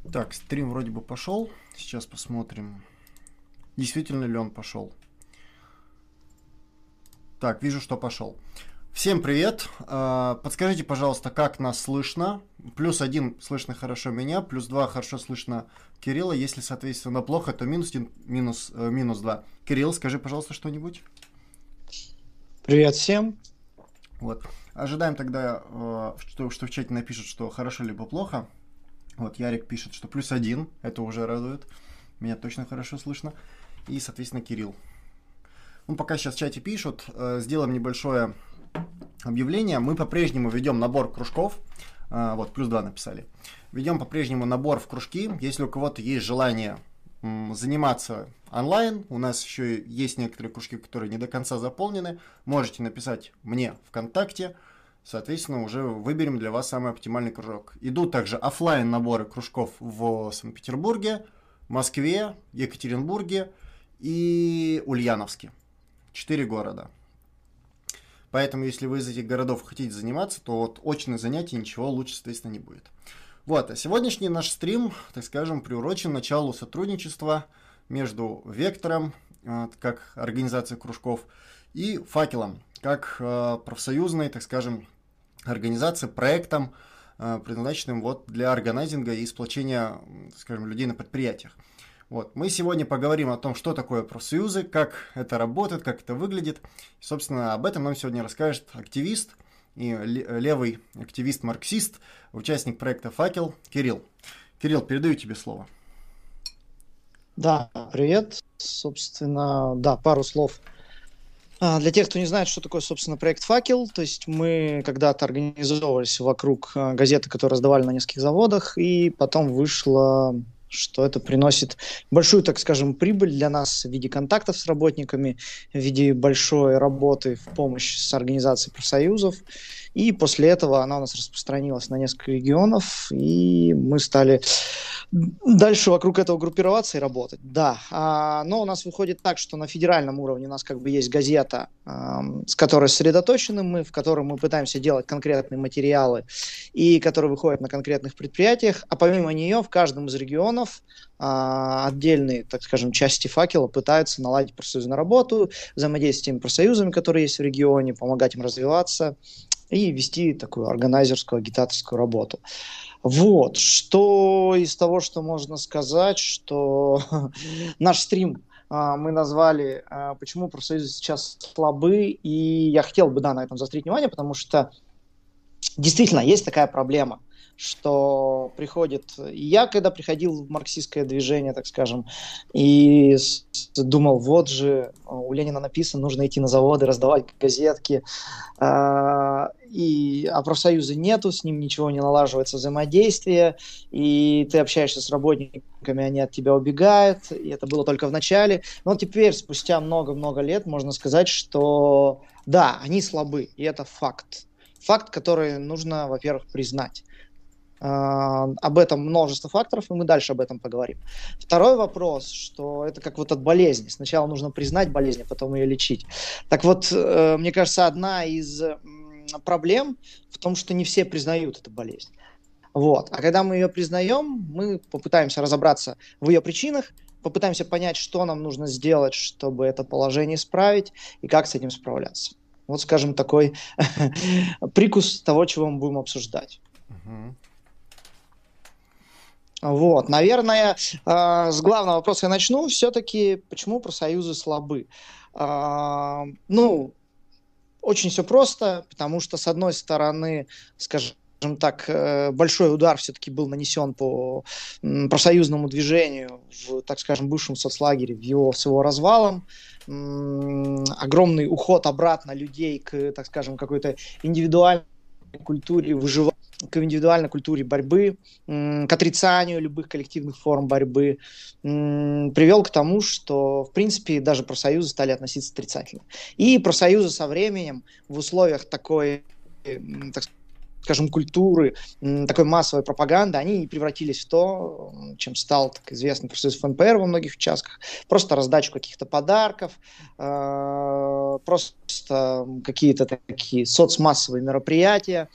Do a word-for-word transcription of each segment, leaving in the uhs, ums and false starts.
Так, стрим вроде бы пошел. Сейчас посмотрим, действительно ли он пошел. Так, вижу, что пошел. Всем привет. А, Подскажите, пожалуйста, как нас слышно? Плюс один слышно хорошо меня, плюс два хорошо слышно Кирилла. Если, соответственно, плохо, то минус один, минус, э, минус два. Кирилл, скажи, пожалуйста, что-нибудь. Привет всем. Вот. Ожидаем тогда, э, что, что в чате напишут, что хорошо либо плохо. Вот, Ярик пишет, что плюс один. Это уже радует. Меня точно хорошо слышно. И, соответственно, Кирилл. Ну, пока сейчас в чате пишут, э, сделаем небольшое объявление. Мы по-прежнему ведем набор кружков. Э, вот, плюс два написали. Ведем по-прежнему набор в кружки. Если у кого-то есть желание м, заниматься онлайн, у нас еще есть некоторые кружки, которые не до конца заполнены, можете написать мне ВКонтакте. Соответственно, уже выберем для вас самый оптимальный кружок. Идут также офлайн наборы кружков в Санкт-Петербурге, Москве, Екатеринбурге и Ульяновске. Четыре города. Поэтому, если вы из этих городов хотите заниматься, то вот очных занятий ничего лучше, соответственно, не будет. Вот, а сегодняшний наш стрим, так скажем, приурочен началу сотрудничества между Вектором, как организацией кружков, и Факелом, как профсоюзной, так скажем, организацией, проектом, предназначенным вот для органайзинга и сплочения, так скажем, людей на предприятиях. Вот. Мы сегодня поговорим о том, что такое профсоюзы, как это работает, как это выглядит. И, собственно, об этом нам сегодня расскажет активист и левый активист-марксист, участник проекта «Факел» Кирилл. Кирилл, передаю тебе слово. Да, привет. Собственно, да, пару слов. А, Для тех, кто не знает, что такое, собственно, проект «Факел», то есть мы когда-то организовывались вокруг а, газеты, которые раздавали на нескольких заводах, и потом вышло, что это приносит большую, так скажем, прибыль для нас в виде контактов с работниками, в виде большой работы в помощь с организацией профсоюзов. И после этого она у нас распространилась на несколько регионов, и мы стали дальше вокруг этого группироваться и работать. Да, а, но у нас выходит так, что на федеральном уровне у нас как бы есть газета, а, с которой сосредоточены мы, в которой мы пытаемся делать конкретные материалы, и которые выходят на конкретных предприятиях, а помимо нее в каждом из регионов а, отдельные, так скажем, части «Факела» пытаются наладить профсоюзную работу, взаимодействовать с теми профсоюзами, которые есть в регионе, помогать им развиваться и вести такую органайзерскую, агитаторскую работу. Вот, что из того, что можно сказать, что наш стрим а, мы назвали а, «Почему профсоюзы сейчас слабы», и я хотел бы, да, на этом заострить внимание, потому что действительно есть такая проблема, что приходит... И я, когда приходил в марксистское движение, так скажем, и с- думал, вот же, у Ленина написано, нужно идти на заводы, раздавать газетки, а, и, а профсоюза нету, с ним ничего не налаживается взаимодействие, и ты общаешься с работниками, они от тебя убегают, и это было только в начале. Но теперь, спустя много-много лет, можно сказать, что да, они слабы, и это факт. Факт, который нужно, во-первых, признать. А, об этом множество факторов, и мы дальше об этом поговорим. Второй вопрос, что это как вот от болезни. Сначала нужно признать болезнь, а потом ее лечить. Так вот, э, мне кажется, одна из м, проблем в том, что не все признают эту болезнь. Вот. А когда мы ее признаем, мы попытаемся разобраться в ее причинах, попытаемся понять, что нам нужно сделать, чтобы это положение исправить, и как с этим справляться. Вот, скажем, такой прикус того, чего мы будем обсуждать. Мгм. Вот, наверное, а, с главного вопроса я начну. Все-таки, почему профсоюзы слабы? А, Ну, очень все просто, потому что, с одной стороны, скажем так, э, большой удар все-таки был нанесен по м, профсоюзному движению в, так скажем, бывшем соцлагере, в его, с его развалом. М, Огромный уход обратно людей к, так скажем, какой-то индивидуальной культуре выживания, к индивидуальной культуре борьбы, м, к отрицанию любых коллективных форм борьбы, м, привел к тому, что, в принципе, даже профсоюзы стали относиться отрицательно. И профсоюзы со временем в условиях такой, м, так скажем, культуры, м, такой массовой пропаганды, они и превратились в то, м, чем стал так известный профсоюз эф эн пэ эр во многих участках. Просто раздачу каких-то подарков, э, просто какие-то такие соцмассовые мероприятия,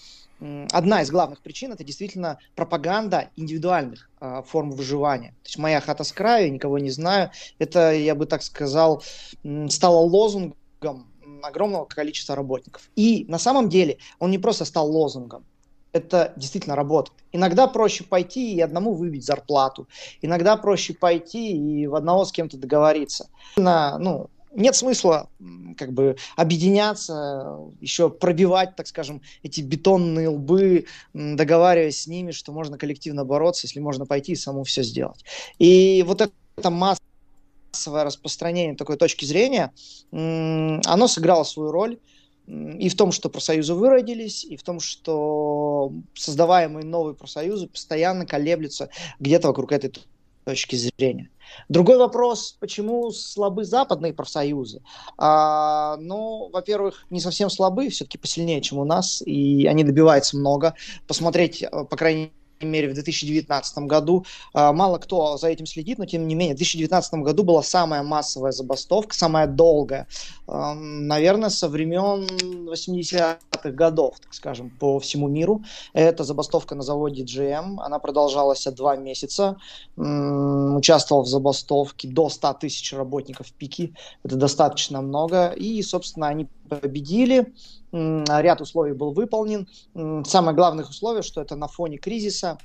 одна из главных причин — это действительно пропаганда индивидуальных э, форм выживания. То есть «моя хата с краю, никого не знаю» — это, я бы так сказал, стало лозунгом огромного количества работников. И на самом деле он не просто стал лозунгом, это действительно работает. Иногда проще пойти и одному выбить зарплату, иногда проще пойти и в одного с кем-то договориться. На, ну, нет смысла как бы объединяться, еще пробивать, так скажем, эти бетонные лбы, договариваясь с ними, что можно коллективно бороться, если можно пойти и самому все сделать. И вот это массовое распространение такой точки зрения, оно сыграло свою роль и в том, что профсоюзы выродились, и в том, что создаваемые новые профсоюзы постоянно колеблются где-то вокруг этой точки зрения. Другой вопрос, почему слабы западные профсоюзы? А, ну, во-первых, не совсем слабы, все-таки посильнее, чем у нас, и они добиваются много. Посмотреть, по крайней мере, в две тысячи девятнадцатом году, мало кто за этим следит, но тем не менее, в две тысячи девятнадцатом году была самая массовая забастовка, самая долгая, наверное, со времен восьмидесятых годов, так скажем, по всему миру. Это забастовка на заводе джи эм, она продолжалась два месяца, участвовал в забастовке до ста тысяч работников в пике, это достаточно много, и, собственно, они победили. Ряд условий был выполнен. Самое главное условие, что это на фоне кризиса,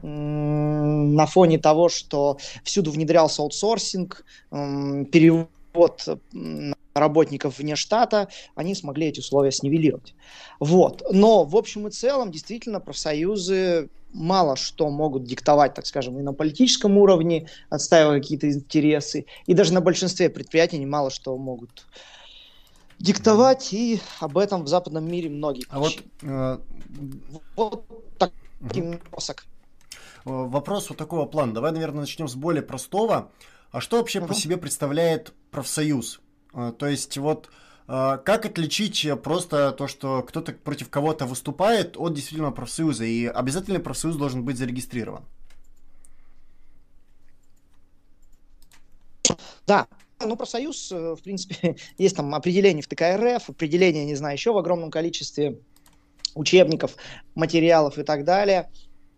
на фоне того, что всюду внедрялся аутсорсинг, перевод работников вне штата, они смогли эти условия снивелировать. Вот. Но в общем и целом, действительно, профсоюзы мало что могут диктовать, так скажем, и на политическом уровне, отстаивая какие-то интересы, и даже на большинстве предприятий они мало что могут диктовать, и об этом в западном мире многие а вот, э... вот таким носок. Вопрос вот такого плана. Давай, наверное, начнем с более простого. А что вообще uh-huh. по себе представляет профсоюз? То есть вот как отличить просто то, что кто-то против кого-то выступает, от действительно профсоюза? И обязательно профсоюз должен быть зарегистрирован? Да. Ну, профсоюз, в принципе, есть там определение в тэ ка эр эф, определение, не знаю, еще в огромном количестве учебников, материалов и так далее.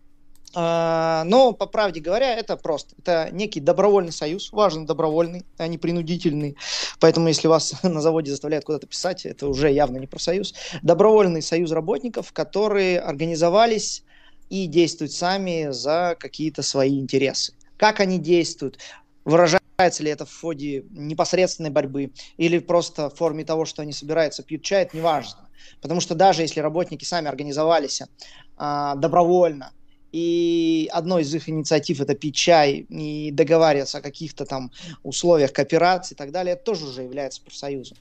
Но, по правде говоря, это просто. Это некий добровольный союз, важно добровольный, а не принудительный. Поэтому, если вас на заводе заставляют куда-то писать, это уже явно не профсоюз. Добровольный союз работников, которые организовались и действуют сами за какие-то свои интересы. Как они действуют? Выражается ли это в ходе непосредственной борьбы или просто в форме того, что они собираются, пьют чай, это не важно. Потому что даже если работники сами организовались а, добровольно, и одной из их инициатив это пить чай и договариваться о каких-то там условиях кооперации и так далее, это тоже уже является профсоюзом.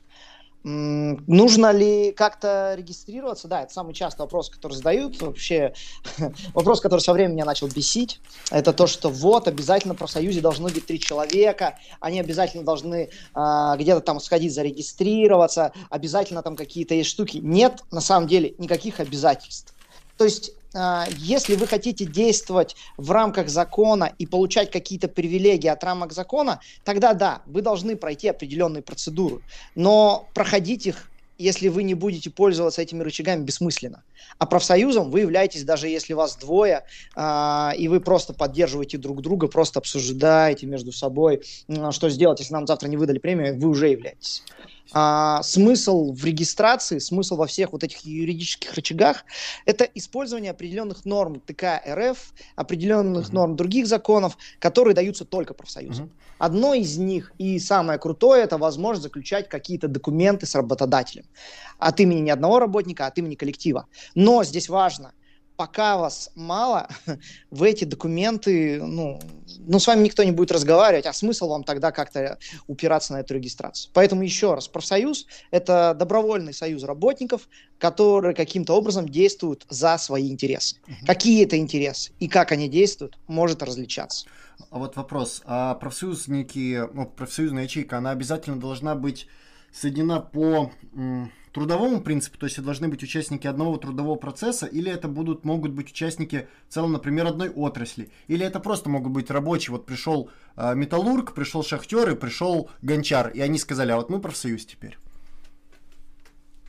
М- нужно ли как-то регистрироваться? Да, это самый частый вопрос, который задают. Вообще вопрос, который со временем меня начал бесить, это то, что вот обязательно в профсоюзе должны быть три человека, они обязательно должны а, где-то там сходить зарегистрироваться, обязательно там какие-то есть штуки. Нет, на самом деле никаких обязательств. То есть если вы хотите действовать в рамках закона и получать какие-то привилегии от рамок закона, тогда да, вы должны пройти определенные процедуры. Но проходить их, если вы не будете пользоваться этими рычагами, бессмысленно. А профсоюзом вы являетесь, даже если вас двое, э, и вы просто поддерживаете друг друга, просто обсуждаете между собой, э, что сделать, если нам завтра не выдали премию, вы уже являетесь. А, смысл в регистрации, смысл во всех вот этих юридических рычагах – это использование определенных норм тэ ка эр эф, определенных uh-huh. норм других законов, которые даются только профсоюзам. Uh-huh. Одно из них, и самое крутое, это возможность заключать какие-то документы с работодателем от имени не одного работника, а от имени коллектива. Но здесь важно, пока вас мало, в эти документы, ну, ну, с вами никто не будет разговаривать, а смысл вам тогда как-то упираться на эту регистрацию. Поэтому еще раз, профсоюз – это добровольный союз работников, которые каким-то образом действуют за свои интересы. Угу. Какие это интересы и как они действуют, может различаться. А вот вопрос, а профсоюз, некий, ну, профсоюзная ячейка, она обязательно должна быть соединена по м, трудовому принципу, то есть это должны быть участники одного трудового процесса, или это будут, могут быть участники в целом, например, одной отрасли, или это просто могут быть рабочие, вот пришел э, металлург, пришел шахтер и пришел гончар, и они сказали, а вот мы профсоюз теперь.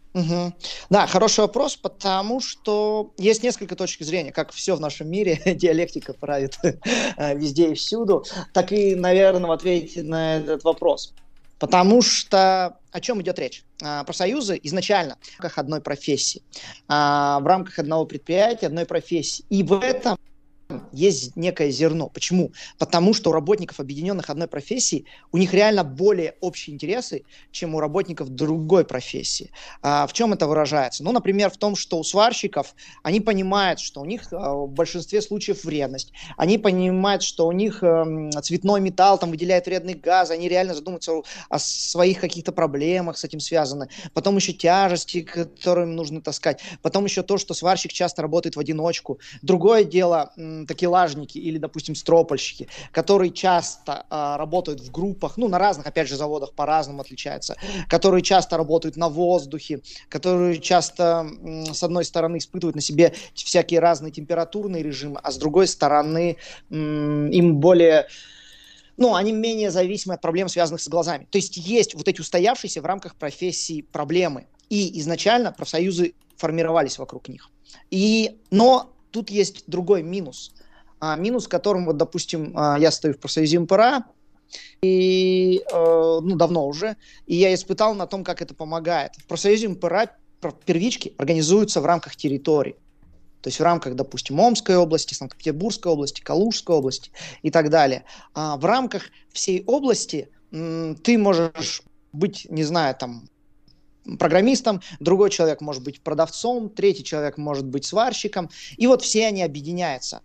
Мгм. Да, хороший вопрос, потому что есть несколько точек зрения, как все в нашем мире, диалектика правит э, везде и всюду, так и, наверное, ответить на этот вопрос. Потому что о чем идет речь? А, Профсоюзы изначально в рамках одной профессии, а, в рамках одного предприятия, одной профессии. И в этом есть некое зерно. Почему? Потому что у работников, объединенных одной профессии, у них реально более общие интересы, чем у работников другой профессии. А в чем это выражается? Ну, например, в том, что у сварщиков они понимают, что у них а, в большинстве случаев вредность. Они понимают, что у них эм, цветной металл там выделяет вредный газ. Они реально задумываются о, о своих каких-то проблемах с этим связаны. Потом еще тяжести, которые им нужно таскать. Потом еще то, что сварщик часто работает в одиночку. Другое дело, такелажники или, допустим, стропольщики, которые часто а, работают в группах, ну, на разных, опять же, заводах по-разному отличаются, которые часто работают на воздухе, которые часто, м, с одной стороны, испытывают на себе всякие разные температурные режимы, а с другой стороны, м, им более... Ну, они менее зависимы от проблем, связанных с глазами. То есть есть вот эти устоявшиеся в рамках профессии проблемы. И изначально профсоюзы формировались вокруг них. И, но тут есть другой минус. А, минус, которым, вот, допустим, а, я стою в профсоюзе МПРА, и, э, ну, давно уже, и я испытал на том, как это помогает. В профсоюзе МПРА первички организуются в рамках территории. То есть в рамках, допустим, Омской области, Санкт-Петербургской области, Калужской области и так далее. А в рамках всей области м, ты можешь быть, не знаю, там, программистом, другой человек может быть продавцом, третий человек может быть сварщиком, и вот все они объединяются.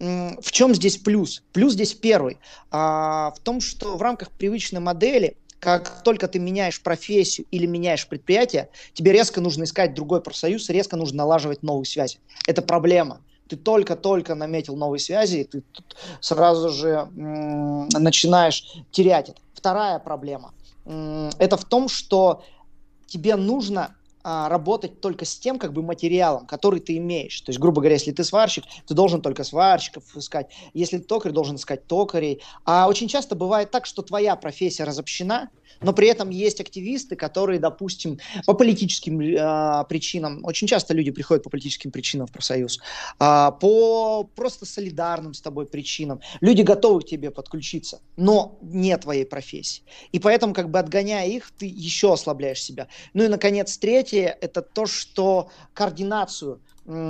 В чем здесь плюс? Плюс здесь первый. А, в том, что в рамках привычной модели, как только ты меняешь профессию или меняешь предприятие, тебе резко нужно искать другой профсоюз, резко нужно налаживать новые связи. Это проблема. Ты только-только наметил новые связи, и ты сразу же м- начинаешь терять это. Вторая проблема. М- это в том, что тебе нужно а, работать только с тем как бы материалом, который ты имеешь. То есть, грубо говоря, если ты сварщик, ты должен только сварщиков искать. Если ты токарь, должен искать токарей. А очень часто бывает так, что твоя профессия разобщена, но при этом есть активисты, которые, допустим, по политическим э, причинам, очень часто люди приходят по политическим причинам в профсоюз, э, по просто солидарным с тобой причинам. Люди готовы к тебе подключиться, но не твоей профессии. И поэтому, как бы отгоняя их, ты еще ослабляешь себя. Ну и, наконец, третье, это то, что координацию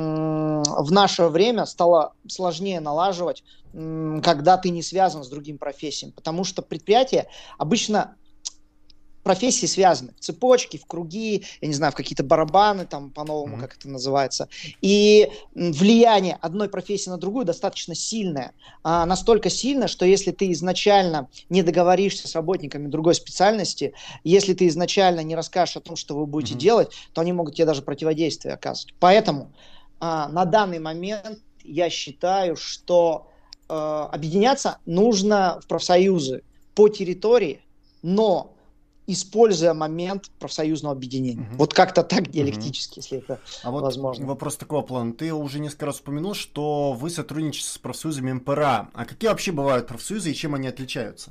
м, в наше время стало сложнее налаживать, м, когда ты не связан с другим профессией. Потому что предприятия обычно профессии связаны в цепочки, в круги, я не знаю, в какие-то барабаны, там по-новому, Мгм. как это называется. И м, влияние одной профессии на другую достаточно сильное. А, настолько сильно, что если ты изначально не договоришься с работниками другой специальности, если ты изначально не расскажешь о том, что вы будете Мгм. делать, то они могут тебе даже противодействие оказывать. Поэтому а, на данный момент я считаю, что э, объединяться нужно в профсоюзы по территории, но используя момент профсоюзного объединения. Мгм. Вот как-то так Мгм. диалектически, если это А вот возможно. вопрос такого плана. Ты уже несколько раз упомянул, что вы сотрудничаете с профсоюзами МПРА. А какие вообще бывают профсоюзы и чем они отличаются?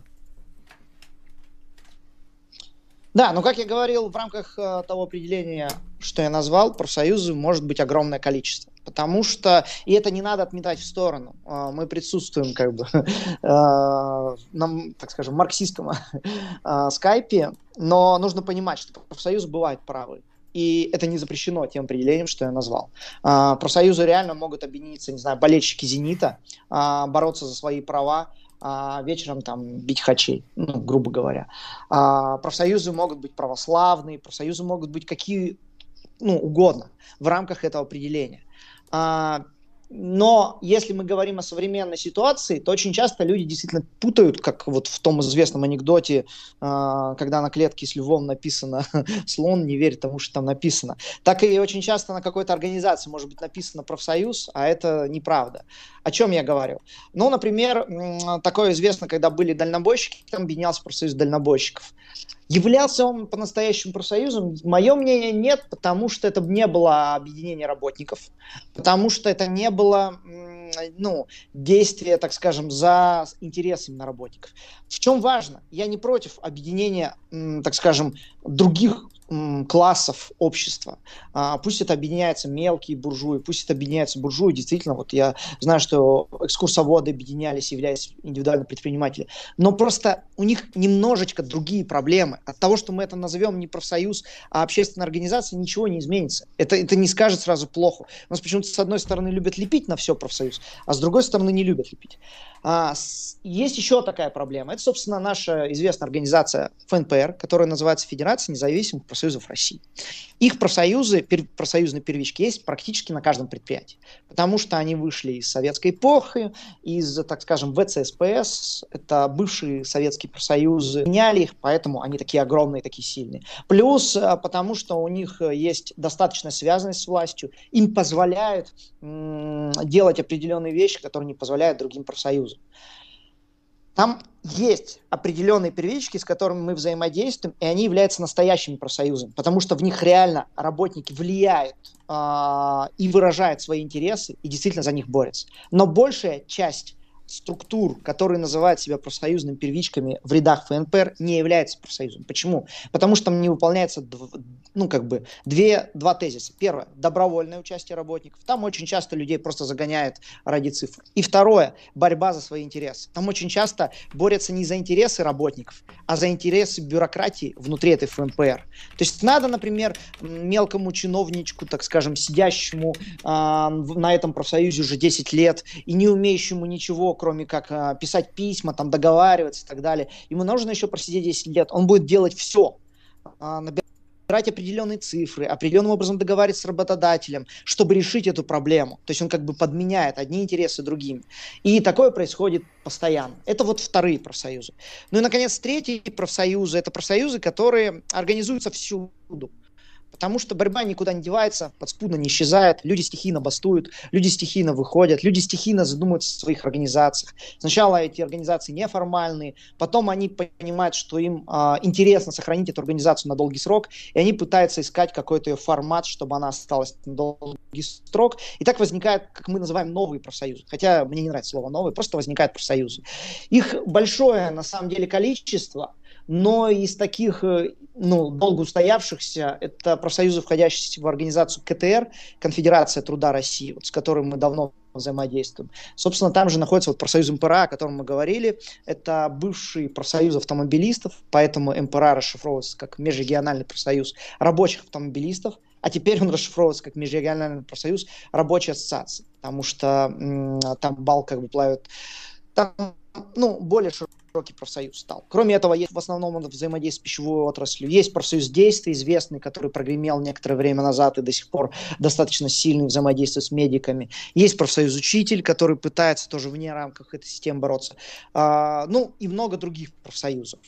Да, но как я говорил, в рамках э, того определения, что я назвал, профсоюзы может быть огромное количество. Потому что, и это не надо отметать в сторону, э, мы присутствуем как бы э, на, так скажем, марксистском э, скайпе, но нужно понимать, что профсоюзы бывают правы. И это не запрещено тем определением, что я назвал. А, профсоюзы реально могут объединиться, не знаю, болельщики «Зенита», а, бороться за свои права, а вечером там бить хачей, ну, грубо говоря. А, профсоюзы могут быть православные, профсоюзы могут быть какие ну, угодно в рамках этого определения. А, но если мы говорим о современной ситуации, то очень часто люди действительно путают, как вот в том известном анекдоте, а, когда на клетке с львом написано «слон не верит тому, что там написано». Так и очень часто на какой-то организации может быть написано «профсоюз», а это неправда. О чем я говорю? Ну, например, м, такое известно, когда были дальнобойщики, там объединялся профсоюз дальнобойщиков. Являлся он по-настоящему профсоюзом? Мое мнение нет, потому что это не было объединение работников, потому что это не было ну, действие, так скажем, за интересами на работников. В чем важно? Я не против объединения, так скажем, других классов общества. А, пусть это объединяются мелкие буржуи, пусть это объединяются буржуи. Действительно, вот я знаю, что экскурсоводы объединялись, являясь индивидуальными предпринимателями. Но просто у них немножечко другие проблемы. От того, что мы это назовем не профсоюз, а общественная организация, ничего не изменится. Это, это не скажет сразу плохо. У нас почему-то с одной стороны любят лепить на все профсоюз, а с другой стороны не любят лепить. А, с, есть еще такая проблема. Это, собственно, наша известная организация эф эн пэ эр, которая называется Федерация независимых профсоюзов России. Их профсоюзы, пер, профсоюзные первички есть практически на каждом предприятии, потому что они вышли из советской эпохи, из, так скажем, вэ цэ эс пэ эс, это бывшие советские профсоюзы, меняли их, поэтому они такие огромные, такие сильные. Плюс, потому что у них есть достаточная связанность с властью, им позволяют м- делать определенные вещи, которые не позволяют другим профсоюзам. Там есть определенные первички, с которыми мы взаимодействуем, и они являются настоящими профсоюзами, потому что в них реально работники влияют э, и выражают свои интересы, и действительно за них борются. Но большая часть структур, которые называют себя профсоюзными первичками в рядах эф эн пэ эр, не является профсоюзом. Почему? Потому что там не выполняется ну, как бы, две, два тезиса. Первое – добровольное участие работников. Там очень часто людей просто загоняют ради цифр. И второе – борьба за свои интересы. Там очень часто борются не за интересы работников, а за интересы бюрократии внутри этой эф эн пэ эр. То есть надо, например, мелкому чиновничку, так скажем, сидящему э, на этом профсоюзе уже десять лет и не умеющему ничего, кроме как э, писать письма, там, договариваться и так далее. Ему нужно еще просидеть десять лет. Он будет делать все. Э, набирать определенные цифры, определенным образом договариваться с работодателем, чтобы решить эту проблему. То есть он как бы подменяет одни интересы другими. И такое происходит постоянно. Это вот вторые профсоюзы. Ну и, наконец, третьи профсоюзы. Это профсоюзы, которые организуются всюду. Потому что борьба никуда не девается, подспудно не исчезает, люди стихийно бастуют, люди стихийно выходят, люди стихийно задумываются о своих организациях. Сначала эти организации неформальные, потом они понимают, что им а, интересно сохранить эту организацию на долгий срок, и они пытаются искать какой-то ее формат, чтобы она осталась на долгий срок. И так возникают, как мы называем, новые профсоюзы. Хотя мне не нравится слово «новые», просто возникают профсоюзы. Их большое, на самом деле, количество, но из таких, ну, долго устоявшихся, это профсоюзы, входящие в организацию ка тэ эр, Конфедерация труда России, вот, с которой мы давно взаимодействуем. Собственно, там же находится вот профсоюз эм пэ эр а, о котором мы говорили. Это бывший профсоюз автомобилистов, поэтому эм пэ эр а расшифровывается как Межрегиональный профсоюз рабочих автомобилистов, а теперь он расшифровывается как Межрегиональный профсоюз рабочей ассоциации, потому что м- там бал как бы плавает, там, ну, более широкий профсоюз стал. Кроме этого, есть в основном он взаимодействует с пищевой отраслью. Есть профсоюз действий, известный, который прогремел некоторое время назад и до сих пор достаточно сильный взаимодействие с медиками. Есть профсоюз учитель, который пытается тоже вне рамках этой системы бороться. А, ну, и много других профсоюзов.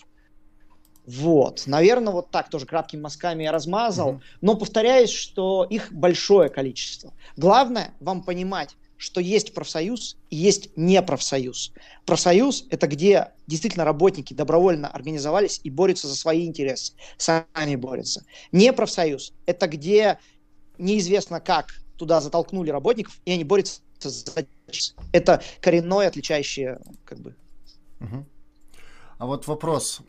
Вот. Наверное, вот так тоже краткими мазками я размазал. Mm-hmm. Но повторяюсь, что их большое количество. Главное вам понимать, что есть профсоюз и есть непрофсоюз. Профсоюз – это где действительно работники добровольно организовались и борются за свои интересы, сами борются. Непрофсоюз – это где неизвестно как туда затолкнули работников, и они борются за... Это коренное, отличающее как бы. Угу. А вот вопрос.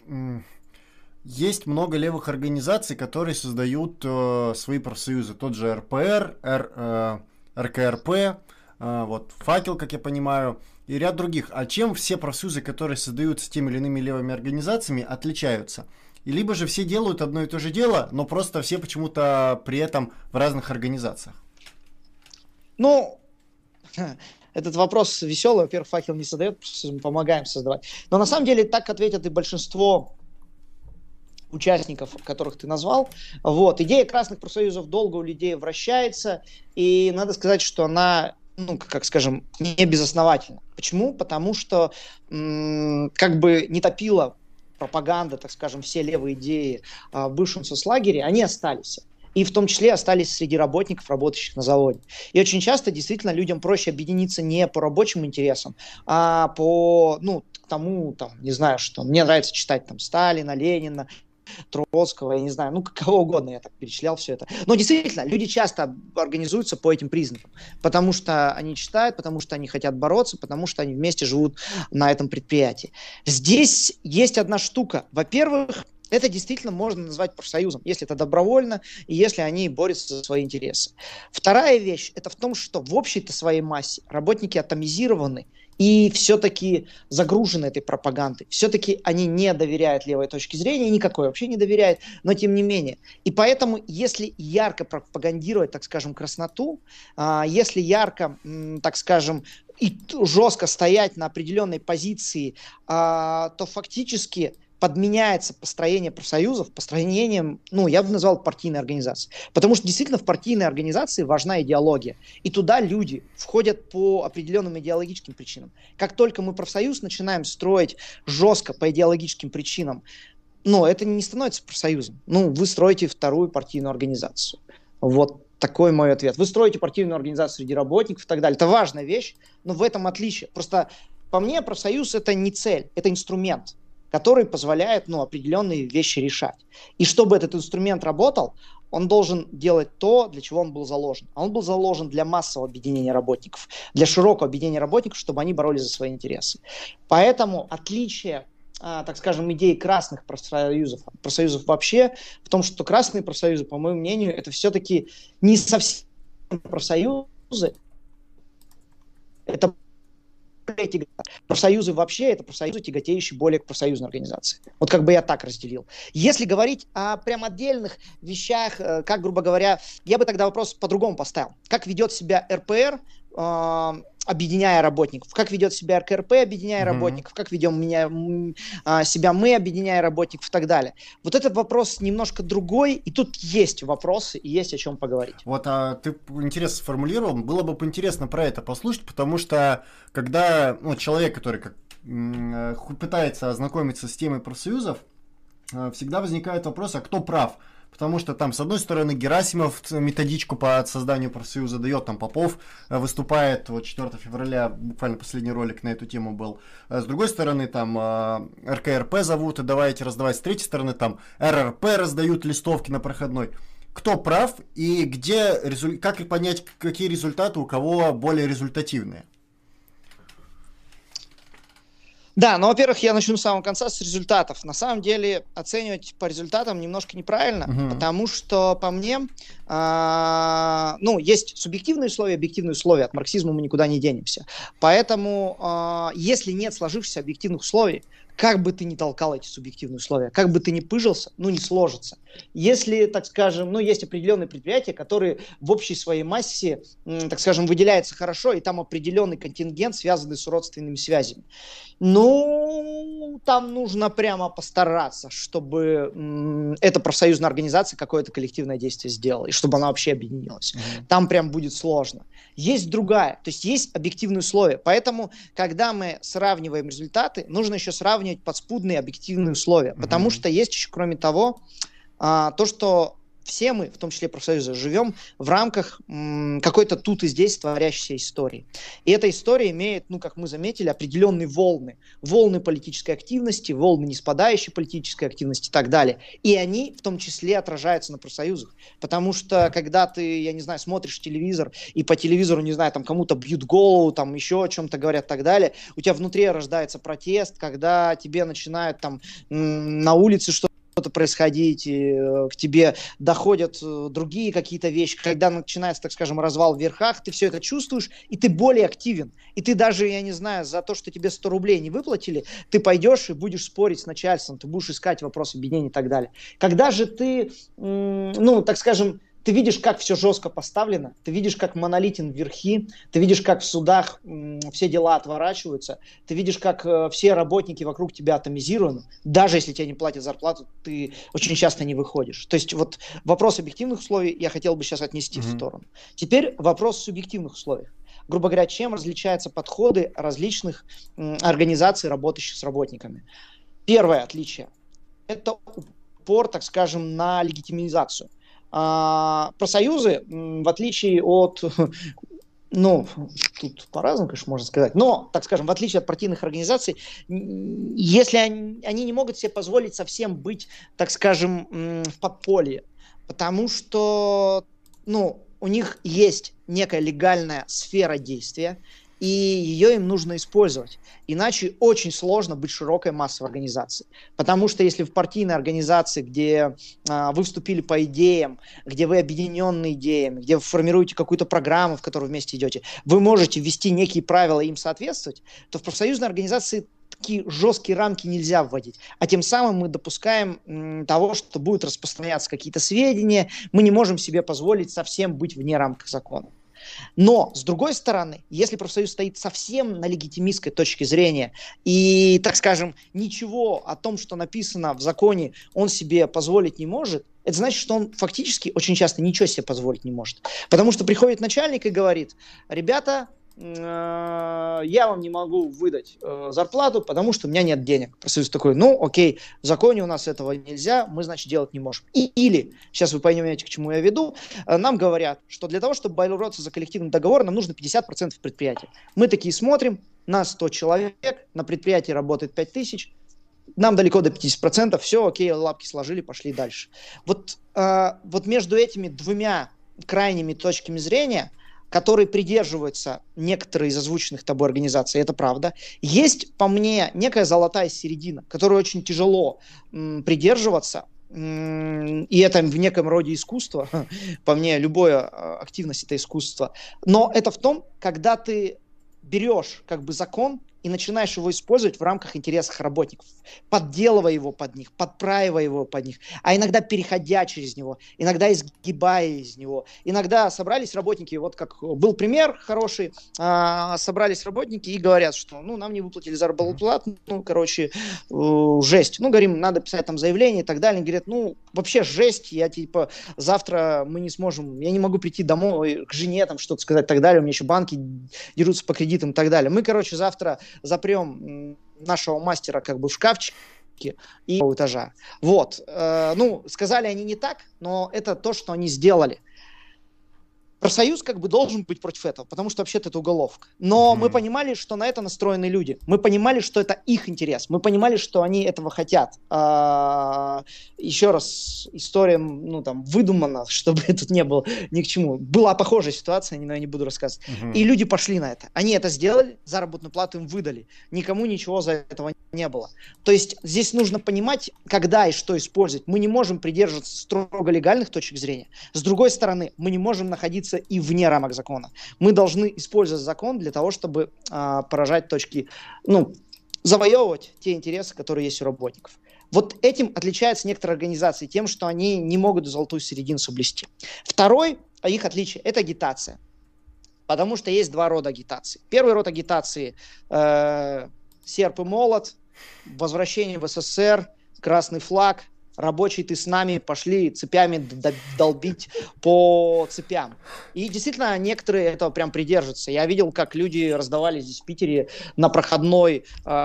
Есть много левых организаций, которые создают э, свои профсоюзы. Тот же эр пэ эр, Р, э, эр ка эр пэ, вот, Факел, как я понимаю, и ряд других. А чем все профсоюзы, которые создаются теми или иными левыми организациями, отличаются? И либо же все делают одно и то же дело, но просто все почему-то при этом в разных организациях? Ну, этот вопрос веселый. Во-первых, Факел не создает, мы помогаем создавать. Но на самом деле так ответят и большинство участников, которых ты назвал. Вот. Идея красных профсоюзов долго у людей вращается, и надо сказать, что она, ну, как скажем, не безосновательна. Почему? Потому что м- как бы не топила пропаганда, так скажем, все левые идеи а, в бывшем соцлагере, они остались. И в том числе остались среди работников, работающих на заводе. И очень часто действительно людям проще объединиться не по рабочим интересам, а по, ну, к тому, там, не знаю, что мне нравится читать там Сталина, Ленина, Троцкого, я не знаю, ну, кого угодно, я так перечислял все это. Но действительно, люди часто организуются по этим признакам, потому что они читают, потому что они хотят бороться, потому что они вместе живут на этом предприятии. Здесь есть одна штука. Во-первых, Это действительно можно назвать профсоюзом, если это добровольно и если они борются за свои интересы. Вторая вещь – это в том, что в общей-то своей массе работники атомизированы и все-таки загружены этой пропагандой. Все-таки они не доверяют левой точке зрения, никакой вообще не доверяют, но тем не менее. И поэтому, если ярко пропагандировать, так скажем, красноту, если ярко, так скажем, и жестко стоять на определенной позиции, то фактически подменяется построение профсоюзов построением, ну, я бы назвал партийной организации. Потому что действительно в партийной организации важна идеология. И туда люди входят по определенным идеологическим причинам. Как только мы профсоюз начинаем строить жестко по идеологическим причинам, ну, это не становится профсоюзом. Ну, вы строите вторую партийную организацию. Вот такой мой ответ. Вы строите партийную организацию среди работников и так далее. Это важная вещь, но в этом отличие. Просто по мне профсоюз – это не цель, это инструмент, который позволяет, ну, определенные вещи решать. И чтобы этот инструмент работал, он должен делать то, для чего он был заложен. А он был заложен для массового объединения работников, для широкого объединения работников, чтобы они боролись за свои интересы. Поэтому отличие, а, так скажем, идей красных профсоюзов, профсоюзов вообще, в том, что красные профсоюзы, по моему мнению, это все-таки не совсем профсоюзы, это профсоюзы вообще, это профсоюзы, тяготеющие более к профсоюзной организации. Вот как бы я так разделил. Если говорить о прям отдельных вещах, как, грубо говоря, я бы тогда вопрос по-другому поставил. Как ведет себя эр пэ эр, э, объединяя работников? Как ведет себя эр ка эр пэ, объединяя mm-hmm. работников? Как ведем меня, э, себя мы, объединяя работников и так далее? Вот этот вопрос немножко другой, и тут есть вопросы, и есть о чем поговорить. Вот, а ты интересно сформулировал, было бы интересно про это послушать, потому что когда, ну, человек, который как, м- пытается ознакомиться с темой профсоюзов, э, всегда возникает вопрос, а кто прав? Потому что там, с одной стороны, Герасимов методичку по созданию профсоюза дает, там Попов выступает, вот четвёртого февраля, буквально последний ролик на эту тему был. С другой стороны, там эр ка эр пэ зовут, и давайте раздавать. С третьей стороны, там эр эр пэ раздают листовки на проходной. Кто прав и где, как понять, какие результаты у кого более результативные? Да, но, во-первых, я начну с самого конца, с результатов. На самом деле, оценивать по результатам немножко неправильно, uh-huh. потому что, по мне, э, ну, есть субъективные условия, объективные условия. От марксизма мы никуда не денемся. Поэтому, э, если нет сложившихся объективных условий, как бы ты ни толкал эти субъективные условия, как бы ты ни пыжился, ну, не сложится. Если, так скажем, ну, есть определенные предприятия, которые в общей своей массе, так скажем, выделяются хорошо, и там определенный контингент, связанный с родственными связями. Ну, там нужно прямо постараться, чтобы м, эта профсоюзная организация какое-то коллективное действие сделала, и чтобы она вообще объединилась. Mm-hmm. Там прям будет сложно. Есть другая, то есть есть объективные условия. Поэтому, когда мы сравниваем результаты, нужно еще сравнивать подспудные объективные условия. Mm-hmm. Потому что есть еще, кроме того, а, то, что все мы, в том числе профсоюзы, живем в рамках м, какой-то тут и здесь творящейся истории. И эта история имеет, ну, как мы заметили, определенные волны. Волны политической активности, волны неспадающей политической активности и так далее. И они в том числе отражаются на профсоюзах. Потому что, когда ты, я не знаю, смотришь телевизор, и по телевизору, не знаю, там кому-то бьют голову, там еще о чем-то говорят и так далее, у тебя внутри рождается протест, когда тебе начинают там м, на улице что-то что-то происходить, и к тебе доходят другие какие-то вещи, когда начинается, так скажем, развал в верхах, ты все это чувствуешь, и ты более активен. И ты даже, я не знаю, за то, что тебе сто рублей не выплатили, ты пойдешь и будешь спорить с начальством, ты будешь искать вопрос объединения и так далее. Когда же ты, ну, так скажем, ты видишь, как все жестко поставлено, ты видишь, как монолитен верхи, ты видишь, как в судах м, все дела отворачиваются, ты видишь, как э, все работники вокруг тебя атомизированы, даже если тебе не платят зарплату, ты очень часто не выходишь. То есть вот вопрос объективных условий я хотел бы сейчас отнести mm-hmm. в сторону. Теперь вопрос субъективных условий. Грубо говоря, чем различаются подходы различных м, организаций, работающих с работниками? Первое отличие – это упор, так скажем, на легитимизацию. А, профсоюзы, в отличие от, ну, тут по-разному, конечно, можно сказать, но, так скажем, в отличие от партийных организаций, если они, они не могут себе позволить совсем быть, так скажем, в подполье, потому что, ну, у них есть некая легальная сфера действия, и ее им нужно использовать. Иначе очень сложно быть широкой массовой организацией. Потому что если в партийной организации, где а, вы вступили по идеям, где вы объединены идеями, где вы формируете какую-то программу, в которую вместе идете, вы можете ввести некие правила и им соответствовать, то в профсоюзной организации такие жесткие рамки нельзя вводить. А тем самым мы допускаем м, того, что будут распространяться какие-то сведения, мы не можем себе позволить совсем быть вне рамок закона. Но, с другой стороны, если профсоюз стоит совсем на легитимистской точке зрения и, так скажем, ничего о том, что написано в законе, он себе позволить не может, это значит, что он фактически очень часто ничего себе позволить не может. Потому что приходит начальник и говорит: ребята, я вам не могу выдать э, зарплату, потому что у меня нет денег. Профсоюз такой: ну, окей, в законе у нас этого нельзя, мы, значит, делать не можем. И, или, сейчас вы поймете, к чему я веду, э, нам говорят, что для того, чтобы бороться за коллективный договор, нам нужно пятьдесят процентов предприятия. Мы такие смотрим, нас сто человек, на предприятии работает пять тысяч, нам далеко до пятидесяти процентов, все, окей, лапки сложили, пошли дальше. Вот, э, вот между этими двумя крайними точками зрения, которые придерживаются некоторые из озвученных тобой организаций, это правда. Есть, по мне, некая золотая середина, которую очень тяжело м, придерживаться, м, и это в неком роде искусство. По мне, любая активность – это искусство. Но это в том, когда ты берешь как бы закон и начинаешь его использовать в рамках интересов работников, подделывая его под них, подправивая его под них, а иногда переходя через него, иногда изгибая из него. Иногда собрались работники, вот как был пример хороший, а, собрались работники и говорят, что ну, нам не выплатили заработную плату, ну, короче, э, жесть. Ну, говорим, надо писать там заявление и так далее. Они говорят, ну, вообще жесть, я типа завтра мы не сможем, я не могу прийти домой к жене, там что-то сказать и так далее, у меня еще банки дерутся по кредитам и так далее. Мы, короче, завтра запрем нашего мастера как бы в шкафчике и у этажа. Вот. Э, ну, сказали они не так, но это то, что они сделали. Профсоюз как бы должен быть против этого, потому что вообще-то это уголовка. Но mm-hmm. мы понимали, что на это настроены люди. Мы понимали, что это их интерес. Мы понимали, что они этого хотят. А, еще раз, история, ну, там, выдумана, чтобы тут не было ни к чему. Была похожая ситуация, но я не буду рассказывать. Mm-hmm. И люди пошли на это. Они это сделали, заработную плату им выдали. Никому ничего за этого не было. То есть здесь нужно понимать, когда и что использовать. Мы не можем придерживаться строго легальных точек зрения. С другой стороны, мы не можем находиться и вне рамок закона. Мы должны использовать закон для того, чтобы а, поражать точки, ну, завоевывать те интересы, которые есть у работников. Вот этим отличаются некоторые организации тем, что они не могут золотую середину соблюсти. Второй их отличие – это агитация. Потому что есть два рода агитации. Первый род агитации э, – серп и молот, возвращение в СССР, красный флаг, рабочий ты с нами, пошли цепями долбить по цепям. И действительно, некоторые этого прям придерживаются. Я видел, как люди раздавали здесь в Питере на проходной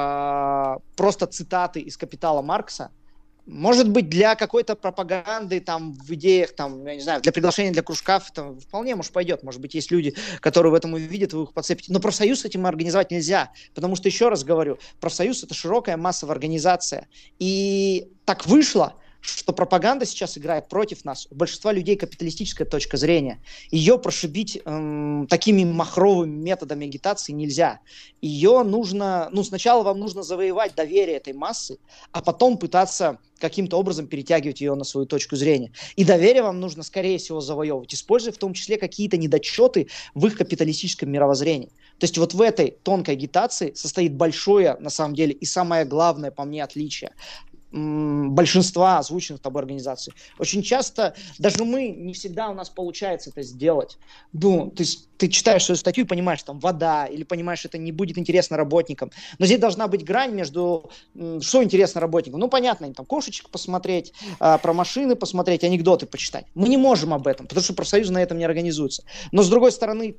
э, просто цитаты из «Капитала» Маркса. Может быть, для какой-то пропаганды, там, в идеях, там, я не знаю, для приглашения для кружка, там, вполне, может, пойдет. Может быть, есть люди, которые в этом увидят, вы их подцепите. Но профсоюз с этим организовать нельзя, потому что, еще раз говорю, профсоюз – это широкая массовая организация. И так вышло, что пропаганда сейчас играет против нас. У большинства людей капиталистическая точка зрения. Ее прошибить эм, такими махровыми методами агитации нельзя. Ее нужно, ну, сначала вам нужно завоевать доверие этой массы, а потом пытаться каким-то образом перетягивать ее на свою точку зрения. И доверие вам нужно, скорее всего, завоевывать, используя в том числе какие-то недочеты в их капиталистическом мировоззрении. То есть вот в этой тонкой агитации состоит большое, на самом деле, и самое главное, по мне, отличие большинства озвученных тобой организаций. Очень часто, даже мы, не всегда у нас получается это сделать. Ну, ты, ты читаешь свою статью и понимаешь, там, вода, или понимаешь, это не будет интересно работникам. Но здесь должна быть грань между, что интересно работникам. Ну, понятно, им там кошечек посмотреть, про машины посмотреть, анекдоты почитать. Мы не можем об этом, потому что профсоюзы на этом не организуются. Но, с другой стороны,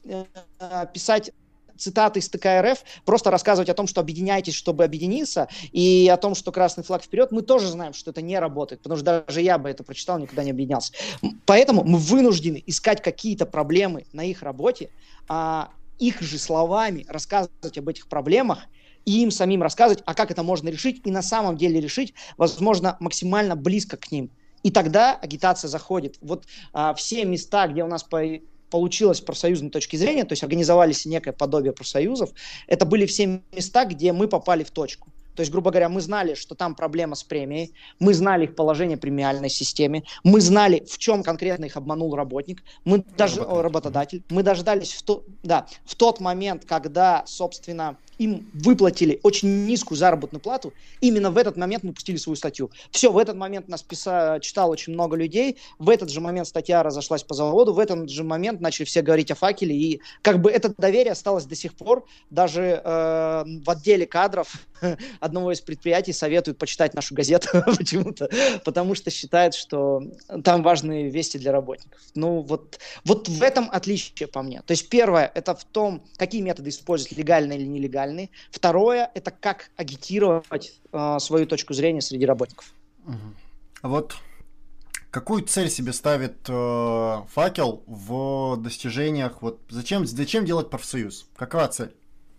писать цитаты из ТК РФ, просто рассказывать о том, что объединяйтесь, чтобы объединиться, и о том, что красный флаг вперед, мы тоже знаем, что это не работает, потому что даже я бы это прочитал, никогда не объединялся. Поэтому мы вынуждены искать какие-то проблемы на их работе, а их же словами рассказывать об этих проблемах, и им самим рассказывать, а как это можно решить, и на самом деле решить, возможно, максимально близко к ним. И тогда агитация заходит. Вот а, все места, где у нас по получилось с профсоюзной точки зрения, то есть организовались некое подобие профсоюзов, это были все места, где мы попали в точку. То есть, грубо говоря, мы знали, что там проблема с премией, мы знали их положение в премиальной системе, мы знали, в чем конкретно их обманул работник, мы даже, работодатель. О, работодатель. Мы дождались в, то, да, в тот момент, когда, собственно, им выплатили очень низкую заработную плату, именно в этот момент мы пустили свою статью. Все, в этот момент нас писал, читало очень много людей, в этот же момент статья разошлась по заводу, в этот же момент начали все говорить о факеле, и как бы это доверие осталось до сих пор, даже э, в отделе кадров одного из предприятий советуют почитать нашу газету почему-то, потому что считают, что там важные вести для работников. Ну вот, вот в этом отличие по мне. То есть первое, это в том, какие методы использовать, легальные или нелегальные. Второе, это как агитировать э, свою точку зрения среди работников. А вот какую цель себе ставит э, факел в достижениях? Вот зачем, зачем делать профсоюз? Какова цель?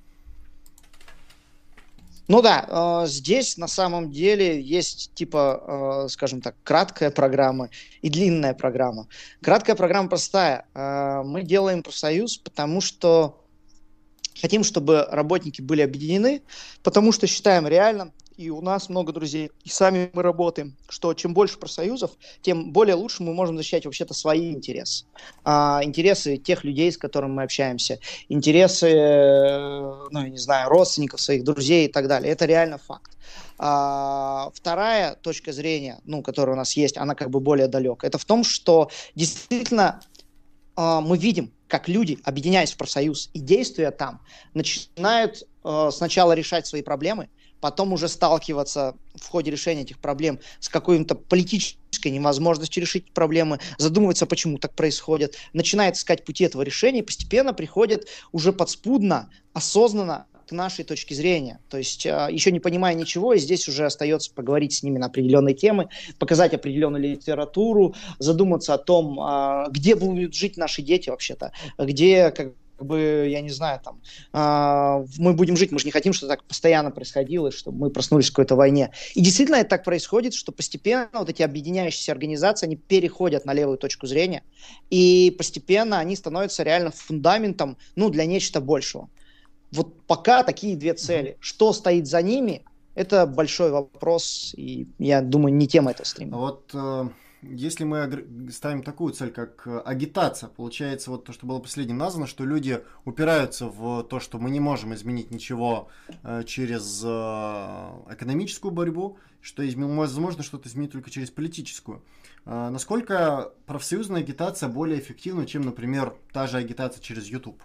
Ну да, э, здесь на самом деле есть типа, э, скажем так, краткая программа и длинная программа. Краткая программа простая. Э, мы делаем профсоюз, потому что хотим, чтобы работники были объединены, потому что считаем реально, и у нас много друзей, и сами мы работаем, что чем больше профсоюзов, тем более лучше мы можем защищать вообще-то свои интересы. А, интересы тех людей, с которыми мы общаемся, интересы, ну, я не знаю, родственников своих, друзей и так далее. Это реально факт. А, вторая точка зрения, ну, которая у нас есть, она как бы более далекая, это в том, что действительно а, мы видим, как люди, объединяясь в профсоюз и действуя там, начинают э, сначала решать свои проблемы, потом уже сталкиваться в ходе решения этих проблем с какой-то политической невозможностью решить проблемы, задумываться, почему так происходит, начинает искать пути этого решения и постепенно приходит уже подспудно, осознанно к нашей точке зрения. То есть э, еще не понимая ничего, и здесь уже остается поговорить с ними на определенные темы, показать определенную литературу, задуматься о том, э, где будут жить наши дети вообще-то, где, как бы, я не знаю, там, э, мы будем жить, мы же не хотим, чтобы так постоянно происходило, чтобы мы проснулись в какой-то войне. И действительно это так происходит, что постепенно вот эти объединяющиеся организации, они переходят на левую точку зрения, и постепенно они становятся реально фундаментом, ну, для нечто большего. Вот пока такие две цели. Что стоит за ними, это большой вопрос, и я думаю, не тема этого стрима. Вот э, если мы ставим такую цель, как агитация, получается, вот то, что было последним названо, что люди упираются в то, что мы не можем изменить ничего э, через э, экономическую борьбу, что возможно что-то изменить только через политическую. Э, насколько профсоюзная агитация более эффективна, чем, например, та же агитация через YouTube?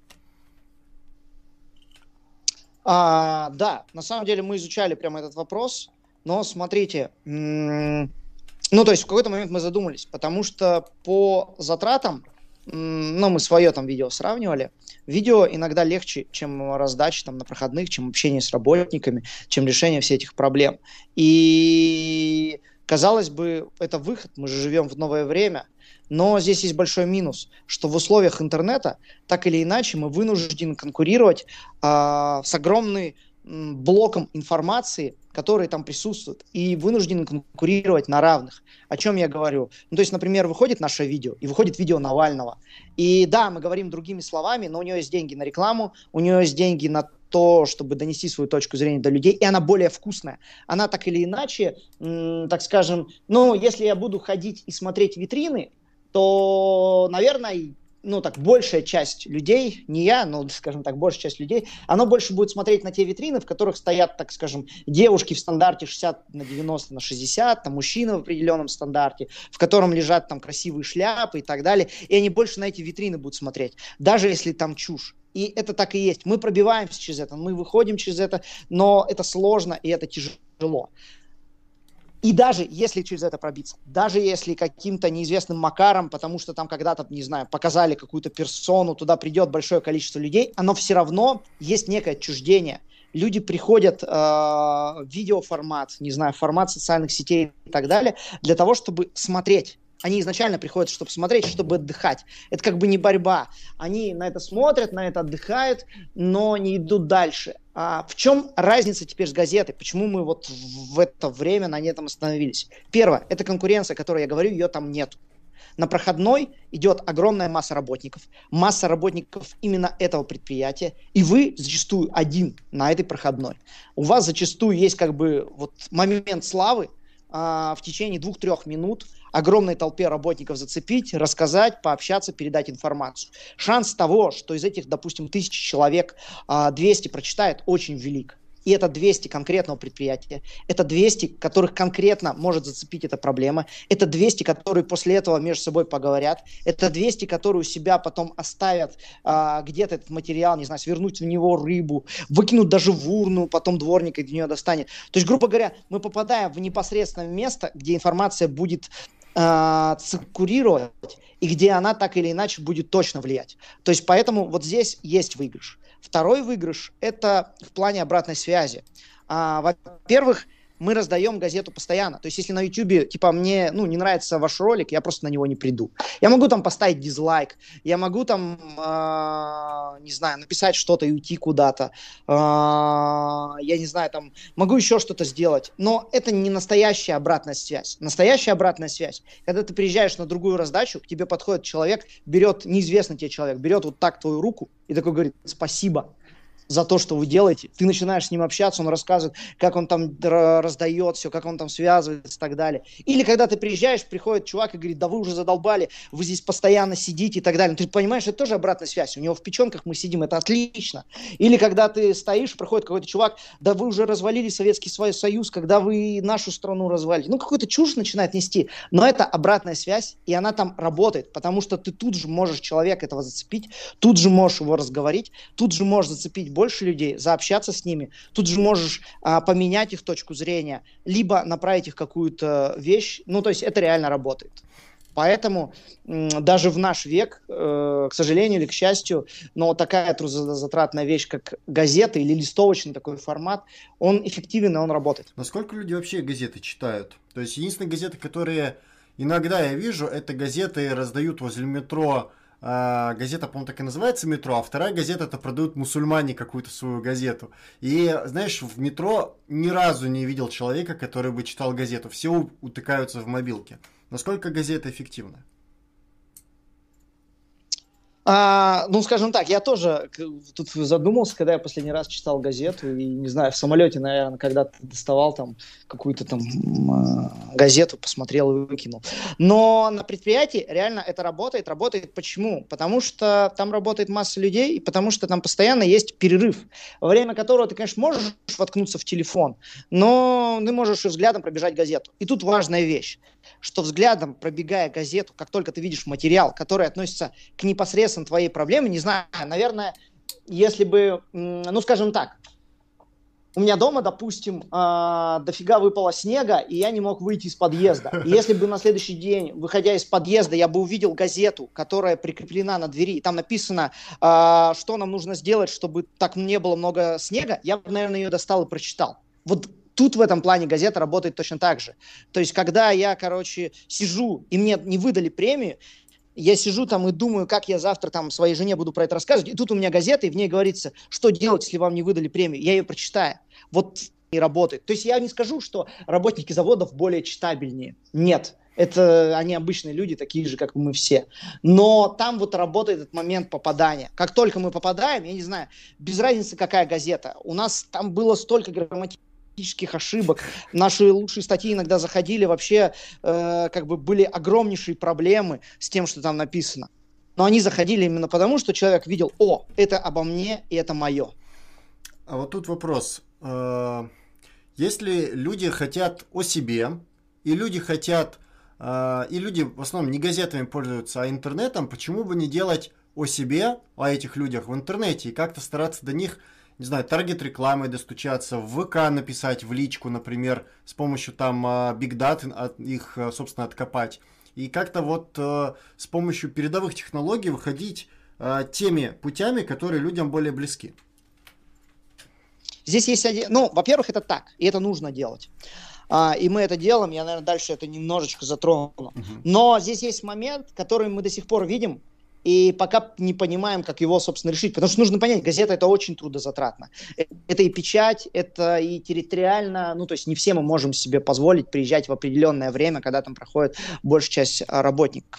А, да, на самом деле мы изучали прямо этот вопрос, но смотрите, м- ну то есть в какой-то момент мы задумались, потому что по затратам, м- ну мы свое там видео сравнивали, видео иногда легче, чем раздача там на проходных, чем общение с работниками, чем решение всех этих проблем. И казалось бы, это выход, мы же живем в новое время. Но здесь есть большой минус, что в условиях интернета так или иначе мы вынуждены конкурировать а, с огромным м, блоком информации, которые там присутствуют, и вынуждены конкурировать на равных. О чем я говорю? Ну, то есть, например, выходит наше видео, и выходит видео Навального. И да, мы говорим другими словами, но у него есть деньги на рекламу, у него есть деньги на то, чтобы донести свою точку зрения до людей, и она более вкусная. Она так или иначе, м, так скажем, ну, если я буду ходить и смотреть витрины, то, наверное, ну так, большая часть людей, не я, но, скажем так, большая часть людей, она больше будет смотреть на те витрины, в которых стоят, так скажем, девушки в стандарте шестьдесят на девяносто на шестьдесят, там мужчины в определенном стандарте, в котором лежат там красивые шляпы и так далее, и они больше на эти витрины будут смотреть, даже если там чушь. И это так и есть. Мы пробиваемся через это, мы выходим через это, но это сложно и это тяжело. И даже если через это пробиться, даже если каким-то неизвестным макаром, потому что там когда-то, не знаю, показали какую-то персону, туда придет большое количество людей, оно все равно есть некое отчуждение. Люди приходят э, в видеоформат, не знаю, формат социальных сетей и так далее, для того, чтобы смотреть. Они изначально приходят, чтобы смотреть, чтобы отдыхать. Это как бы не борьба. Они на это смотрят, на это отдыхают, но не идут дальше. А в чем разница теперь с газетой? Почему мы вот в это время на этом остановились? Первое, это конкуренция, о которой я говорю, ее там нет. На проходной идет огромная масса работников, масса работников именно этого предприятия, и вы зачастую один на этой проходной. У вас зачастую есть как бы вот момент славы а, в течение двух-трех минут огромной толпе работников зацепить, рассказать, пообщаться, передать информацию. Шанс того, что из этих, допустим, тысячи человек а, двести прочитает, очень велик. И это двести конкретного предприятия, это двести, которых конкретно может зацепить эта проблема, это двести, которые после этого между собой поговорят, это двести, которые у себя потом оставят а, где-то этот материал, не знаю, свернуть в него рыбу, выкинут даже в урну, потом дворник из нее достанет. То есть, грубо говоря, мы попадаем в непосредственное место, где информация будет а, циркулировать, и где она так или иначе будет точно влиять. То есть, поэтому вот здесь есть выигрыш. Второй выигрыш – это в плане обратной связи. А, во-первых, мы раздаем газету постоянно. То есть, если на YouTube, типа, мне ну, не нравится ваш ролик, я просто на него не приду. Я могу там поставить дизлайк, я могу там, э, не знаю, написать что-то и уйти куда-то. Э, я не знаю, там, могу еще что-то сделать. Но это не настоящая обратная связь. Настоящая обратная связь, когда ты приезжаешь на другую раздачу, к тебе подходит человек, берет, неизвестный тебе человек, берет вот так твою руку и такой говорит: спасибо за то, что вы делаете. Ты начинаешь с ним общаться, он рассказывает, как он там раздает все, как он там связывается и так далее. Или когда ты приезжаешь, приходит чувак и говорит: да вы уже задолбали, вы здесь постоянно сидите и так далее. Ты понимаешь, это тоже обратная связь. У него в печенках мы сидим, это отлично. Или когда ты стоишь, приходит какой-то чувак: да вы уже развалили Советский Союз, когда вы нашу страну развалили. Ну, какую-то чушь начинает нести. Но это обратная связь, и она там работает, потому что ты тут же можешь человека этого зацепить, тут же можешь его разговорить, тут же можешь зацепить больше людей, заобщаться с ними, тут же можешь а, поменять их точку зрения, либо направить их в какую-то вещь. Ну, то есть это реально работает. Поэтому м, даже в наш век, э, к сожалению или к счастью, но такая трудозатратная вещь, как газета или листовочный такой формат, он эффективен и он работает. Насколько люди вообще газеты читают? То есть единственные газеты, которые иногда я вижу, это газеты раздают возле метро. Газета, по-моему, так и называется «Метро», а вторая газета — это продают мусульмане какую-то свою газету. И, знаешь, в метро ни разу не видел человека, который бы читал газету. Все утыкаются в мобилке. Насколько газета эффективна? А, ну, скажем так, я тоже тут задумался, когда я последний раз читал газету, и, не знаю, в самолете, наверное, когда-то доставал там какую-то там газету, посмотрел и выкинул. Но на предприятии реально это работает. Работает почему? Потому что там работает масса людей, и потому что там постоянно есть перерыв, во время которого ты, конечно, можешь воткнуться в телефон, но ты можешь и взглядом пробежать газету. И тут важная вещь, что взглядом, пробегая газету, как только ты видишь материал, который относится к непосредственно твоей проблеме, не знаю, наверное, если бы, ну, скажем так, у меня дома, допустим, э, дофига выпало снега, и я не мог выйти из подъезда. И если бы на следующий день, выходя из подъезда, я бы увидел газету, которая прикреплена на двери, и там написано, э, что нам нужно сделать, чтобы так не было много снега, я бы, наверное, ее достал и прочитал. Вот тут в этом плане газета работает точно так же. То есть, когда я, короче, сижу, и мне не выдали премию, я сижу там и думаю, как я завтра там своей жене буду про это рассказывать, и тут у меня газета, и в ней говорится, что делать, если вам не выдали премию. Я ее прочитаю. Вот и работает. То есть я не скажу, что работники заводов более читабельнее. Нет. Это они обычные люди, такие же, как мы все. Но там вот работает этот момент попадания. Как только мы попадаем, я не знаю, без разницы, какая газета. У нас там было столько грамматических ошибок. Наши лучшие статьи иногда заходили, вообще э, как бы были огромнейшие проблемы с тем, что там написано. Но они заходили именно потому, что человек видел: о, это обо мне, и это мое. А вот тут вопрос. Если люди хотят о себе, и люди хотят, и люди в основном не газетами пользуются, а интернетом, почему бы не делать о себе, о этих людях в интернете, и как-то стараться до них, не знаю, таргет-рекламой достучаться, в ВК написать, в личку, например, с помощью там бигдаты их, собственно, откопать. И как-то вот с помощью передовых технологий выходить теми путями, которые людям более близки. Здесь есть один... Ну, во-первых, это так, и это нужно делать. А, и мы это делаем, я, наверное, дальше это немножечко затрону. Uh-huh. Но здесь есть момент, который мы до сих пор видим, и пока не понимаем, как его, собственно, решить. Потому что нужно понять, газета – это очень трудозатратно. Это и печать, это и территориально, ну, то есть не все мы можем себе позволить приезжать в определенное время, когда там проходит большая часть работников.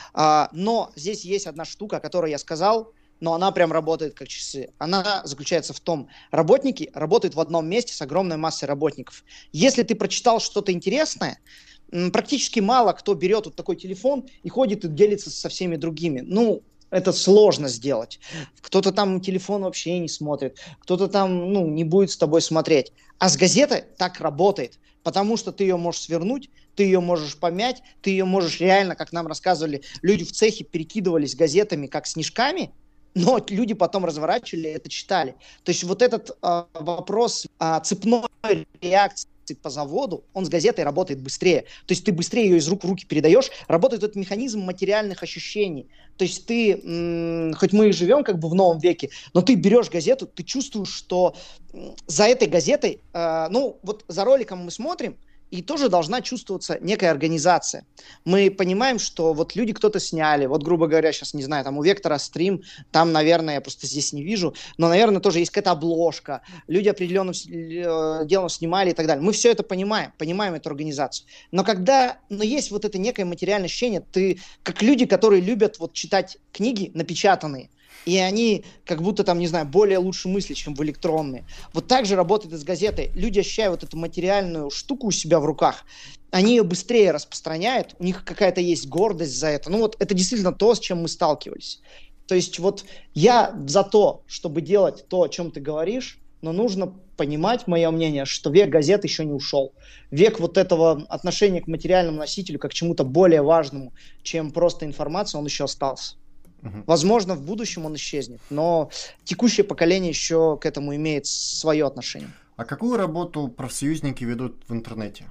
Но здесь есть одна штука, о которой я сказал, но она прям работает как часы. Она заключается в том, работники работают в одном месте с огромной массой работников. Если ты прочитал что-то интересное, практически мало кто берет вот такой телефон и ходит и делится со всеми другими. Ну, это сложно сделать. Кто-то там телефон вообще не смотрит, кто-то там, ну, не будет с тобой смотреть. А с газетой так работает, потому что ты ее можешь свернуть, ты ее можешь помять, ты ее можешь реально, как нам рассказывали, люди в цехе перекидывались газетами как снежками, но люди потом разворачивали это, читали. То есть вот этот э, вопрос э, цепной реакции по заводу, он с газетой работает быстрее. То есть ты быстрее ее из рук в руки передаешь. Работает этот механизм материальных ощущений. То есть ты, м- хоть мы и живем как бы в новом веке, но ты берешь газету, ты чувствуешь, что за этой газетой, э, ну вот за роликом мы смотрим, и тоже должна чувствоваться некая организация. Мы понимаем, что вот люди кто-то сняли, вот, грубо говоря, сейчас, не знаю, там у Вектора стрим, там, наверное, я просто здесь не вижу, но, наверное, тоже есть какая-то обложка, люди определенным э, делом снимали и так далее. Мы все это понимаем, понимаем эту организацию. Но когда, но есть вот это некое материальное ощущение, ты, как люди, которые любят вот читать книги напечатанные, и они как будто там, не знаю, более лучше мысли, чем в электронные. Вот так же работает и с газетой. Люди ощущают вот эту материальную штуку у себя в руках, они ее быстрее распространяют, у них какая-то есть гордость за это. Ну вот это действительно то, с чем мы сталкивались. То есть вот я за то, чтобы делать то, о чем ты говоришь, но нужно понимать, мое мнение, что век газет еще не ушел. Век вот этого отношения к материальному носителю, как к чему-то более важному, чем просто информация, он еще остался. Возможно, в будущем он исчезнет, но текущее поколение еще к этому имеет свое отношение. А какую работу профсоюзники ведут в интернете?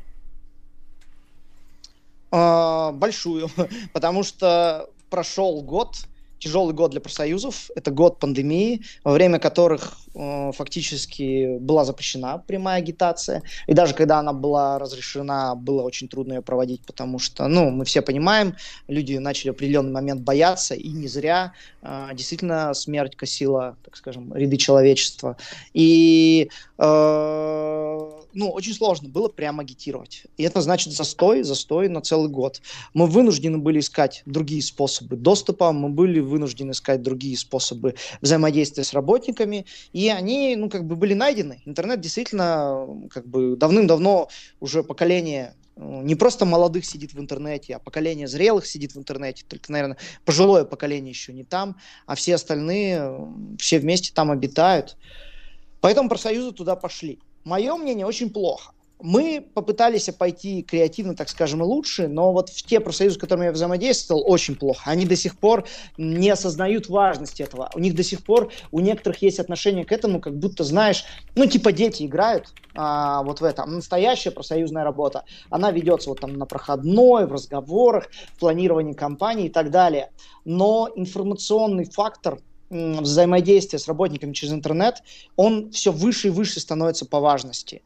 А, большую, потому что прошел год, тяжелый год для профсоюзов, это год пандемии, во время которых э, фактически была запрещена прямая агитация, и даже когда она была разрешена, было очень трудно ее проводить, потому что, ну, мы все понимаем, люди начали в определенный момент бояться, и не зря, э, действительно смерть косила, так скажем, ряды человечества, и э, ну, очень сложно было прямо агитировать, и это значит застой, застой на целый год. Мы вынуждены были искать другие способы доступа, мы были вынуждены искать другие способы взаимодействия с работниками, и они, ну, как бы были найдены. Интернет действительно, как бы, давным-давно уже поколение не просто молодых сидит в интернете, а поколение зрелых сидит в интернете, только, наверное, пожилое поколение еще не там, а все остальные, все вместе там обитают. Поэтому профсоюзы туда пошли. Мое мнение, очень плохо. Мы попытались пойти креативно, так скажем, и лучше, но вот в те профсоюзы, с которыми я взаимодействовал, очень плохо. Они до сих пор не осознают важности этого. У них до сих пор, у некоторых есть отношение к этому, как будто, знаешь, ну, типа дети играют а, вот в это. Настоящая профсоюзная работа, она ведется вот там на проходной, в разговорах, в планировании кампаний и так далее. Но информационный фактор взаимодействия с работниками через интернет, он все выше и выше становится по важности.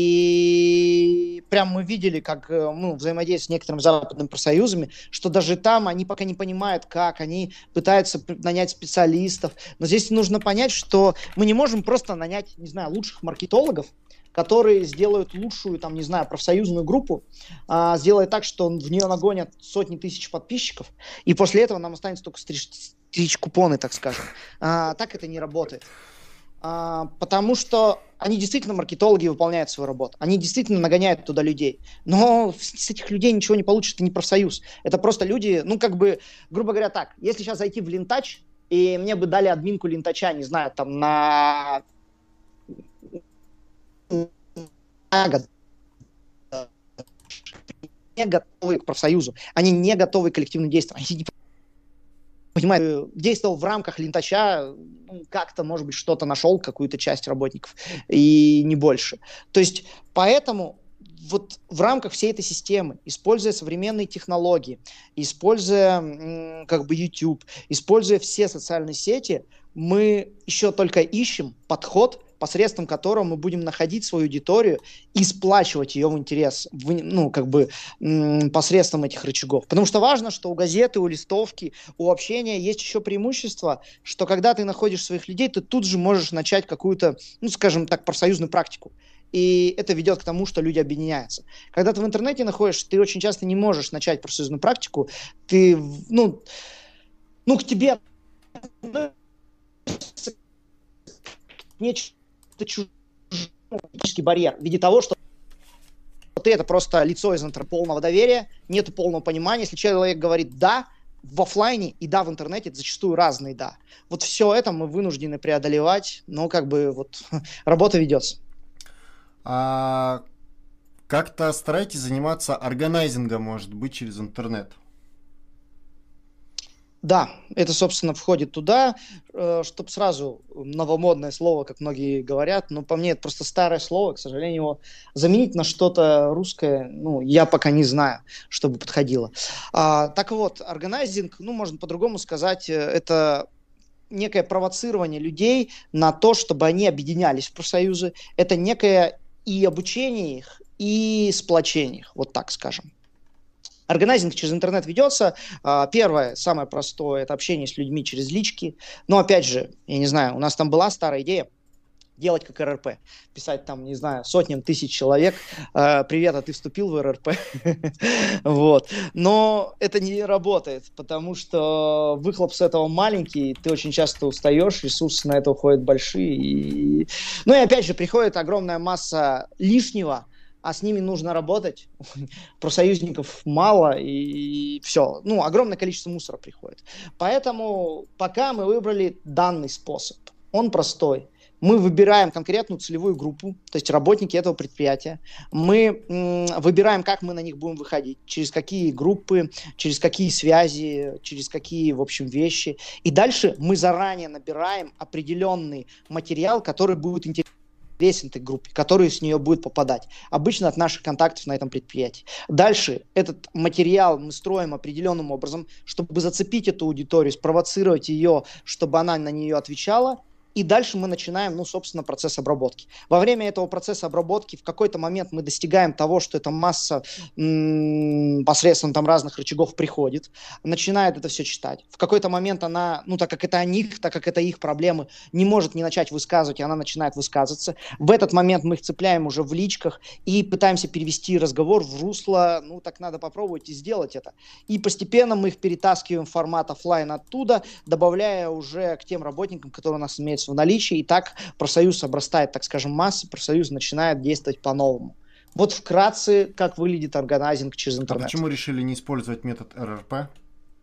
И прям мы видели, как ну, взаимодействие с некоторыми западными профсоюзами, что даже там они пока не понимают, как, они пытаются нанять специалистов. Но здесь нужно понять, что мы не можем просто нанять, не знаю, лучших маркетологов, которые сделают лучшую, там, не знаю, профсоюзную группу, а, сделают так, что в нее нагонят сотни тысяч подписчиков, и после этого нам останется только стричь, стричь купоны, так скажем. А, так это не работает. А, потому что они действительно, маркетологи, выполняют свою работу. Они действительно нагоняют туда людей. Но с этих людей ничего не получится, это не профсоюз. Это просто люди, ну, как бы, грубо говоря, так, если сейчас зайти в Лентач, и мне бы дали админку Лентача, не знаю, там, на... не готовы к профсоюзу, они не готовы к коллективным действиям, они не понимают, действовал в рамках Лентача, ну, как-то, может быть, что-то нашел, какую-то часть работников, и не больше. То есть, поэтому вот в рамках всей этой системы, используя современные технологии, используя как бы YouTube, используя все социальные сети, мы еще только ищем подход посредством которого мы будем находить свою аудиторию и сплачивать ее в интерес, в, ну, как бы м, посредством этих рычагов. Потому что важно, что у газеты, у листовки, у общения есть еще преимущество, что когда ты находишь своих людей, ты тут же можешь начать какую-то, ну, скажем так, профсоюзную практику. И это ведет к тому, что люди объединяются. Когда ты в интернете находишься, ты очень часто не можешь начать профсоюзную практику. Ты, ну, ну к тебе нечто чужое, барьер в виде того, что ты это просто лицо из интернета, полного доверия, нету полного понимания. Если человек говорит «да», в офлайне и «да» в интернете, это зачастую разные «да». Вот все это мы вынуждены преодолевать, но как бы вот работа ведется. А как-то старайтесь заниматься органайзингом, может быть, через интернет? Да, это, собственно, входит туда, чтобы сразу новомодное слово, как многие говорят, но по мне это просто старое слово, к сожалению, его заменить на что-то русское, ну, я пока не знаю, чтобы подходило. А, так вот, органайзинг, ну, можно по-другому сказать, это некое провоцирование людей на то, чтобы они объединялись в профсоюзы, это некое и обучение их, и сплочение их, вот так скажем. Органайзинг через интернет ведется. Первое, самое простое, это общение с людьми через лички. Но опять же, я не знаю, у нас там была старая идея делать как эр эр пэ. Писать там, не знаю, сотням тысяч человек: «Привет, а ты вступил в эр эр пэ?» Вот. Но это не работает, потому что выхлоп с этого маленький, ты очень часто устаешь, ресурсы на это уходят большие. И... Ну и опять же, приходит огромная масса лишнего, а с ними нужно работать. Профсоюзников мало, и все. Ну, огромное количество мусора приходит. Поэтому пока мы выбрали данный способ. Он простой. Мы выбираем конкретную целевую группу, то есть работники этого предприятия. Мы м, выбираем, как мы на них будем выходить, через какие группы, через какие связи, через какие, в общем, вещи. И дальше мы заранее набираем определенный материал, который будет интересен этой группе, который с нее будет попадать. Обычно от наших контактов на этом предприятии. Дальше этот материал мы строим определенным образом, чтобы зацепить эту аудиторию, спровоцировать ее, чтобы она на нее отвечала. И дальше мы начинаем, ну, собственно, процесс обработки. Во время этого процесса обработки в какой-то момент мы достигаем того, что эта масса м- посредством там разных рычагов приходит, начинает это все читать. В какой-то момент она, ну, так как это о них, так как это их проблемы, не может не начать высказывать, и она начинает высказываться. В этот момент мы их цепляем уже в личках и пытаемся перевести разговор в русло, ну, так надо попробовать и сделать это. И постепенно мы их перетаскиваем в формат офлайн оттуда, добавляя уже к тем работникам, которые у нас имеются в наличии, и так профсоюз обрастает, так скажем, массой, профсоюз начинает действовать по-новому. Вот вкратце, как выглядит органайзинг через интернет. А почему решили не использовать метод эр эр пэ?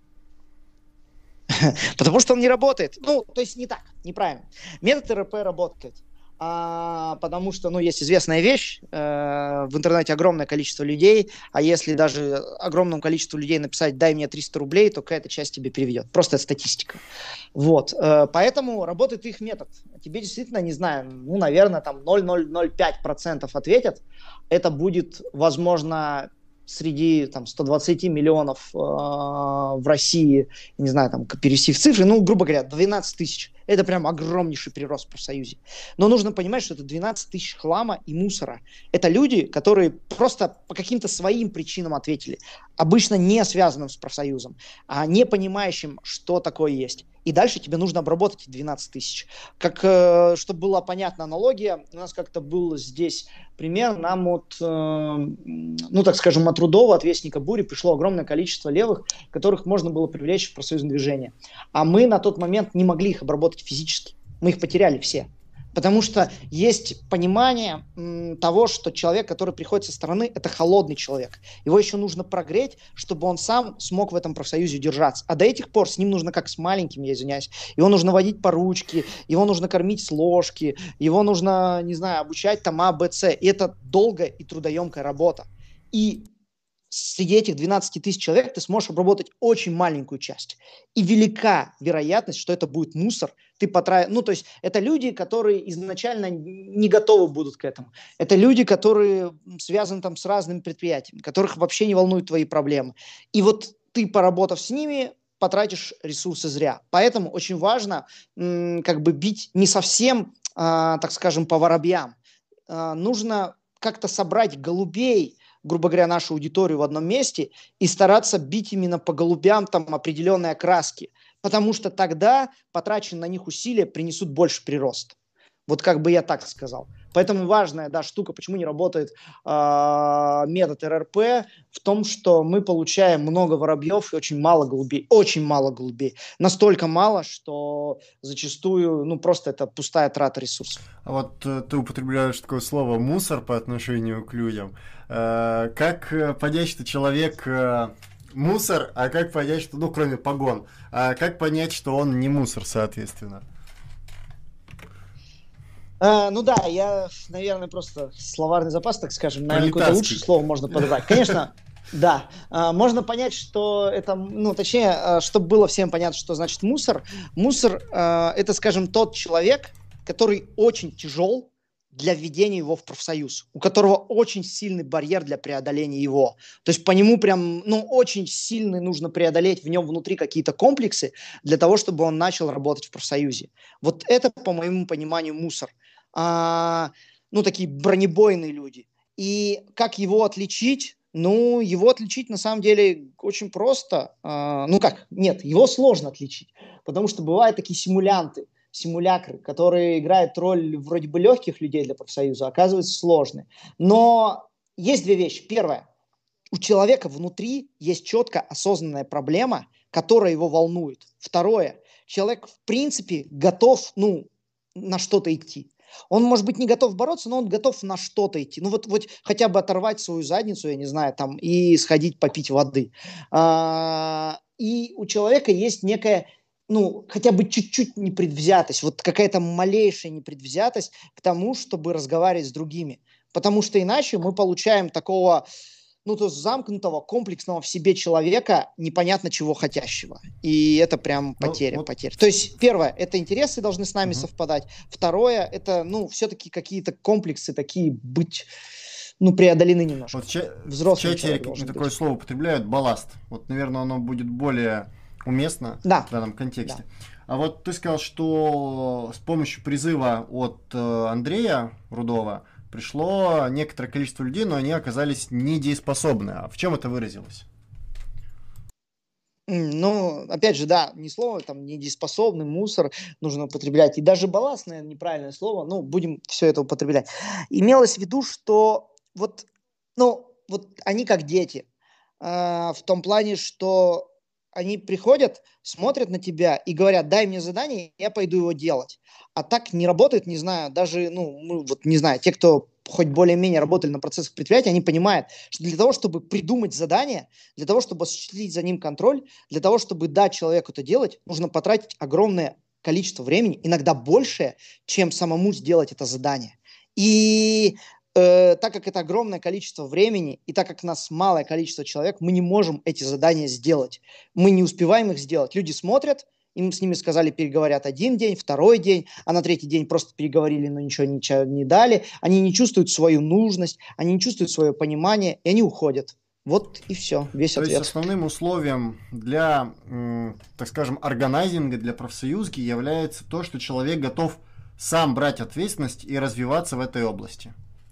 Потому что он не работает. Ну, то есть не так, неправильно. Метод эр эр пэ работает. А, потому что, ну, есть известная вещь, э, в интернете огромное количество людей, а если даже огромному количеству людей написать «дай мне триста рублей», то какая-то часть тебе переведет. Просто это статистика. Вот. Э, поэтому работает их метод. Тебе действительно, не знаю, ну, наверное, там ноль целых ноль ноль пять процентов ответят. Это будет, возможно, среди там ста двадцати миллионов э, в России, не знаю, там перевести в цифры, ну, грубо говоря, двенадцать тысяч. Это прям огромнейший прирост в профсоюзе. Но нужно понимать, что это двенадцать тысяч хлама и мусора. Это люди, которые просто по каким-то своим причинам ответили, обычно не связанным с профсоюзом, а не понимающим, что такое есть. И дальше тебе нужно обработать двенадцать тысяч. Как, э, чтобы была понятна аналогия, у нас как-то был здесь пример, нам от, э, ну, так скажем, от Трудова, от Вестника Бури пришло огромное количество левых, которых можно было привлечь в профсоюзное движение. А мы на тот момент не могли их обработать физически. Мы их потеряли все. Потому что есть понимание м, того, что человек, который приходит со стороны, это холодный человек. Его еще нужно прогреть, чтобы он сам смог в этом профсоюзе держаться. А до этих пор с ним нужно как с маленьким, я извиняюсь. Его нужно водить по ручке, его нужно кормить с ложки, его нужно, не знаю, обучать там А, Б, С. И это долгая и трудоемкая работа. И среди этих двенадцати тысяч человек ты сможешь обработать очень маленькую часть. И велика вероятность, что это будет мусор. Ты потратишь... Ну, то есть это люди, которые изначально не готовы будут к этому. Это люди, которые связаны там с разными предприятиями, которых вообще не волнуют твои проблемы. И вот ты, поработав с ними, потратишь ресурсы зря. Поэтому очень важно м, как бы бить не совсем а, так скажем, по воробьям. А, нужно как-то собрать голубей, грубо говоря, нашу аудиторию в одном месте и стараться бить именно по голубям там определенные окраски, потому что тогда потраченные на них усилия принесут больше прирост. Вот как бы я так сказал. Поэтому важная, да, штука, почему не работает э, метод эр эр пэ, в том, что мы получаем много воробьев и очень мало голубей. Очень мало голубей. Настолько мало, что зачастую, ну, просто это пустая трата ресурсов. А вот э, ты употребляешь такое слово «мусор» по отношению к людям. Э, как э, понять, что человек э, мусор, а как понять, что, ну, кроме погон, а как понять, что он не мусор, соответственно? А, ну да, я, наверное, просто словарный запас, так скажем, наверное, какое-то лучшее слово можно подобрать. Конечно, да, а, можно понять, что это, ну, точнее, а, чтобы было всем понятно, что значит мусор. Мусор а, это, скажем, тот человек, который очень тяжел для введения его в профсоюз, у которого очень сильный барьер для преодоления его. То есть по нему прям, ну, очень сильно нужно преодолеть в нем внутри какие-то комплексы для того, чтобы он начал работать в профсоюзе. Вот это, по моему пониманию, мусор. А, ну, такие бронебойные люди. И как его отличить? Ну, его отличить на самом деле очень просто. А, ну как, нет, его сложно отличить, потому что бывают такие симулянты, симулякры, которые играют роль вроде бы легких людей для профсоюза, а оказываются сложные. Но есть две вещи. Первое. У человека внутри есть четко осознанная проблема, которая его волнует. Второе. Человек, в принципе, готов, ну, на что-то идти. Он, может быть, не готов бороться, но он готов на что-то идти. Ну, вот, вот хотя бы оторвать свою задницу, я не знаю, там, и сходить попить воды. А, и у человека есть некая, ну, хотя бы чуть-чуть непредвзятость, вот какая-то малейшая непредвзятость к тому, чтобы разговаривать с другими. Потому что иначе мы получаем такого, ну, то есть замкнутого, комплексного в себе человека, непонятно чего хотящего. И это прям потеря, ну, вот... потеря. То есть, первое, это интересы должны с нами uh-huh. совпадать. Второе, это, ну, все-таки какие-то комплексы такие быть, ну, преодолены немножко. Вот в, ча- Взрослый в чате такое быть. Слово употребляют, балласт. Вот, наверное, оно будет более уместно да. в данном контексте. Да. А вот ты сказал, что с помощью призыва от э, Андрея Рудова пришло некоторое количество людей, но они оказались недееспособны. А в чем это выразилось? Ну, опять же, да, не слово, там, недееспособный, мусор нужно употреблять. И даже балласт, наверное, неправильное слово, ну, будем все это употреблять. Имелось в виду, что вот, ну, вот они как дети. Э, в том плане, что они приходят, смотрят на тебя и говорят, дай мне задание, я пойду его делать. А так не работает, не знаю, даже, ну, ну вот не знаю, те, кто хоть более-менее работали на процессах предприятия, они понимают, что для того, чтобы придумать задание, для того, чтобы осуществить за ним контроль, для того, чтобы дать человеку это делать, нужно потратить огромное количество времени, иногда большее, чем самому сделать это задание. И э, так как это огромное количество времени, и так как нас малое количество человек, мы не можем эти задания сделать. Мы не успеваем их сделать. Люди смотрят, им с ними сказали, переговорят один день, второй день, а на третий день просто переговорили, но ничего, ничего не дали. Они не чувствуют свою нужность, они не чувствуют свое понимание, и они уходят. Вот и все, весь То ответ. То есть основным условием для, так скажем, органайзинга, для профсоюзки является то, что человек готов сам брать ответственность и развиваться в этой области.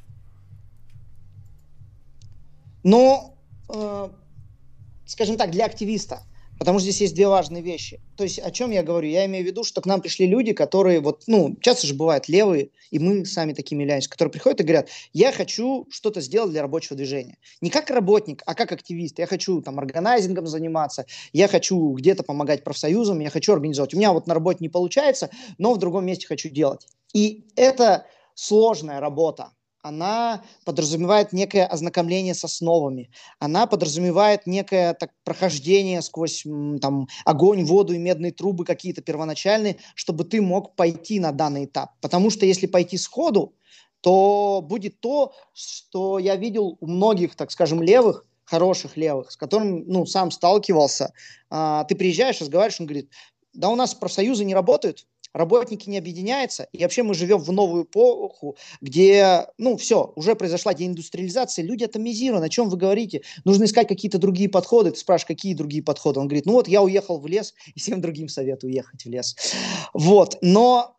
Ну, э, скажем так, для активиста. Потому что здесь есть две важные вещи. То есть о чем я говорю? Я имею в виду, что к нам пришли люди, которые вот, ну, часто же бывают левые, и мы сами такими являемся, которые приходят и говорят, я хочу что-то сделать для рабочего движения. Не как работник, а как активист. Я хочу там органайзингом заниматься, я хочу где-то помогать профсоюзам, я хочу организовать. У меня вот на работе не получается, но в другом месте хочу делать. И это сложная работа. Она подразумевает некое ознакомление с основами, она подразумевает некое так, прохождение сквозь там, огонь, воду и медные трубы какие-то первоначальные, чтобы ты мог пойти на данный этап. Потому что если пойти сходу, то будет то, что я видел у многих, так скажем, левых, хороших левых, с которым ну, сам сталкивался. А, ты приезжаешь, разговариваешь, он говорит, да у нас профсоюзы не работают, работники не объединяются, и вообще мы живем в новую эпоху, где, ну, все, уже произошла деиндустриализация, люди атомизированы, о чем вы говорите? Нужно искать какие-то другие подходы. Ты спрашиваешь, какие другие подходы? Он говорит, ну вот я уехал в лес, и всем другим советую ехать в лес. Вот, но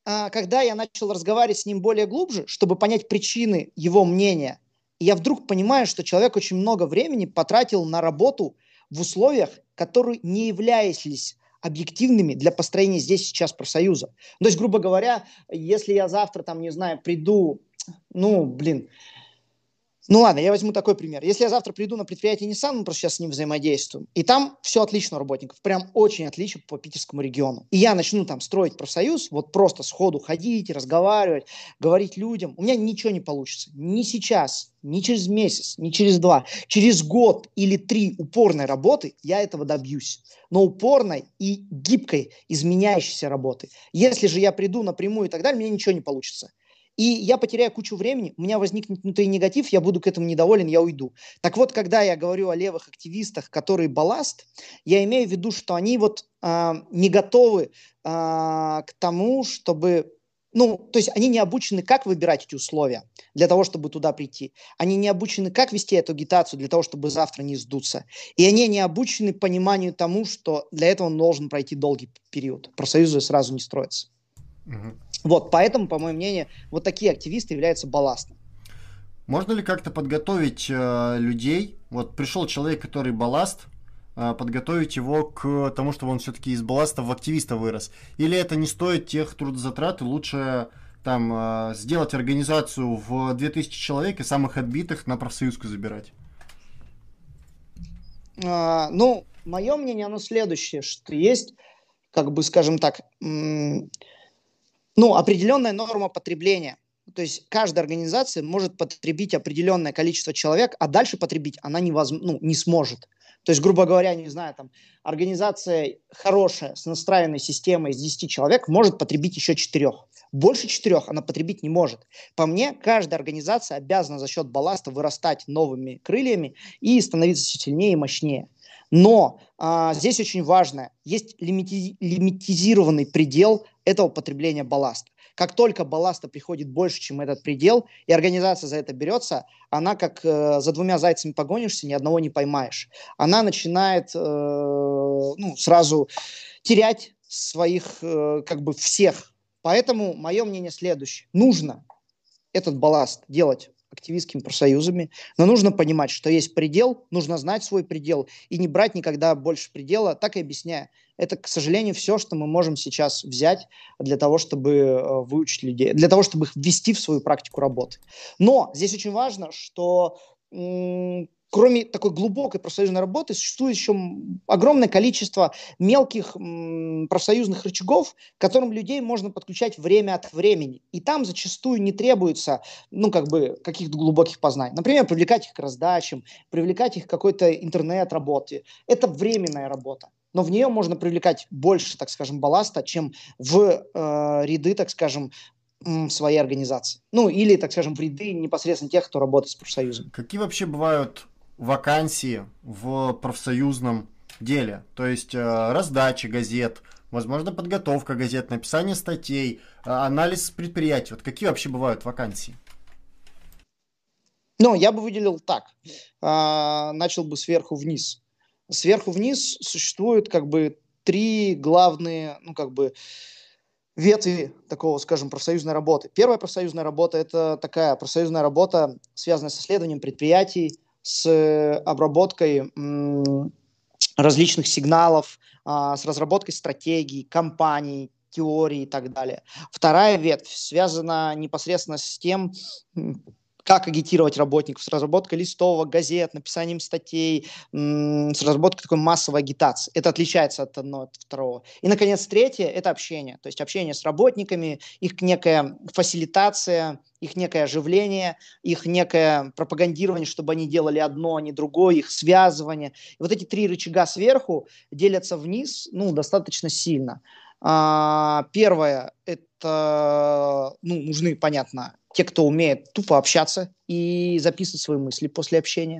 а, когда я начал разговаривать с ним более глубже, чтобы понять причины его мнения, я вдруг понимаю, что человек очень много времени потратил на работу в условиях, которые не являлись объективными для построения здесь и сейчас профсоюза. То есть, грубо говоря, если я завтра, там, не знаю, приду, ну, блин, ну ладно, я возьму такой пример. Если я завтра приду на предприятие Nissan, мы просто сейчас с ним взаимодействуем, и там все отлично у работников, прям очень отлично по питерскому региону. И я начну там строить профсоюз, вот просто сходу ходить, разговаривать, говорить людям. У меня ничего не получится. Ни сейчас, ни через месяц, ни через два. Через год или три упорной работы я этого добьюсь. Но упорной и гибкой, изменяющейся работы. Если же я приду напрямую и так далее, мне ничего не получится. И я потеряю кучу времени, у меня возникнет внутри негатив, я буду к этому недоволен, я уйду. Так вот, когда я говорю о левых активистах, которые балласт, я имею в виду, что они вот э, не готовы э, к тому, чтобы... Ну, то есть они не обучены, как выбирать эти условия для того, чтобы туда прийти. Они не обучены, как вести эту агитацию для того, чтобы завтра не сдуться. И они не обучены пониманию тому, что для этого он должен пройти долгий период. Профсоюзы сразу не строятся. Мгм. Вот, поэтому, по моему мнению, вот такие активисты являются балластом. Можно ли как-то подготовить э, людей? Вот пришел человек, который балласт, э, подготовить его к тому, чтобы он все-таки из балласта в активиста вырос? Или это не стоит тех трудозатрат, и лучше там э, сделать организацию в две тысячи человек и самых отбитых на профсоюзку забирать? А, ну, мое мнение, оно следующее, что есть, как бы, скажем так, м- ну, определенная норма потребления. То есть каждая организация может потребить определенное количество человек, а дальше потребить она невозм... ну, не сможет. То есть, грубо говоря, не знаю, там, организация хорошая, с настраенной системой из десяти человек может потребить еще четырех. Больше четырех она потребить не может. По мне, каждая организация обязана за счет балласта вырастать новыми крыльями и становиться все сильнее и мощнее. Но а, здесь очень важно, есть лимити- лимитизированный предел этого потребления балласта. Как только балласта приходит больше, чем этот предел, и организация за это берется, она как э, за двумя зайцами погонишься, ни одного не поймаешь. Она начинает э, ну, сразу терять своих, э, как бы всех. Поэтому мое мнение следующее. Нужно этот балласт делать активистскими профсоюзами, но нужно понимать, что есть предел, нужно знать свой предел и не брать никогда больше предела. Так и объясняю. Это, к сожалению, все, что мы можем сейчас взять для того, чтобы э, выучить людей, для того, чтобы их ввести в свою практику работы. Но здесь очень важно, что м- кроме такой глубокой профсоюзной работы, существует еще огромное количество мелких м, профсоюзных рычагов, к которым людей можно подключать время от времени. И там зачастую не требуется, ну, как бы, каких-то глубоких познаний. Например, привлекать их к раздачам, привлекать их к какой-то интернет-работе. Это временная работа. Но в нее можно привлекать больше, так скажем, балласта, чем в э, ряды, так скажем, м, своей организации. Ну, или, так скажем, в ряды непосредственно тех, кто работает с профсоюзом. Какие вообще бывают вакансии в профсоюзном деле? То есть э, раздача газет, возможно, подготовка газет, написание статей, э, анализ предприятий. Вот какие вообще бывают вакансии? Ну, я бы выделил так. А, начал бы сверху вниз. Сверху вниз существует как бы три главные, ну, как бы ветви такого, скажем, профсоюзной работы. Первая профсоюзная работа – это такая профсоюзная работа, связанная с исследованием предприятий, с э, обработкой м, различных сигналов, а, с разработкой стратегий, кампаний, теорий и так далее. Вторая ветвь связана непосредственно с тем, м, как агитировать работников, с разработкой листовок, газет, написанием статей, м, с разработкой такой массовой агитации. Это отличается от одного от второго. И, наконец, третье – это общение. То есть общение с работниками, их некая фасилитация, их некое оживление, их некое пропагандирование, чтобы они делали одно, а не другое, их связывание. И вот эти три рычага сверху делятся вниз, ну, достаточно сильно. А, первое – это, ну, нужны, понятно, те, кто умеет тупо общаться и записывать свои мысли после общения.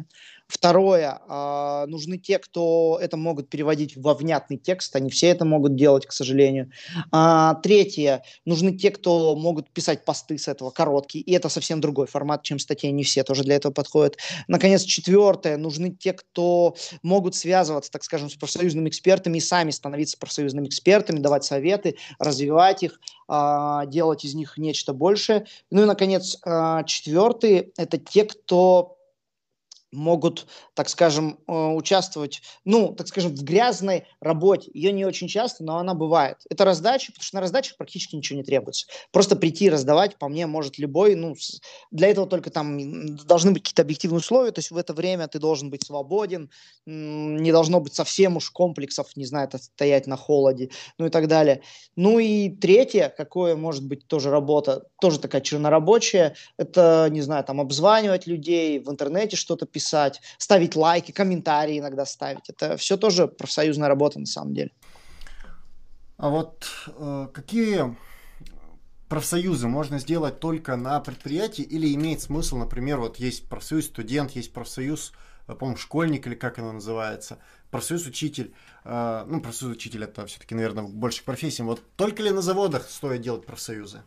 Второе, а, нужны те, кто это могут переводить во внятный текст, они все это могут делать, к сожалению. А, третье, нужны те, кто могут писать посты с этого, короткие, и это совсем другой формат, чем статьи, не все тоже для этого подходят. Наконец, четвертое, нужны те, кто могут связываться, так скажем, с профсоюзными экспертами и сами становиться профсоюзными экспертами, давать советы, развивать их, а, делать из них нечто большее. Ну и, наконец, а, четвертый, это те, кто могут, так скажем, э, участвовать, ну, так скажем, в грязной работе. Ее не очень часто, но она бывает. Это раздача, потому что на раздачах практически ничего не требуется. Просто прийти и раздавать, по мне, может любой. Ну, с- для этого только там м, должны быть какие-то объективные условия, то есть в это время ты должен быть свободен, м, не должно быть совсем уж комплексов, не знаю, это стоять на холоде, ну и так далее. Ну и третье, какое может быть тоже работа, тоже такая чернорабочая, это, не знаю, там обзванивать людей, в интернете что-то писать, ставить лайки, комментарии иногда ставить. Это все тоже профсоюзная работа на самом деле. А вот э, какие профсоюзы можно сделать только на предприятии или имеет смысл, например, вот есть профсоюз студент, есть профсоюз, э, по-моему, школьник или как оно называется, профсоюз учитель, э, ну, профсоюз учитель это все-таки, наверное, больше к профессиям. Вот только ли на заводах стоит делать профсоюзы?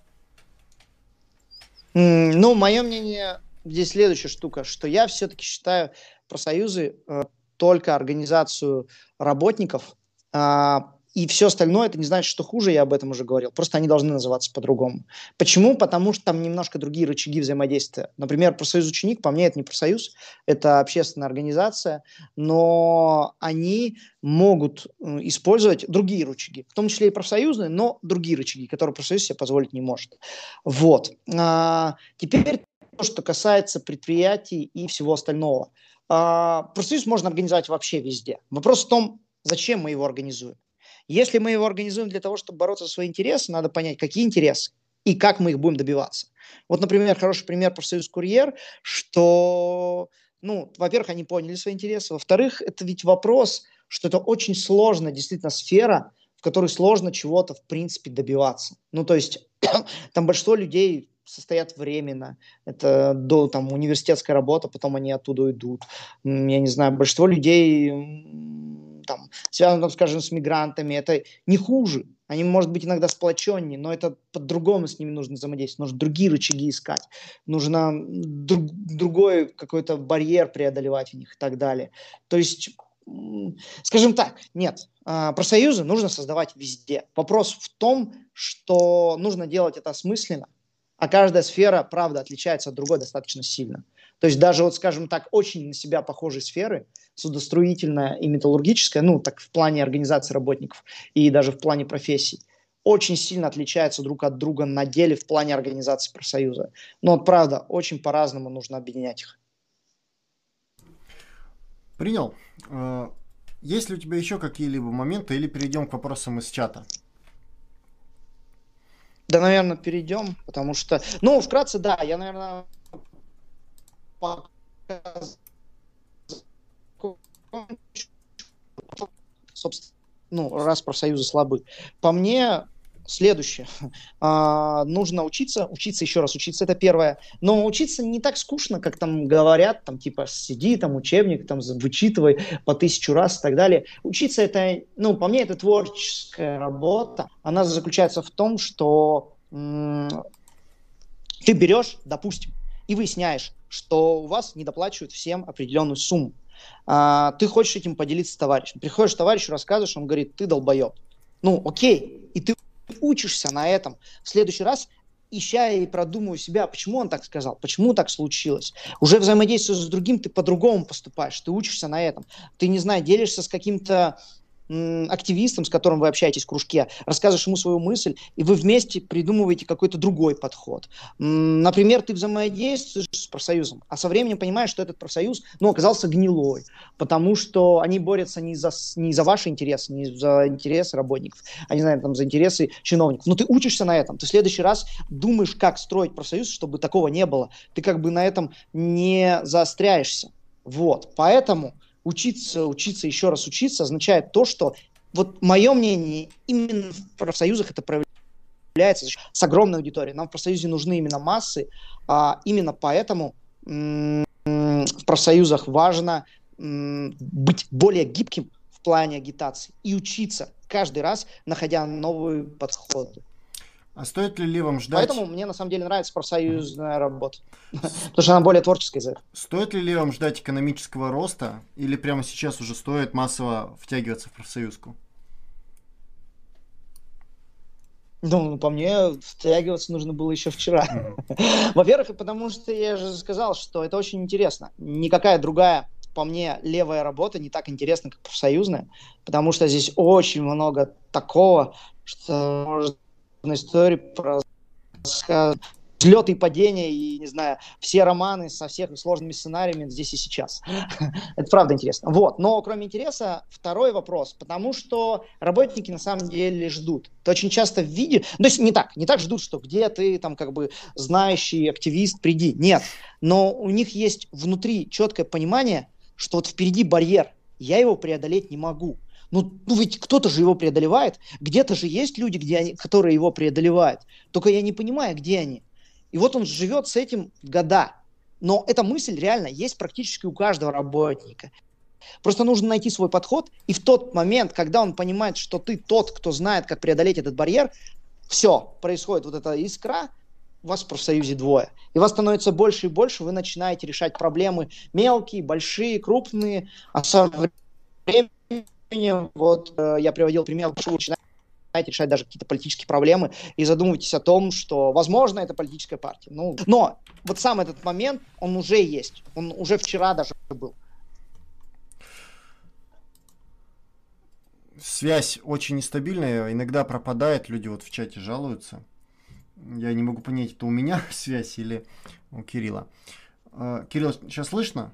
М, Ну, мое мнение, здесь следующая штука, что я все-таки считаю профсоюзы э, только организацию работников, а, и все остальное, это не значит, что хуже, я об этом уже говорил, просто они должны называться по-другому. Почему? Потому что там немножко другие рычаги взаимодействия. Например, профсоюз ученик, по мне, это не профсоюз, это общественная организация, но они могут э, использовать другие рычаги, в том числе и профсоюзные, но другие рычаги, которые профсоюз себе позволить не может. Вот. А, теперь то, что касается предприятий и всего остального. А, профсоюз можно организовать вообще везде. Вопрос в том, зачем мы его организуем. Если мы его организуем для того, чтобы бороться за свои интересы, надо понять, какие интересы и как мы их будем добиваться. Вот, например, хороший пример профсоюз «Курьер», что, ну, во-первых, они поняли свои интересы, во-вторых, это ведь вопрос, что это очень сложная действительно сфера, в которой сложно чего-то, в принципе, добиваться. Ну, то есть там большинство людей состоят временно, это до там университетская работа, потом они оттуда уйдут. М, Я не знаю, большинство людей м, там связано, там, скажем, с мигрантами, это не хуже. Они, может быть, иногда сплоченнее, но это по-другому с ними нужно взаимодействовать. Нужно другие рычаги искать. Нужно друг- другой какой-то барьер преодолевать у них и так далее. То есть, м, скажем так, нет, а, профсоюзы нужно создавать везде. Вопрос в том, что нужно делать это осмысленно, а каждая сфера, правда, отличается от другой достаточно сильно. То есть даже, вот, скажем так, очень на себя похожие сферы, судостроительная и металлургическая, ну, так в плане организации работников и даже в плане профессий, очень сильно отличаются друг от друга на деле в плане организации профсоюза. Но вот правда, очень по-разному нужно объединять их. Принял. Э, Есть ли у тебя еще какие-либо моменты или перейдем к вопросам из чата? Да, наверное, перейдем, потому что... Ну, вкратце, да, я, наверное, собственно, ну, раз профсоюзы слабы. По мне, следующее. А, нужно учиться, учиться, еще раз учиться, это первое. Но учиться не так скучно, как там говорят, там типа сиди, там учебник, там вычитывай по тысячу раз и так далее. Учиться это, ну, по мне, это творческая работа. Она заключается в том, что м- ты берешь, допустим, и выясняешь, что у вас недоплачивают всем определенную сумму. А, ты хочешь этим поделиться с товарищем. Приходишь к товарищу, рассказываешь, он говорит, ты долбоеб. Ну, окей. И ты учишься на этом. В следующий раз, ища и продумывая себя, почему он так сказал, почему так случилось. Уже взаимодействуя с другим, ты по-другому поступаешь, ты учишься на этом. Ты, не знаю, делишься с каким-то активистом, с которым вы общаетесь в кружке, рассказываешь ему свою мысль, и вы вместе придумываете какой-то другой подход. Например, ты взаимодействуешь с профсоюзом, а со временем понимаешь, что этот профсоюз, ну, оказался гнилой, потому что они борются не за, не за ваши интересы, не за интересы работников, а не знаю, там, за интересы чиновников. Но ты учишься на этом, ты в следующий раз думаешь, как строить профсоюз, чтобы такого не было. Ты как бы на этом не заостряешься. Вот, поэтому учиться, учиться, еще раз учиться означает то, что, вот мое мнение, именно в профсоюзах это проявляется с огромной аудиторией. Нам в профсоюзе нужны именно массы, а именно поэтому м- в профсоюзах важно быть более гибким в плане агитации и учиться каждый раз, находя новые подходы. А стоит ли ли вам ждать... Поэтому мне на самом деле нравится профсоюзная работа, потому что она более творческая из-за этого. Стоит ли ли вам ждать экономического роста, или прямо сейчас уже стоит массово втягиваться в профсоюзку? Ну, по мне, втягиваться нужно было еще вчера. Mm-hmm. Во-первых, потому что я же сказал, что это очень интересно. Никакая другая, по мне, левая работа не так интересна, как профсоюзная, потому что здесь очень много такого, что можно истории про взлеты и падения, и, не знаю, все романы со всех сложными сценариями здесь и сейчас. Это правда интересно. Вот. Но кроме интереса, второй вопрос. Потому что работники на самом деле ждут. Это очень часто в виде... То есть не так. Не так ждут, что где ты, там, как бы, знающий активист, приди. Нет. Но у них есть внутри четкое понимание, что вот впереди барьер. Я его преодолеть не могу. Ну, ну ведь кто-то же его преодолевает. Где-то же есть люди, где они, которые его преодолевают. Только я не понимаю, где они. И вот он живет с этим года. Но эта мысль реально есть практически у каждого работника. Просто нужно найти свой подход. И в тот момент, когда он понимает, что ты тот, кто знает, как преодолеть этот барьер, все, происходит вот эта искра, у вас в профсоюзе двое. И вас становится больше и больше, вы начинаете решать проблемы мелкие, большие, крупные. А со временем, вот э, я приводил пример, вы начинаете решать даже какие-то политические проблемы и задумывайтесь о том, что, возможно, это политическая партия. Ну, но вот сам этот момент, он уже есть. Он уже вчера даже был. Связь очень нестабильная, иногда пропадает, люди вот в чате жалуются. Я не могу понять, это у меня связь или у Кирилла. Кирилл, сейчас слышно?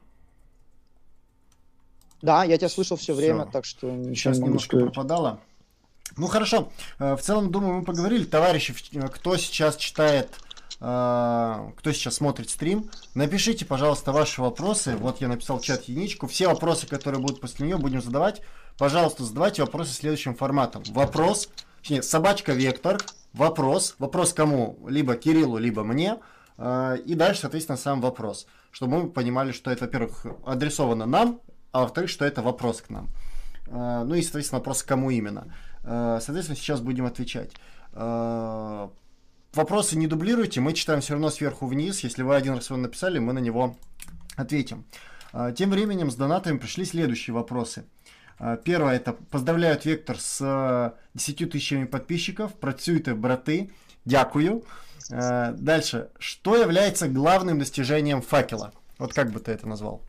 Да, я тебя слышал все, все. время, так что ничего сейчас не могу немножко сказать. пропадало. Ну хорошо, в целом, думаю, мы поговорили. Товарищи, кто сейчас читает, кто сейчас смотрит стрим, напишите, пожалуйста, ваши вопросы. Вот я написал в чат единичку. Все вопросы, которые будут после нее, будем задавать. Пожалуйста, задавайте вопросы следующим форматом. Вопрос, точнее, собачка Вектор, вопрос, вопрос кому? Либо Кириллу, либо мне. И дальше, соответственно, сам вопрос. Чтобы мы понимали, что это, во-первых, адресовано нам, а во-вторых, что это вопрос к нам. Ну и, соответственно, вопрос кому именно. Соответственно, сейчас будем отвечать. Вопросы не дублируйте, мы читаем все равно сверху вниз. Если вы один раз его написали, мы на него ответим. Тем временем с донатами пришли следующие вопросы. Первое, это поздравляют Вектор с десятью тысячами подписчиков. Працюйте, браты. Дякую. Дальше. Что является главным достижением факела? Вот как бы ты это назвал?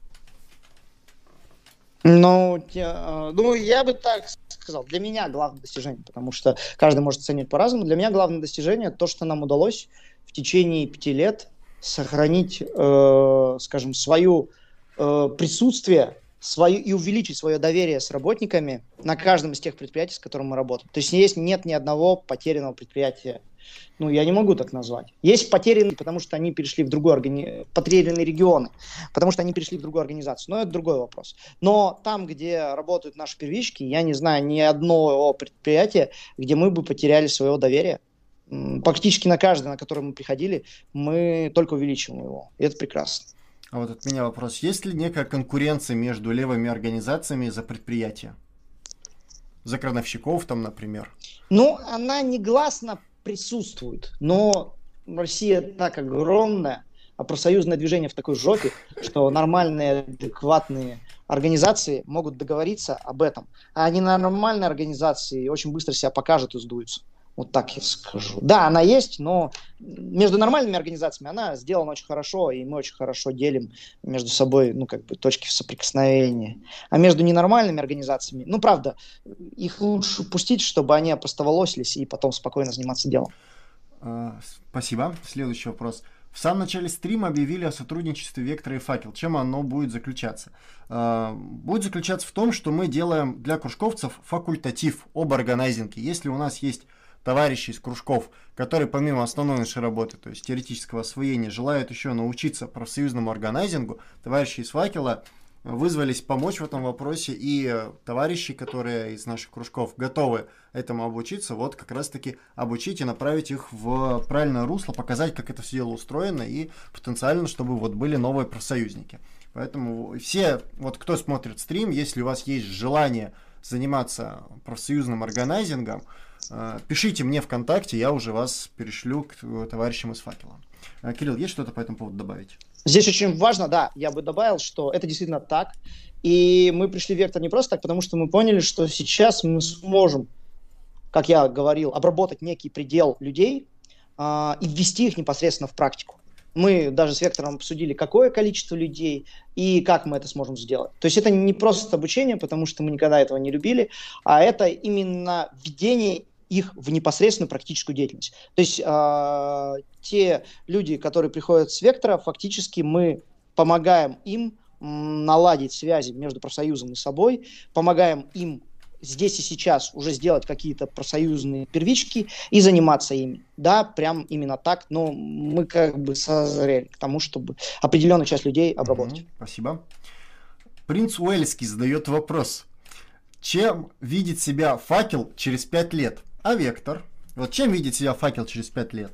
Ну, я, ну, я бы так сказал, для меня главное достижение, потому что каждый может оценивать по-разному. Для меня главное достижение то, что нам удалось в течение пяти лет сохранить, э, скажем, свое э, присутствие свою, и увеличить свое доверие с работниками на каждом из тех предприятий, с которыми мы работаем. То есть есть, нет ни одного потерянного предприятия. Ну, я не могу так назвать. Есть потерянные, потому что они перешли в другую органи... потерянные регионы, потому что они перешли в другую организацию. Но это другой вопрос. Но там, где работают наши первички, я не знаю ни одного предприятия, где мы бы потеряли своего доверия. Практически на каждое, на которое мы приходили, мы только увеличиваем его. И это прекрасно. А вот от меня вопрос. Есть ли некая конкуренция между левыми организациями за предприятия? За крановщиков там, например? Ну, она негласно присутствует, но Россия так огромная, а профсоюзное движение в такой жопе, что нормальные, адекватные организации могут договориться об этом, а ненормальные организации очень быстро себя покажут и сдуются. Вот так я скажу. Да, она есть, но между нормальными организациями она сделана очень хорошо, и мы очень хорошо делим между собой, ну, как бы, точки соприкосновения. А между ненормальными организациями, ну, правда, их лучше пустить, чтобы они опростоволосились и потом спокойно заниматься делом. Спасибо. Следующий вопрос. В самом начале стрима объявили о сотрудничестве Вектора и Факел. Чем оно будет заключаться? Будет заключаться в том, что мы делаем для кружковцев факультатив об органайзинге. Если у нас есть товарищи из кружков, которые помимо основной нашей работы, то есть теоретического освоения, желают еще научиться профсоюзному органайзингу, товарищи из Факела вызвались помочь в этом вопросе, и товарищи, которые из наших кружков готовы этому обучиться, вот как раз-таки обучить и направить их в правильное русло, показать, как это все дело устроено, и потенциально, чтобы вот были новые профсоюзники. Поэтому все, вот кто смотрит стрим, если у вас есть желание заниматься профсоюзным органайзингом, пишите мне ВКонтакте, я уже вас перешлю к товарищам из Факела. Кирилл, есть что-то по этому поводу добавить? Здесь очень важно, да, я бы добавил, что это действительно так. И мы пришли в Вектор не просто так, потому что мы поняли, что сейчас мы сможем, как я говорил, обработать некий предел людей э, и ввести их непосредственно в практику. Мы даже с Вектором обсудили, какое количество людей и как мы это сможем сделать. То есть это не просто обучение, потому что мы никогда этого не любили, а это именно введение их в непосредственную практическую деятельность. То есть э, те люди, которые приходят с Вектора, фактически мы помогаем им м, наладить связи между профсоюзом и собой, помогаем им здесь и сейчас уже сделать какие-то профсоюзные первички и заниматься ими. Да, прям именно так, но мы как бы созрели к тому, чтобы определенную часть людей обработать. Mm-hmm, спасибо. Принц Уэльский задает вопрос. Чем видит себя Факел через пять лет? А Вектор? Вот чем видит себя Факел через пять лет?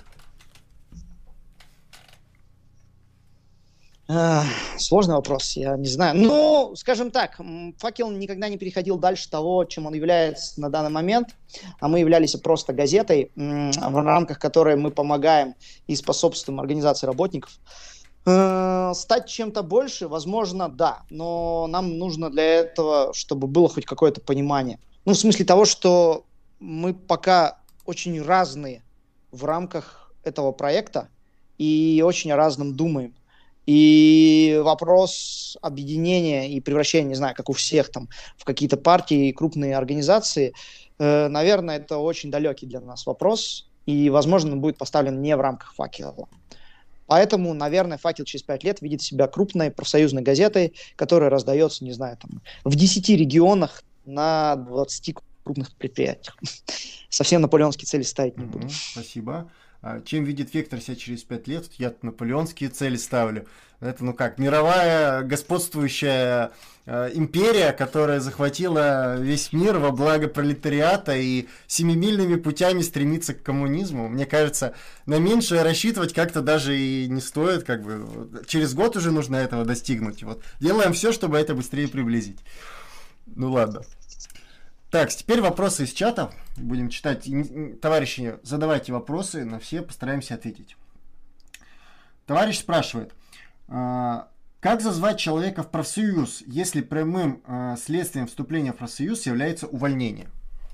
Сложный вопрос, я не знаю. Ну, скажем так, Факел никогда не переходил дальше того, чем он является на данный момент, а мы являлись просто газетой, в рамках которой мы помогаем и способствуем организации работников. Стать чем-то больше, возможно, да, но нам нужно для этого, чтобы было хоть какое-то понимание. Ну, в смысле того, что мы пока очень разные в рамках этого проекта и очень о разном думаем. И вопрос объединения и превращения, не знаю, как у всех там, в какие-то партии и крупные организации, э, наверное, это очень далекий для нас вопрос. И, возможно, он будет поставлен не в рамках Факела. Поэтому, наверное, Факел через пять лет видит себя крупной профсоюзной газетой, которая раздается, не знаю, там, в десяти регионах на двадцати крупных предприятиях. Совсем наполеонские цели ставить не буду. Mm-hmm, спасибо. Чем видит Вектор себя через пять лет? Я наполеонские цели ставлю. Это, ну как, мировая господствующая э, империя, которая захватила весь мир во благо пролетариата и семимильными путями стремится к коммунизму. Мне кажется, на меньшее рассчитывать как-то даже и не стоит. Как бы. Через год уже нужно этого достигнуть. Вот. Делаем все, чтобы это быстрее приблизить. Ну ладно. Так, теперь вопросы из чата. Будем читать. Товарищи, задавайте вопросы, на все постараемся ответить. Товарищ спрашивает, как зазвать человека в профсоюз, если прямым следствием вступления в профсоюз является увольнение?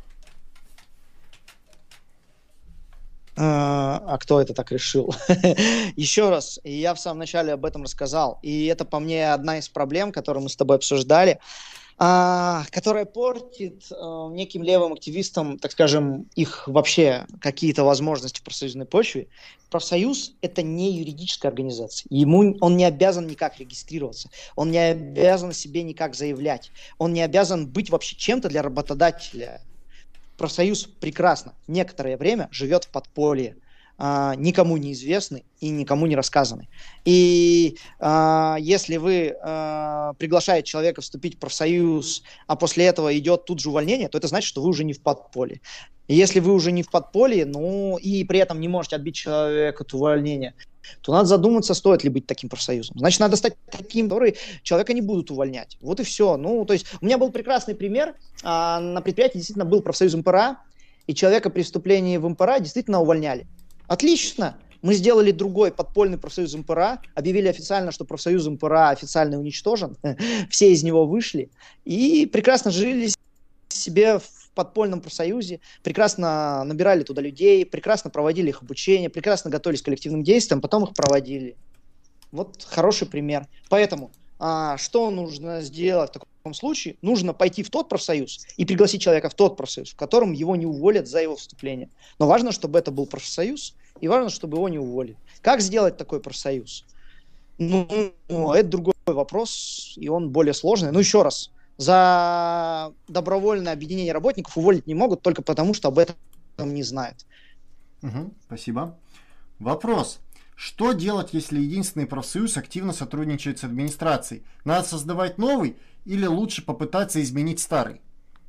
А кто это так решил? Еще раз, я в самом начале об этом рассказал. И это, по мне, одна из проблем, которую мы с тобой обсуждали, а, которая портит а, неким левым активистам, так скажем, их вообще какие-то возможности в профсоюзной почве. Профсоюз – это не юридическая организация. Ему он не обязан никак регистрироваться, он не обязан себе никак заявлять, он не обязан быть вообще чем-то для работодателя. Профсоюз прекрасно некоторое время живет в подполье, а, никому неизвестный и никому не рассказанный. И а, если вы а, приглашаете человека вступить в профсоюз, а после этого идет тут же увольнение, то это значит, что вы уже не в подполье. И если вы уже не в подполье, ну и при этом не можете отбить человека от увольнения, то надо задуматься, стоит ли быть таким профсоюзом. Значит, надо стать таким, который человека не будут увольнять. Вот и все. Ну, то есть у меня был прекрасный пример. А, на предприятии действительно был профсоюз МПРА, и человека при вступлении в МПРА действительно увольняли. Отлично. Мы сделали другой подпольный профсоюз МПРА, объявили официально, что профсоюз МПРА официально уничтожен, все из него вышли и прекрасно жили себе в подпольном профсоюзе, прекрасно набирали туда людей, прекрасно проводили их обучение, прекрасно готовились к коллективным действиям, потом их проводили. Вот хороший пример. Поэтому а, что нужно сделать в таком случае? Нужно пойти в тот профсоюз и пригласить человека в тот профсоюз, в котором его не уволят за его вступление. Но важно, чтобы это был профсоюз, и важно, чтобы его не уволили. Как сделать такой профсоюз? Ну, это другой вопрос, и он более сложный. Ну, еще раз, за добровольное объединение работников уволить не могут только потому, что об этом не знают. Угу, спасибо. Вопрос. Что делать, если единственный профсоюз активно сотрудничает с администрацией? Надо создавать новый или лучше попытаться изменить старый?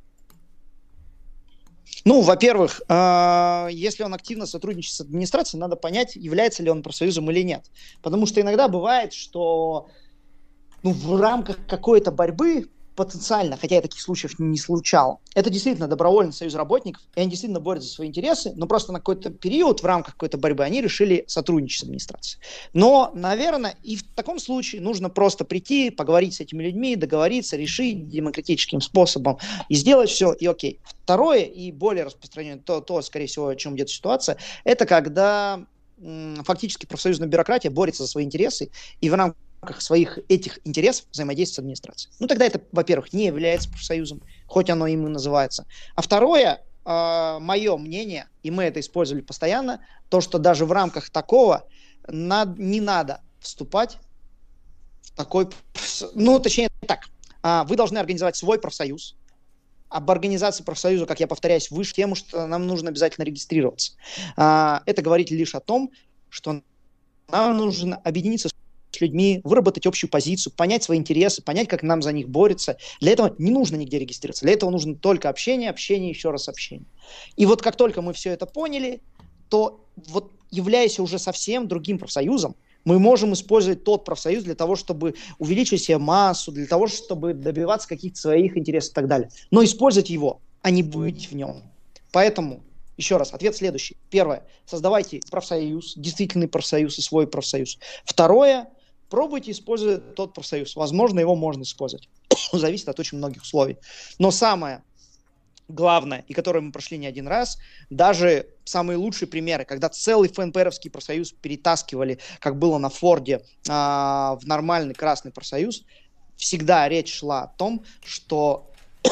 Ну, во-первых, э, если он активно сотрудничает с администрацией, надо понять, является ли он профсоюзом или нет. Потому что иногда бывает, что ну, в рамках какой-то борьбы потенциально, хотя я таких случаев не случал, это действительно добровольный союз работников, и они действительно борются за свои интересы, но просто на какой-то период в рамках какой-то борьбы они решили сотрудничать с администрацией. Но, наверное, и в таком случае нужно просто прийти, поговорить с этими людьми, договориться, решить демократическим способом и сделать все, и окей. Второе, и более распространенное, то, то скорее всего, о чем идет ситуация, это когда м, фактически профсоюзная бюрократия борется за свои интересы, и в рамках своих этих интересов взаимодействия с администрацией. Ну, тогда это, во-первых, не является профсоюзом, хоть оно им и называется. А второе, э, мое мнение, и мы это использовали постоянно, то, что даже в рамках такого над, не надо вступать в такой... Ну, точнее так, э, вы должны организовать свой профсоюз. Об организации профсоюза, как я повторяюсь, выше тему, что нам нужно обязательно регистрироваться. Э, это говорит лишь о том, что нам нужно объединиться с людьми, выработать общую позицию, понять свои интересы, понять, как нам за них борется. Для этого не нужно нигде регистрироваться. Для этого нужно только общение, общение, еще раз общение. И вот как только мы все это поняли, то вот являясь уже совсем другим профсоюзом, мы можем использовать тот профсоюз для того, чтобы увеличить себе массу, для того, чтобы добиваться каких-то своих интересов и так далее. Но использовать его, а не быть в нем. Поэтому еще раз, ответ следующий. Первое. Создавайте профсоюз, действительный профсоюз и свой профсоюз. Второе. Пробуйте использовать тот профсоюз. Возможно, его можно использовать. Зависит от очень многих условий. Но самое главное, и которое мы прошли не один раз, даже самые лучшие примеры, когда целый ФНПРовский профсоюз перетаскивали, как было на Форде, в нормальный красный профсоюз, всегда речь шла о том, что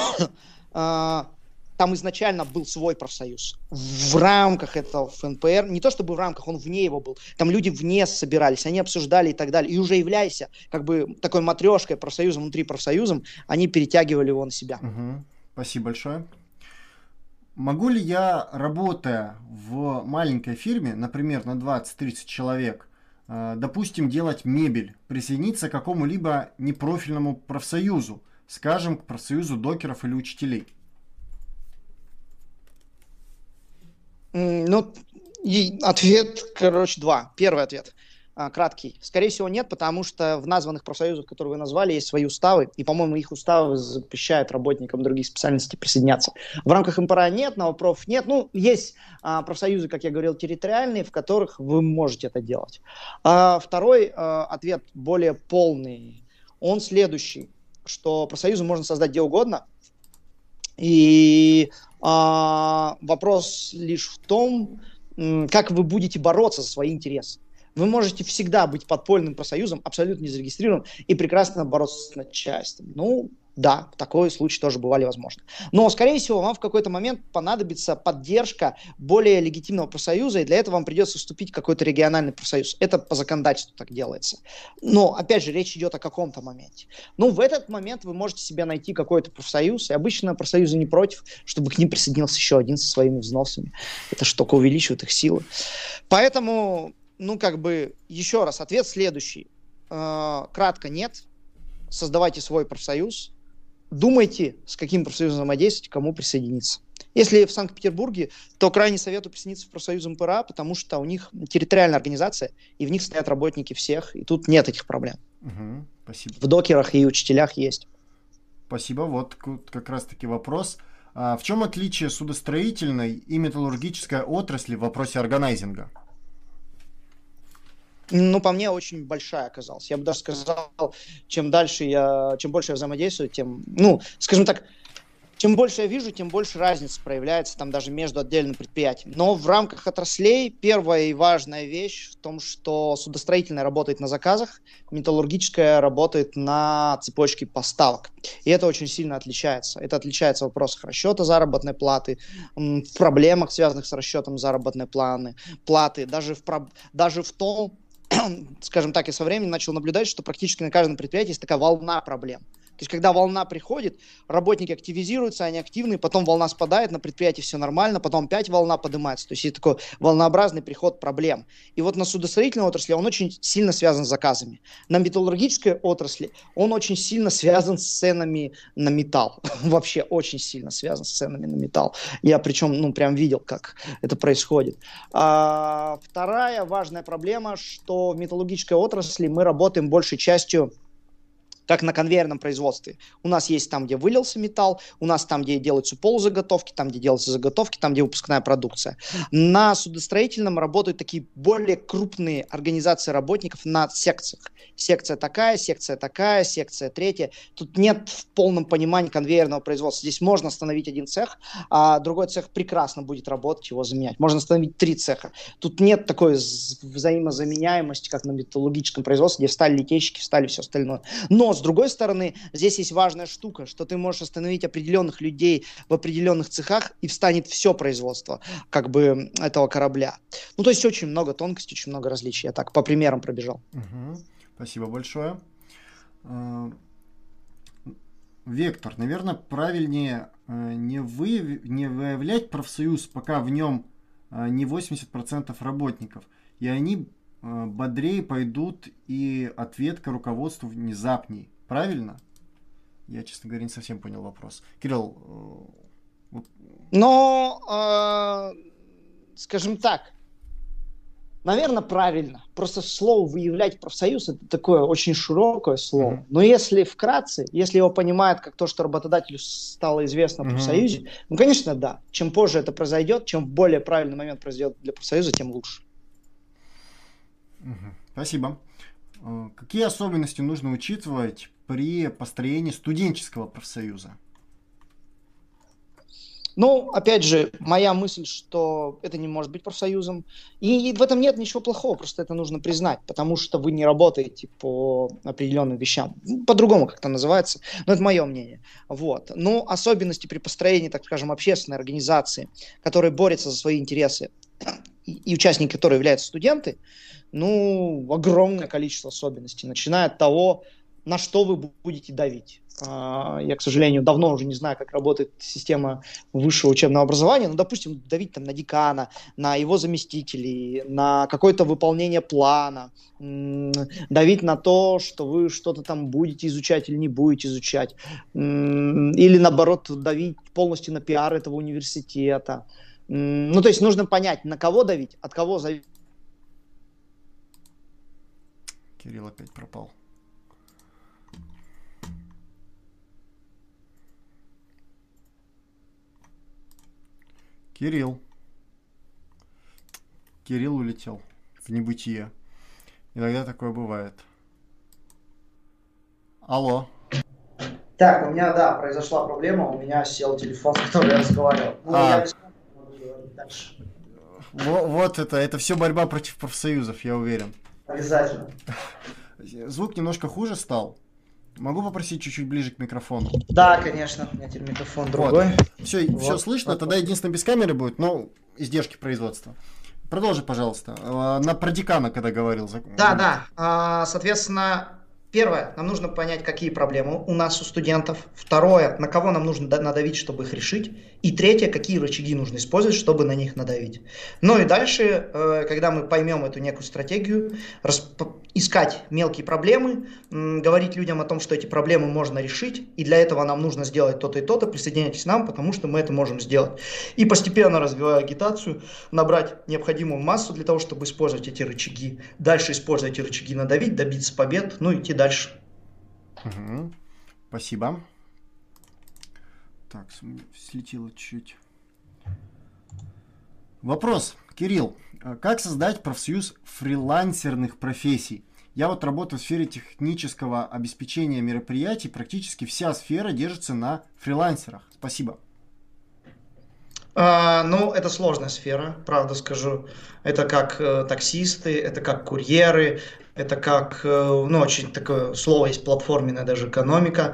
там изначально был свой профсоюз. В рамках этого ФНПР, не то чтобы в рамках, он вне его был, там люди вне собирались, они обсуждали и так далее. И уже являясь как бы такой матрешкой профсоюзом внутри профсоюзом, они перетягивали его на себя. Угу. Спасибо большое. Могу ли я, работая в маленькой фирме, например, на двадцать-тридцать человек, допустим, делать мебель, присоединиться к какому-либо непрофильному профсоюзу, скажем, к профсоюзу докеров или учителей? Ну, и ответ, короче, два. Первый ответ, а, краткий. Скорее всего, нет, потому что в названных профсоюзах, которые вы назвали, есть свои уставы, и, по-моему, их уставы запрещают работникам других специальностей присоединяться. В рамках МПРА нет, новопроф нет. Ну, есть а, профсоюзы, как я говорил, территориальные, в которых вы можете это делать. А, второй а, ответ, более полный, он следующий, что профсоюзы можно создать где угодно, и а, вопрос лишь в том, как вы будете бороться за свои интересы. Вы можете всегда быть подпольным профсоюзом, абсолютно не зарегистрированным, и прекрасно бороться с начальством. Ну, да, такой случай тоже бывали возможно. Но, скорее всего, вам в какой-то момент понадобится поддержка более легитимного профсоюза, и для этого вам придется вступить в какой-то региональный профсоюз. Это по законодательству так делается. Но, опять же, речь идет о каком-то моменте. Ну, в этот момент вы можете себе найти какой-то профсоюз, и обычно профсоюзы не против, чтобы к ним присоединился еще один со своими взносами. Это же только увеличивает их силы. Поэтому, ну, как бы, еще раз, ответ следующий. Э-э- кратко, нет. Создавайте свой профсоюз. Думайте, с каким профсоюзом взаимодействовать, кому присоединиться. Если в Санкт-Петербурге, то крайне советую присоединиться в профсоюз МПРА, потому что у них территориальная организация, и в них стоят работники всех, и тут нет этих проблем. Угу, спасибо. В докерах и учителях есть. Спасибо. Вот как раз-таки вопрос. А в чем отличие судостроительной и металлургической отрасли в вопросе органайзинга? Ну, по мне, очень большая оказалась. Я бы даже сказал, чем дальше я, чем больше я взаимодействую, тем, ну, скажем так, чем больше я вижу, тем больше разница проявляется там даже между отдельными предприятиями. Но в рамках отраслей первая и важная вещь в том, что судостроительная работает на заказах, металлургическая работает на цепочке поставок. И это очень сильно отличается. Это отличается в вопросах расчета заработной платы, в проблемах, связанных с расчетом заработной планы, платы, даже в, даже в том, скажем так, я со временем начал наблюдать, что практически на каждом предприятии есть такая волна проблем. То есть, когда волна приходит, работники активизируются, они активны, потом волна спадает, на предприятии все нормально, потом опять волна поднимается. То есть, это такой волнообразный приход проблем. И вот на судостроительной отрасли он очень сильно связан с заказами. На металлургической отрасли он очень сильно связан с ценами на металл. Вообще очень сильно связан с ценами на металл. Я причем, ну, прям видел, как это происходит. А, вторая важная проблема, что в металлургической отрасли мы работаем большей частью как на конвейерном производстве. У нас есть там, где вылился металл, у нас там, где делаются полузаготовки, там, где делаются заготовки, там, где выпускная продукция. На судостроительном работают такие более крупные организации работников на секциях. Секция такая, секция такая, секция третья. Тут нет в полном понимании конвейерного производства. Здесь можно остановить один цех, а другой цех прекрасно будет работать, его заменять. Можно остановить три цеха. Тут нет такой взаимозаменяемости, как на металлургическом производстве, где встали литейщики, встали все остальное. Но, с другой стороны, здесь есть важная штука, что ты можешь остановить определенных людей в определенных цехах, и встанет все производство как бы этого корабля. Ну, то есть очень много тонкостей, очень много различий. Я так по примерам пробежал. Угу. Спасибо большое. Вектор, наверное, правильнее не, вы, не выявлять профсоюз, пока в нем не восемьдесят процентов работников, и они бодрее пойдут, и ответка руководству внезапней. Правильно? Я, честно говоря, не совсем понял вопрос. Кирилл. Но, э, скажем так, наверное, правильно. Просто слово «выявлять профсоюз» — это такое очень широкое слово. Mm-hmm. Но если вкратце, если его понимают как то, что работодателю стало известно о профсоюзе, mm-hmm. ну, конечно, да. Чем позже это произойдет, чем в более правильный момент произойдет для профсоюза, тем лучше. Mm-hmm. Спасибо. Какие особенности нужно учитывать при построении студенческого профсоюза? Ну, опять же, моя мысль, что это не может быть профсоюзом. И в этом нет ничего плохого, просто это нужно признать, потому что вы не работаете по определенным вещам. По-другому как-то называется, но это мое мнение. Вот. Но особенности при построении, так скажем, общественной организации, которая борется за свои интересы, и, и участники которой являются студенты, ну, огромное количество особенностей, начиная от того, на что вы будете давить. Я, к сожалению, давно уже не знаю, как работает система высшего учебного образования, но, допустим, давить там на декана, на его заместителей, на какое-то выполнение плана, давить на то, что вы что-то там будете изучать или не будете изучать, или, наоборот, давить полностью на пиар этого университета. Ну, то есть нужно понять, на кого давить, от кого зависит. Кирилл опять пропал. Кирилл. Кирилл улетел в небытие. Иногда такое бывает. Алло. Так, у меня, да, произошла проблема. У меня сел телефон, с которым я разговаривал. Ну, а. я могу говорить дальше. Вот, вот это, это все борьба против профсоюзов, я уверен. Обязательно. Звук немножко хуже стал. Могу попросить чуть-чуть ближе к микрофону? Да, конечно. У меня теперь микрофон другой. Вот. Все, вот. Все слышно, вот. Тогда единственное без камеры будет, но издержки производства. Продолжи, пожалуйста. На про декана, когда говорил. Да, да. А, соответственно, первое, нам нужно понять, какие проблемы у нас, у студентов. Второе, на кого нам нужно надавить, чтобы их решить. И третье, какие рычаги нужно использовать, чтобы на них надавить. Ну и дальше, когда мы поймем эту некую стратегию, искать мелкие проблемы, говорить людям о том, что эти проблемы можно решить, и для этого нам нужно сделать то-то и то-то, присоединяйтесь к нам, потому что мы это можем сделать. И постепенно, развивая агитацию, набрать необходимую массу для того, чтобы использовать эти рычаги. Дальше использовать эти рычаги, надавить, добиться побед, ну и идти дальше. Угу. Спасибо. Так, слетело чуть-чуть. Вопрос, Кирилл. Как создать профсоюз фрилансерных профессий? Я вот работаю в сфере технического обеспечения мероприятий. Практически вся сфера держится на фрилансерах. Спасибо. А, ну, это сложная сфера, правда скажу. Это как э, таксисты, это как курьеры, это как, э, ну, очень такое слово есть, платформенная даже экономика.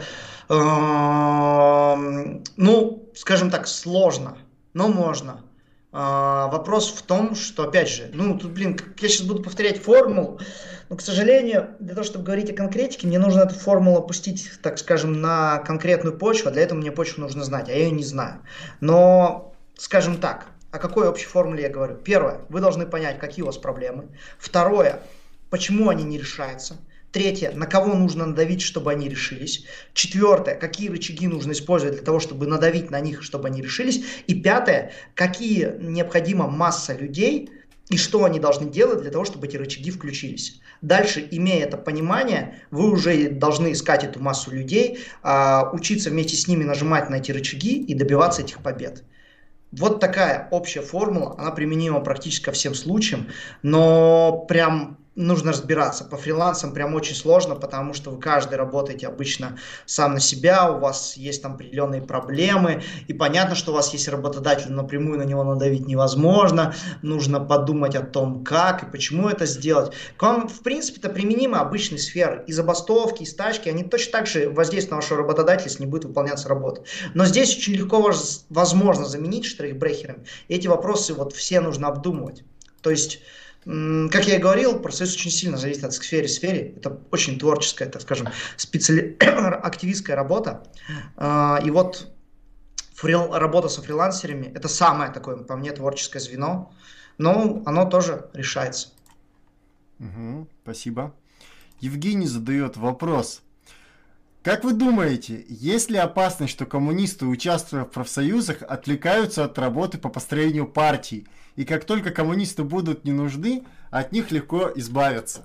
Э, ну, скажем так, сложно, но можно. Э, вопрос в том, что, опять же, ну, тут, блин, я сейчас буду повторять формулу, но, к сожалению, для того, чтобы говорить о конкретике, мне нужно эту формулу опустить, так скажем, на конкретную почву, а для этого мне почву нужно знать, а я ее не знаю. Но... Скажем так, о какой общей формуле я говорю? Первое, вы должны понять, какие у вас проблемы. Второе, почему они не решаются. Третье, на кого нужно надавить, чтобы они решились. Четвертое, какие рычаги нужно использовать для того, чтобы надавить на них, чтобы они решились. И пятое, какие необходима масса людей, и что они должны делать для того, чтобы эти рычаги включились. Дальше, имея это понимание, вы уже должны искать эту массу людей, учиться вместе с ними нажимать на эти рычаги и добиваться этих побед. Вот такая общая формула, она применима практически ко всем случаям, но прям нужно разбираться. По фрилансам прям очень сложно, потому что вы каждый работаете обычно сам на себя, у вас есть там определенные проблемы, и понятно, что у вас есть работодатель, напрямую на него надавить невозможно, нужно подумать о том, как и почему это сделать. К вам, в принципе, это применимо обычной сферы. И забастовки, и стачки, они точно так же воздействуют на вашего работодателя, если не будет выполняться работа. Но здесь очень легко возможно заменить штрейхбрехерами. И эти вопросы вот все нужно обдумывать. То есть, как я и говорил, профсоюз очень сильно зависит от сферы сферы. Это очень творческая, так скажем, специали... активистская работа. И вот фрил... работа со фрилансерами – это самое такое, по мне, творческое звено. Но оно тоже решается. Угу, спасибо. Евгений задает вопрос. Как вы думаете, есть ли опасность, что коммунисты, участвуя в профсоюзах, отвлекаются от работы по построению партий? И как только коммунисты будут не нужны, от них легко избавиться?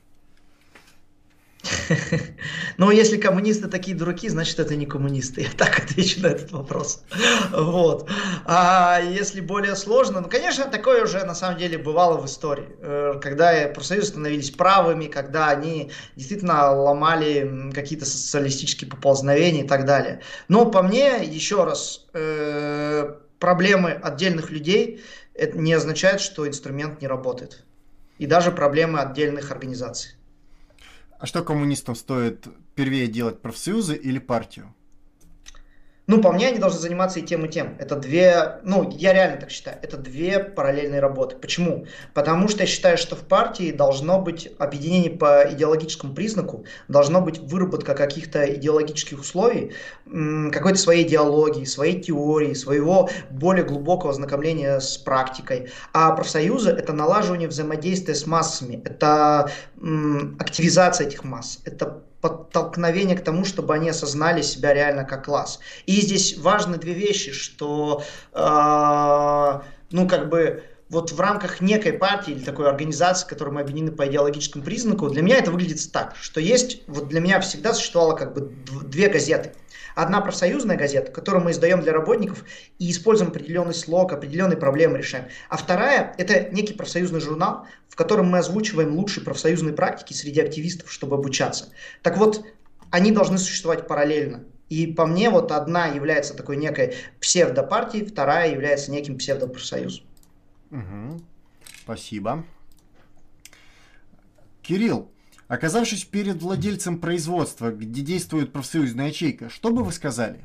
Ну, если коммунисты такие дураки, значит, это не коммунисты. Я так отвечу на этот вопрос. Вот. А если более сложно, ну, конечно, такое уже на самом деле бывало в истории. Когда профсоюзы становились правыми, когда они действительно ломали какие-то социалистические поползновения и так далее. Но по мне, еще раз, проблемы отдельных людей это не означает, что инструмент не работает. И даже проблемы отдельных организаций. А что коммунистам стоит первее делать, профсоюзы или партию? Ну, по мне, они должны заниматься и тем, и тем. Это две, ну, я реально так считаю, это две параллельные работы. Почему? Потому что я считаю, что в партии должно быть объединение по идеологическому признаку, должно быть выработка каких-то идеологических условий, какой-то своей идеологии, своей теории, своего более глубокого ознакомления с практикой. А профсоюзы – это налаживание взаимодействия с массами, это м, активизация этих масс, это подтолкновение к тому, чтобы они осознали себя реально как класс. И здесь важны две вещи, что, э, ну, как бы, вот в рамках некой партии или такой организации, которой мы объединены по идеологическому признаку, для меня это выглядит так, что есть, вот для меня всегда существовало как бы две газеты. Одна профсоюзная газета, которую мы издаем для работников и используем определенный слог, определенные проблемы решаем. А вторая – это некий профсоюзный журнал, в котором мы озвучиваем лучшие профсоюзные практики среди активистов, чтобы обучаться. Так вот, они должны существовать параллельно. И по мне, вот одна является такой некой псевдопартией, вторая является неким псевдопрофсоюзом. Угу. Спасибо. Кирилл, оказавшись перед владельцем производства, где действует профсоюзная ячейка, что бы вы сказали?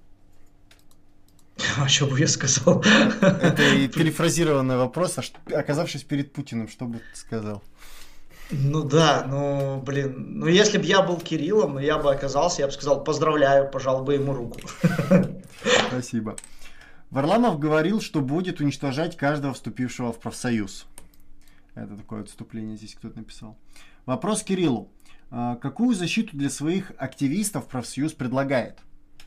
А что бы я сказал? Это и перефразированный вопрос. А оказавшись перед Путиным, что бы ты сказал? Ну да, ну блин, ну если бы я был Кириллом, я бы оказался, я бы сказал поздравляю, пожал бы ему руку. Спасибо. Варламов говорил, что будет уничтожать каждого вступившего в профсоюз. Это такое отступление здесь кто-то написал. Вопрос Кириллу. Какую защиту для своих активистов профсоюз предлагает?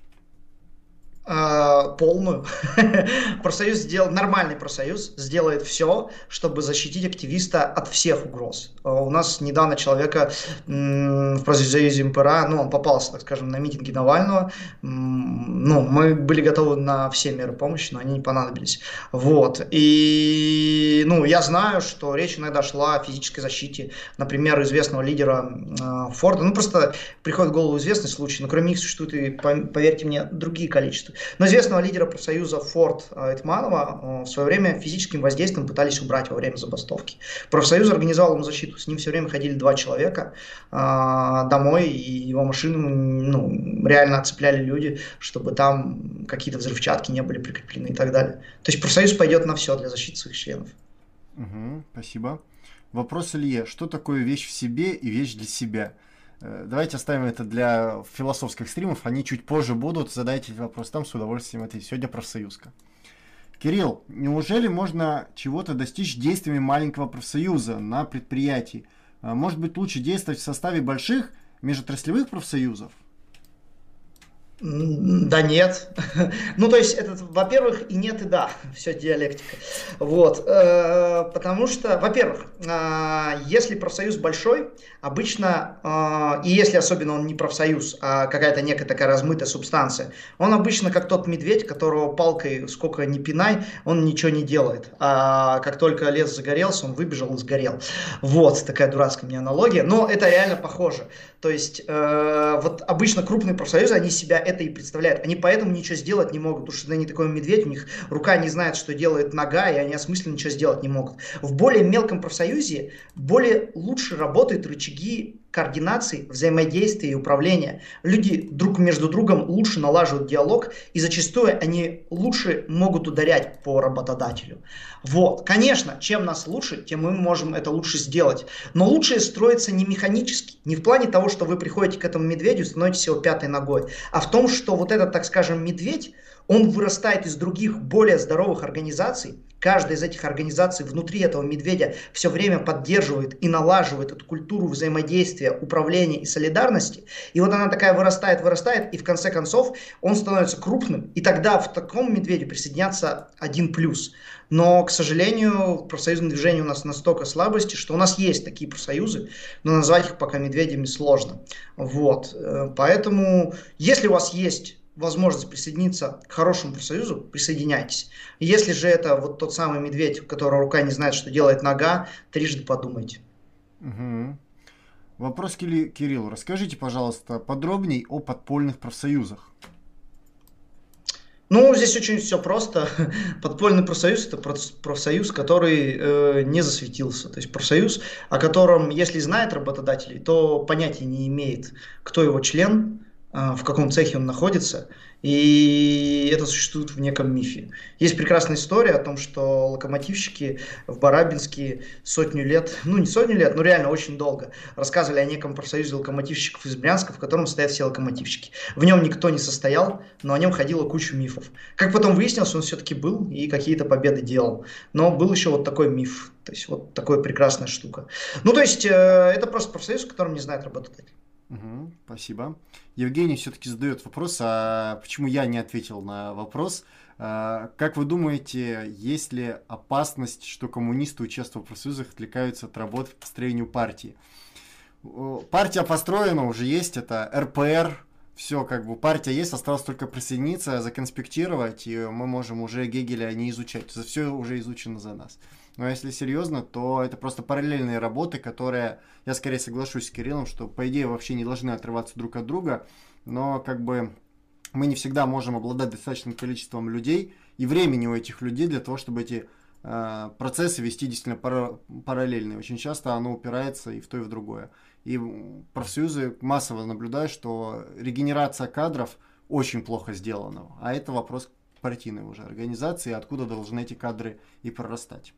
Полную. Профсоюз сделал, нормальный профсоюз сделает все, чтобы защитить активиста от всех угроз. У нас недавно человека в профсоюзе МПРА, ну, он попался, так скажем, на митинге Навального. Ну, мы были готовы на все меры помощи, но они не понадобились. Вот. И, ну, я знаю, что речь иногда шла о физической защите, например, известного лидера Форда. Ну, просто приходит в голову известный случай, но кроме них существует и, поверьте мне, другие количества. Но известного лидера профсоюза Форд Этманова в свое время физическим воздействием пытались убрать во время забастовки. Профсоюз организовал ему защиту. С ним все время ходили два человека э, домой, и его машину ну, реально оцепляли люди, чтобы там какие-то взрывчатки не были прикреплены и так далее. То есть профсоюз пойдет на все для защиты своих членов. Угу, спасибо. Вопрос Илье. Что такое вещь в себе и вещь для себя? Давайте оставим это для философских стримов, они чуть позже будут, задайте вопрос там, с удовольствием ответить. Сегодня профсоюзка. Кирилл, неужели можно чего-то достичь действиями маленького профсоюза на предприятии? Может быть, лучше действовать в составе больших межотраслевых профсоюзов? М, Да нет. Ну, то есть, это, во-первых, и нет, и да. Все диалектика. Вот. Э, Потому что, во-первых, а, если профсоюз большой, обычно, а, и если особенно он не профсоюз, а какая-то некая такая размытая субстанция, он обычно как тот медведь, которого палкой сколько ни пинай, он ничего не делает. А как только лес загорелся, он выбежал и сгорел. Вот, такая дурацкая мне аналогия. Но это реально похоже. То есть, э, вот обычно крупные профсоюзы, они себя это и представляют. Они поэтому ничего сделать не могут, потому что они такой медведь, у них рука не знает, что делает нога, и они осмысленно ничего сделать не могут. В более мелком профсоюзе более лучше работают рычаги координации, взаимодействия и управления. Люди друг между другом лучше налаживают диалог, и зачастую они лучше могут ударять по работодателю. Вот, конечно, чем нас лучше, тем мы можем это лучше сделать. Но лучше строится не механически, не в плане того, что вы приходите к этому медведю и становитесь его пятой ногой, а в том, что вот этот, так скажем, медведь, он вырастает из других более здоровых организаций. Каждая из этих организаций внутри этого медведя все время поддерживает и налаживает эту культуру взаимодействия, управления и солидарности. И вот она такая вырастает, вырастает, и в конце концов он становится крупным. И тогда в таком медведе присоединяться один плюс. Но, к сожалению, в профсоюзном движении у нас настолько слабости, что у нас есть такие профсоюзы, но назвать их пока медведями сложно. Вот. Поэтому, если у вас есть возможность присоединиться к хорошему профсоюзу, присоединяйтесь. Если же это вот тот самый медведь, у которого рука не знает, что делает нога, трижды подумайте. Угу. Вопрос к Кири- Кириллу. Расскажите, пожалуйста, подробней о подпольных профсоюзах. Ну, здесь очень все просто. Подпольный профсоюз – это профсоюз, который э, не засветился. То есть профсоюз, о котором, если знает работодателей, то понятия не имеет, кто его член, э, в каком цехе он находится. И это существует в неком мифе. Есть прекрасная история о том, что локомотивщики в Барабинске сотню лет, ну не сотню лет, но реально очень долго, рассказывали о неком профсоюзе локомотивщиков из Брянска, в котором стоят все локомотивщики. В нем никто не состоял, но о нем ходила куча мифов. Как потом выяснилось, он все-таки был и какие-то победы делал. Но был еще вот такой миф, то есть вот такая прекрасная штука. Ну то есть э, это просто профсоюз, в котором не знает работодатель. Угу, спасибо. Евгений все-таки задает вопрос, а почему я не ответил на вопрос? А, как вы думаете, есть ли опасность, что коммунисты, участвуя в профсоюзах, отвлекаются от работы по построению партии? Партия построена, уже есть, это эр пэ эр, все, как бы партия есть, осталось только присоединиться, законспектировать, и мы можем уже Гегеля не изучать, все уже изучено за нас. Но если серьезно, то это просто параллельные работы, которые, я скорее соглашусь с Кириллом, что по идее вообще не должны отрываться друг от друга, но как бы мы не всегда можем обладать достаточным количеством людей и времени у этих людей для того, чтобы эти э, процессы вести действительно пара- параллельно. Очень часто оно упирается и в то, и в другое. И профсоюзы массово наблюдают, что регенерация кадров очень плохо сделана, а это вопрос партийной уже организации, откуда должны эти кадры и прорастать.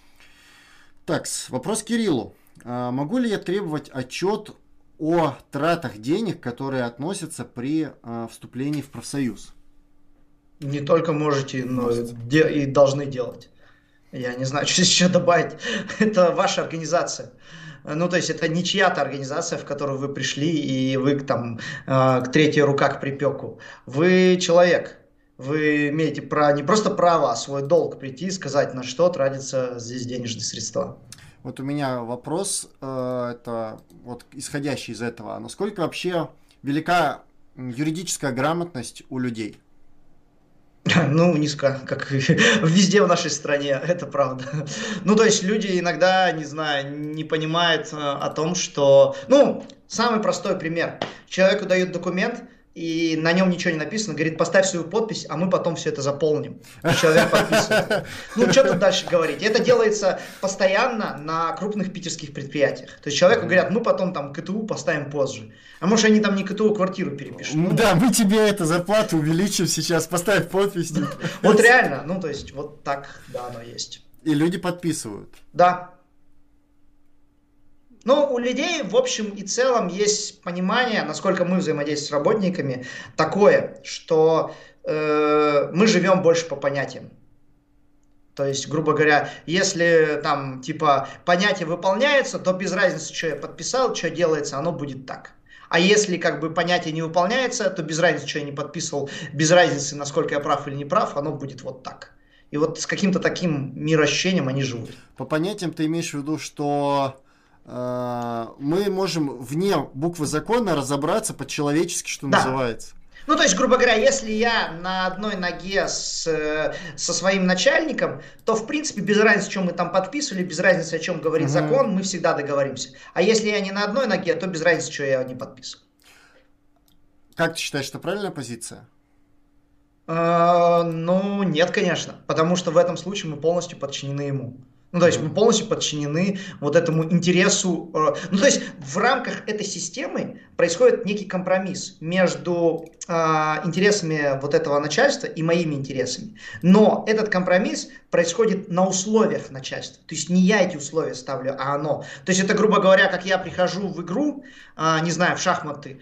Так, вопрос Кириллу. А, могу ли я требовать отчет о тратах денег, которые относятся при а, вступлении в профсоюз? Не только можете, но де- и должны делать. Я не знаю, что еще добавить. Это ваша организация. Ну, то есть это не чья-то организация, в которую вы пришли, и вы там э, третья рука к припеку. Вы человек. Вы имеете право, не просто право, а свой долг прийти и сказать, на что тратятся здесь денежные средства. Вот у меня вопрос, э, это вот исходящий из этого. Насколько вообще велика юридическая грамотность у людей? Ну, низко, как везде в нашей стране, это правда. Ну, то есть люди иногда, не знаю, не понимают о том, что... Ну, самый простой пример. Человеку дают документ, и на нем ничего не написано, говорит, поставь свою подпись, а мы потом все это заполним. И человек подписывает. Ну, что тут дальше говорить? Это делается постоянно на крупных питерских предприятиях. То есть человеку говорят, мы потом там ка тэ у поставим позже. А может, они там не ка тэ у, квартиру перепишут. Ну, да, мы тебе это зарплату увеличим сейчас, поставь подпись. Вот реально, ну, то есть вот так, да, оно есть. И люди подписывают. Да. Но у людей, в общем и целом, есть понимание, насколько мы взаимодействуем с работниками, такое, что э, мы живем больше по понятиям. То есть, грубо говоря, если там, типа, понятие выполняется, то без разницы, что я подписал, что делается, оно будет так. А если как бы понятие не выполняется, то без разницы, что я не подписывал, без разницы, насколько я прав или не прав, оно будет вот так. И вот с каким-то таким мироощущением они живут. По понятиям ты имеешь в виду, что э, мы можем вне буквы закона разобраться по-человечески, что Да. называется. Ну, то есть, грубо говоря, если я на одной ноге с, со своим начальником, то, в принципе, без разницы, что мы там подписывали, без разницы, о чем говорит Мгм. закон, мы всегда договоримся. А если я не на одной ноге, то без разницы, что я не подписывал. Как ты считаешь, это правильная позиция? Э, Ну, нет, конечно, потому что в этом случае мы полностью подчинены ему. Ну, то есть мы Мгм. полностью подчинены вот этому интересу. э, Ну, то есть в рамках этой системы происходит некий компромисс между э, интересами вот этого начальства и моими интересами. Но этот компромисс происходит на условиях начальства. То есть не я эти условия ставлю, а оно. То есть это, грубо говоря, как я прихожу в игру, э, не знаю, в шахматы,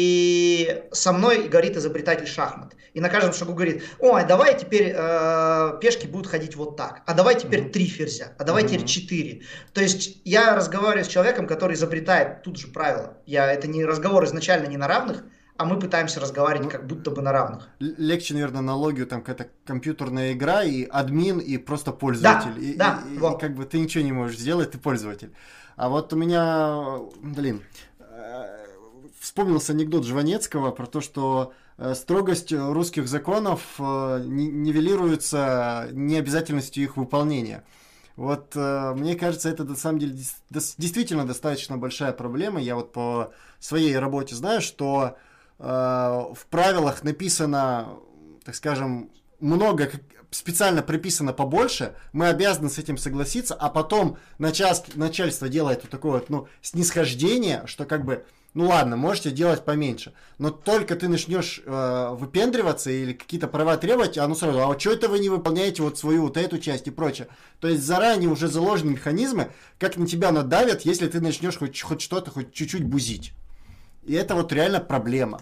и со мной говорит изобретатель шахмат. И на каждом шагу говорит: ой, давай теперь э, пешки будут ходить вот так, а давай теперь Мгм. три ферзя, а давай теперь Мгм. четыре. То есть я разговариваю с человеком, который изобретает тут же правила. Я, это не разговор изначально не на равных, а мы пытаемся разговаривать Ну, как будто бы на равных. л- легче, наверное, аналогию, там какая-то компьютерная игра, и админ, и просто Да, пользователь. И, да, и- и вот. как бы ты ничего не можешь сделать, ты пользователь. А вот у меня, блин, э, вспомнился анекдот Жванецкого про то, что э, строгость русских законов э, ни- нивелируется необязательностью их выполнения. Вот э, мне кажется, это на самом деле дес- дес- действительно достаточно большая проблема. Я вот по своей работе знаю, что э, в правилах написано, так скажем, много, как- специально прописано побольше, мы обязаны с этим согласиться, а потом начас- начальство делает вот такое вот, ну, снисхождение, что как бы, ну ладно, можете делать поменьше, но только ты начнешь э, выпендриваться или какие-то права требовать, оно сразу: а вот что это вы не выполняете вот свою вот эту часть и прочее. То есть заранее уже заложены механизмы, как на тебя надавят, если ты начнешь хоть, хоть что-то, хоть чуть-чуть бузить. И это вот реально проблема.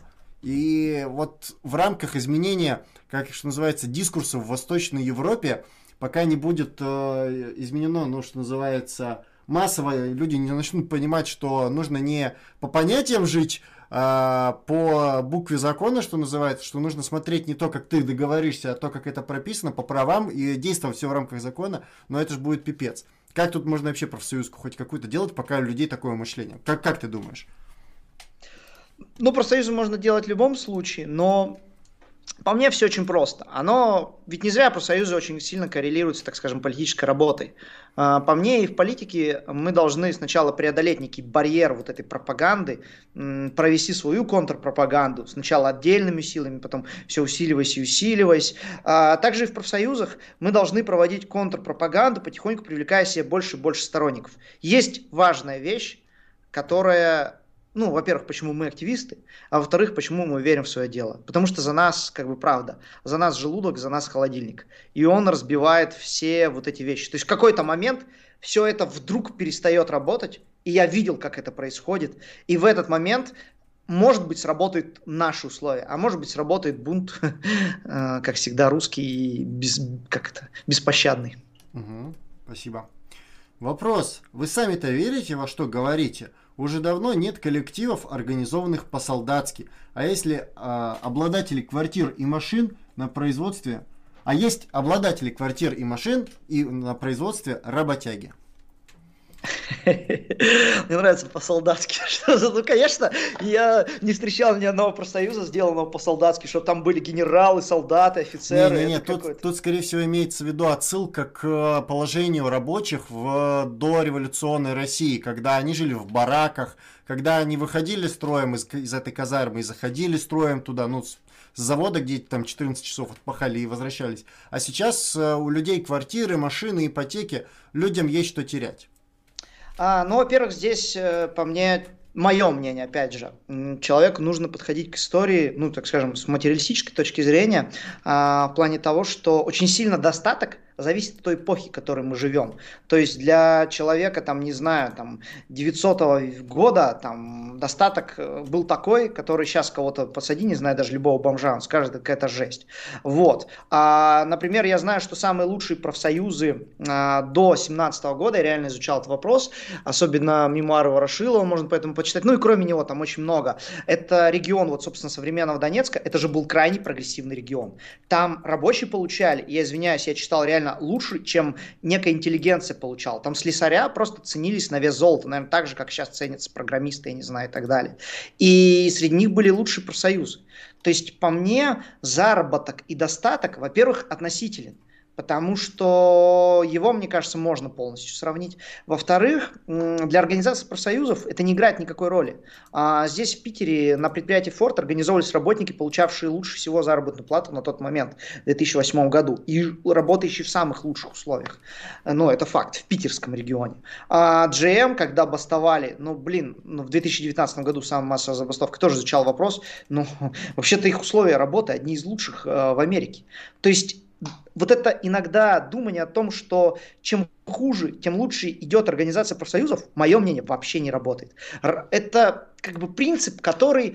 И вот в рамках изменения, как что называется, дискурса в Восточной Европе, пока не будет э, изменено, ну, что называется, массово, люди не начнут понимать, что нужно не по понятиям жить, а по букве закона, что называется, что нужно смотреть не то, как ты договоришься, а то, как это прописано, по правам, и действовать все в рамках закона, но это же будет пипец. Как тут можно вообще профсоюзку хоть какую-то делать, пока у людей такое мышление? Как, как ты думаешь? Ну, профсоюзы можно делать в любом случае, но по мне все очень просто. Оно, ведь не зря профсоюзы очень сильно коррелируются, так скажем, политической работой. А, По мне и в политике мы должны сначала преодолеть некий барьер вот этой пропаганды, м, провести свою контрпропаганду, сначала отдельными силами, потом все усиливаясь и усиливаясь. А также и в профсоюзах мы должны проводить контрпропаганду, потихоньку привлекая себе больше и больше сторонников. Есть важная вещь, которая, ну, во-первых, почему мы активисты, а во-вторых, почему мы верим в свое дело. Потому что за нас, как бы, правда, за нас желудок, за нас холодильник. И он разбивает все вот эти вещи. То есть в какой-то момент все это вдруг перестает работать, и я видел, как это происходит. И в этот момент, может быть, сработают наши условия, а может быть, сработает бунт, э, как всегда, русский и без, как это, беспощадный. Угу, спасибо. Вопрос. Вы сами-то верите, во что говорите? Уже давно нет коллективов, организованных по-солдатски. А если а, обладатели квартир и машин на производстве... А есть обладатели квартир и машин и на производстве работяги. Мне нравится по-солдатски. Ну, конечно, я не встречал ни одного профсоюза, сделанного по-солдатски, чтобы там были генералы, солдаты, офицеры. Не-не-не, Это тут, какой-то- тут, скорее всего, имеется в виду отсылка к положению рабочих в дореволюционной России, когда они жили в бараках, когда они выходили строем из, из этой казармы и заходили строем туда, ну, с, с завода, где там четырнадцать часов отпахали и возвращались. А сейчас э, у людей квартиры, машины, ипотеки, людям есть что терять. А, ну, во-первых, здесь, э, по мне, мое мнение, опять же, м, человеку нужно подходить к истории, ну, так скажем, с материалистической точки зрения, а, в плане того, что очень сильно достаток зависит от той эпохи, в которой мы живем. То есть для человека, там, не знаю, там, девятисотого года там, достаток был такой, который сейчас кого-то посади, не знаю, даже любого бомжа, он скажет, какая-то жесть. Вот. А, например, я знаю, что самые лучшие профсоюзы а, до семнадцатого года, я реально изучал этот вопрос, особенно мемуары Ворошилова, можно поэтому почитать, ну и кроме него там очень много. Это регион, вот, собственно, современного Донецка, это же был крайне прогрессивный регион. Там рабочие получали, я извиняюсь, я читал реально лучше, чем некая интеллигенция получала. Там слесаря просто ценились на вес золота, наверное, так же, как сейчас ценятся программисты, я не знаю, и так далее. И среди них были лучшие профсоюзы. То есть, по мне, заработок и достаток, во-первых, относителен. Потому что его, мне кажется, можно полностью сравнить. Во-вторых, для организации профсоюзов это не играет никакой роли. А здесь, в Питере, на предприятии Ford организовывались работники, получавшие лучше всего заработную плату на тот момент, в две тысячи восьмом году, и работающие в самых лучших условиях. Ну, это факт, в питерском регионе. А джи эм, когда бастовали, ну, блин, ну, в две тысячи девятнадцатом году самая массовая забастовка, тоже изучал вопрос, ну, вообще-то их условия работы одни из лучших э, в Америке. То есть, вот это иногда думание о том, что чем хуже, тем лучше идет организация профсоюзов, мое мнение, вообще не работает. Это как бы принцип, который,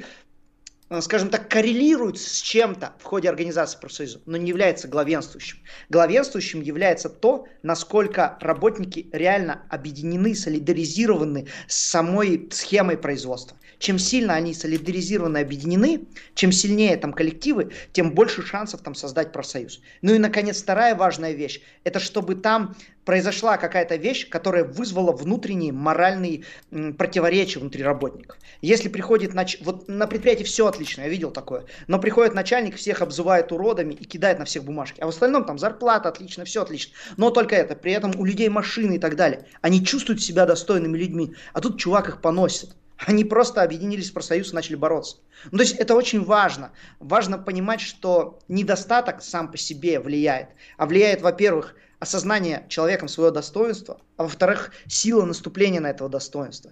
скажем так, коррелирует с чем-то в ходе организации профсоюзов, но не является главенствующим. Главенствующим является то, насколько работники реально объединены, солидаризированы с самой схемой производства. Чем сильно они солидаризированы, объединены, чем сильнее там коллективы, тем больше шансов там создать профсоюз. Ну и, наконец, вторая важная вещь, это чтобы там произошла какая-то вещь, которая вызвала внутренние моральные м, противоречия внутри работников. Если приходит, нач... вот на предприятии все отлично, я видел такое, но приходит начальник, всех обзывает уродами и кидает на всех бумажки, а в остальном там зарплата отлично, все отлично, но только это, при этом у людей машины и так далее, они чувствуют себя достойными людьми, а тут чувак их поносит. Они просто объединились в профсоюз и начали бороться. Ну, то есть это очень важно. Важно понимать, что недостаток сам по себе влияет. А влияет, во-первых, осознание человеком своего достоинства, а во-вторых, сила наступления на это достоинство.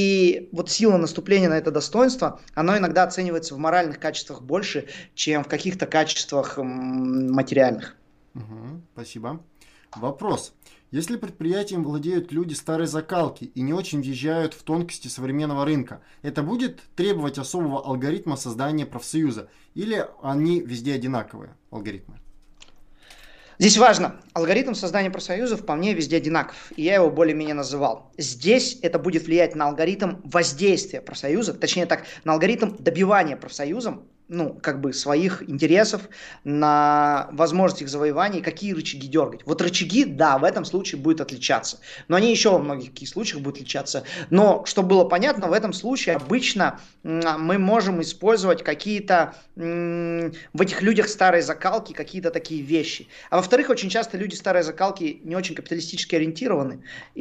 И вот сила наступления на это достоинство, оно иногда оценивается в моральных качествах больше, чем в каких-то качествах м- материальных. Угу, спасибо. Вопрос. Если предприятием владеют люди старой закалки и не очень въезжают в тонкости современного рынка, это будет требовать особого алгоритма создания профсоюза? Или они везде одинаковые, алгоритмы? Здесь важно. Алгоритм создания профсоюзов по мне везде одинаков, и я его более-менее называл. Здесь это будет влиять на алгоритм воздействия профсоюза, точнее так, на алгоритм добивания профсоюзом, ну, как бы своих интересов, на возможность их завоевания, какие рычаги дергать. Вот рычаги, да, в этом случае будут отличаться. Но они еще во многих каких случаях будут отличаться. Но, чтобы было понятно, в этом случае обычно мы можем использовать какие-то м- в этих людях старой закалки, какие-то такие вещи. А во-вторых, очень часто люди старой закалки не очень капиталистически ориентированы,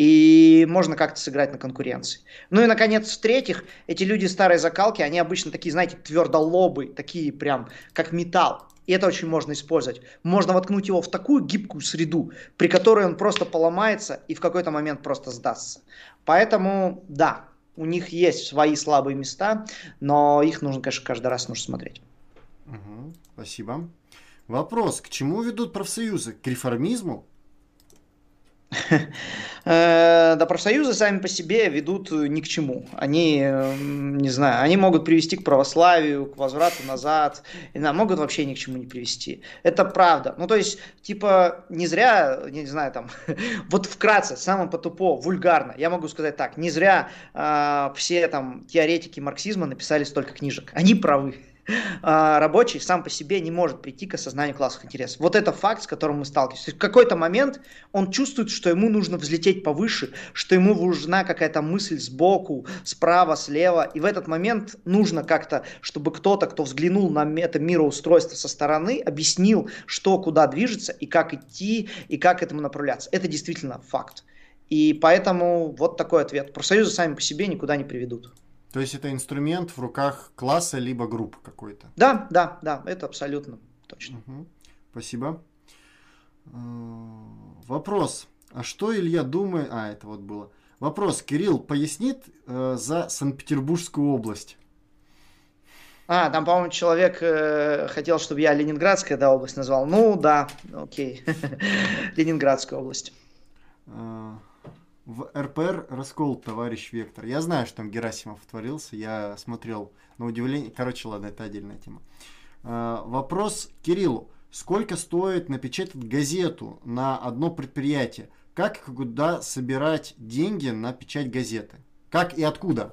и можно как-то сыграть на конкуренции. Ну и, наконец, в-третьих, эти люди старой закалки, они обычно такие, знаете, твердолобые, такие прям, как металл. И это очень можно использовать. Можно воткнуть его в такую гибкую среду, при которой он просто поломается и в какой-то момент просто сдастся. Поэтому, да, у них есть свои слабые места, но их нужно, конечно, каждый раз нужно смотреть. Угу, спасибо. Вопрос. К чему ведут профсоюзы? К реформизму? Да, профсоюзы сами по себе ведут ни к чему. Они, не знаю, они могут привести к православию, к возврату назад, и могут вообще ни к чему не привести. Это правда. Ну, то есть, типа, не зря, не знаю, там, вот вкратце, самое по-тупо, вульгарно, я могу сказать так, не зря э, все там теоретики марксизма написали столько книжек. Они правы. Рабочий сам по себе не может прийти к осознанию классовых интересов. Вот это факт, с которым мы сталкиваемся. В какой-то момент он чувствует, что ему нужно взлететь повыше, что ему нужна какая-то мысль сбоку, справа, слева. И в этот момент нужно как-то, чтобы кто-то, кто взглянул на это мироустройство со стороны, объяснил, что куда движется и как идти, и как к этому направляться. Это действительно факт. И поэтому вот такой ответ. Профсоюзы сами по себе никуда не приведут. То есть это инструмент в руках класса либо группы какой-то? Да, да, да, это абсолютно точно. Угу. Спасибо. Вопрос. А что Илья думает... А, это вот было. Вопрос. Кирилл пояснит э, за Санкт-Петербургскую область? А, там, по-моему, человек э, хотел, чтобы я Ленинградская, да, область назвал. Ну, да, окей. Ленинградская область. А, В эр пэ эр раскол, товарищ Вектор. Я знаю, что там Герасимов творился. Я смотрел на удивление. Короче, ладно, это отдельная тема. А, Вопрос Кириллу. Сколько стоит напечатать газету на одно предприятие? Как и куда собирать деньги на печать газеты? Как и откуда?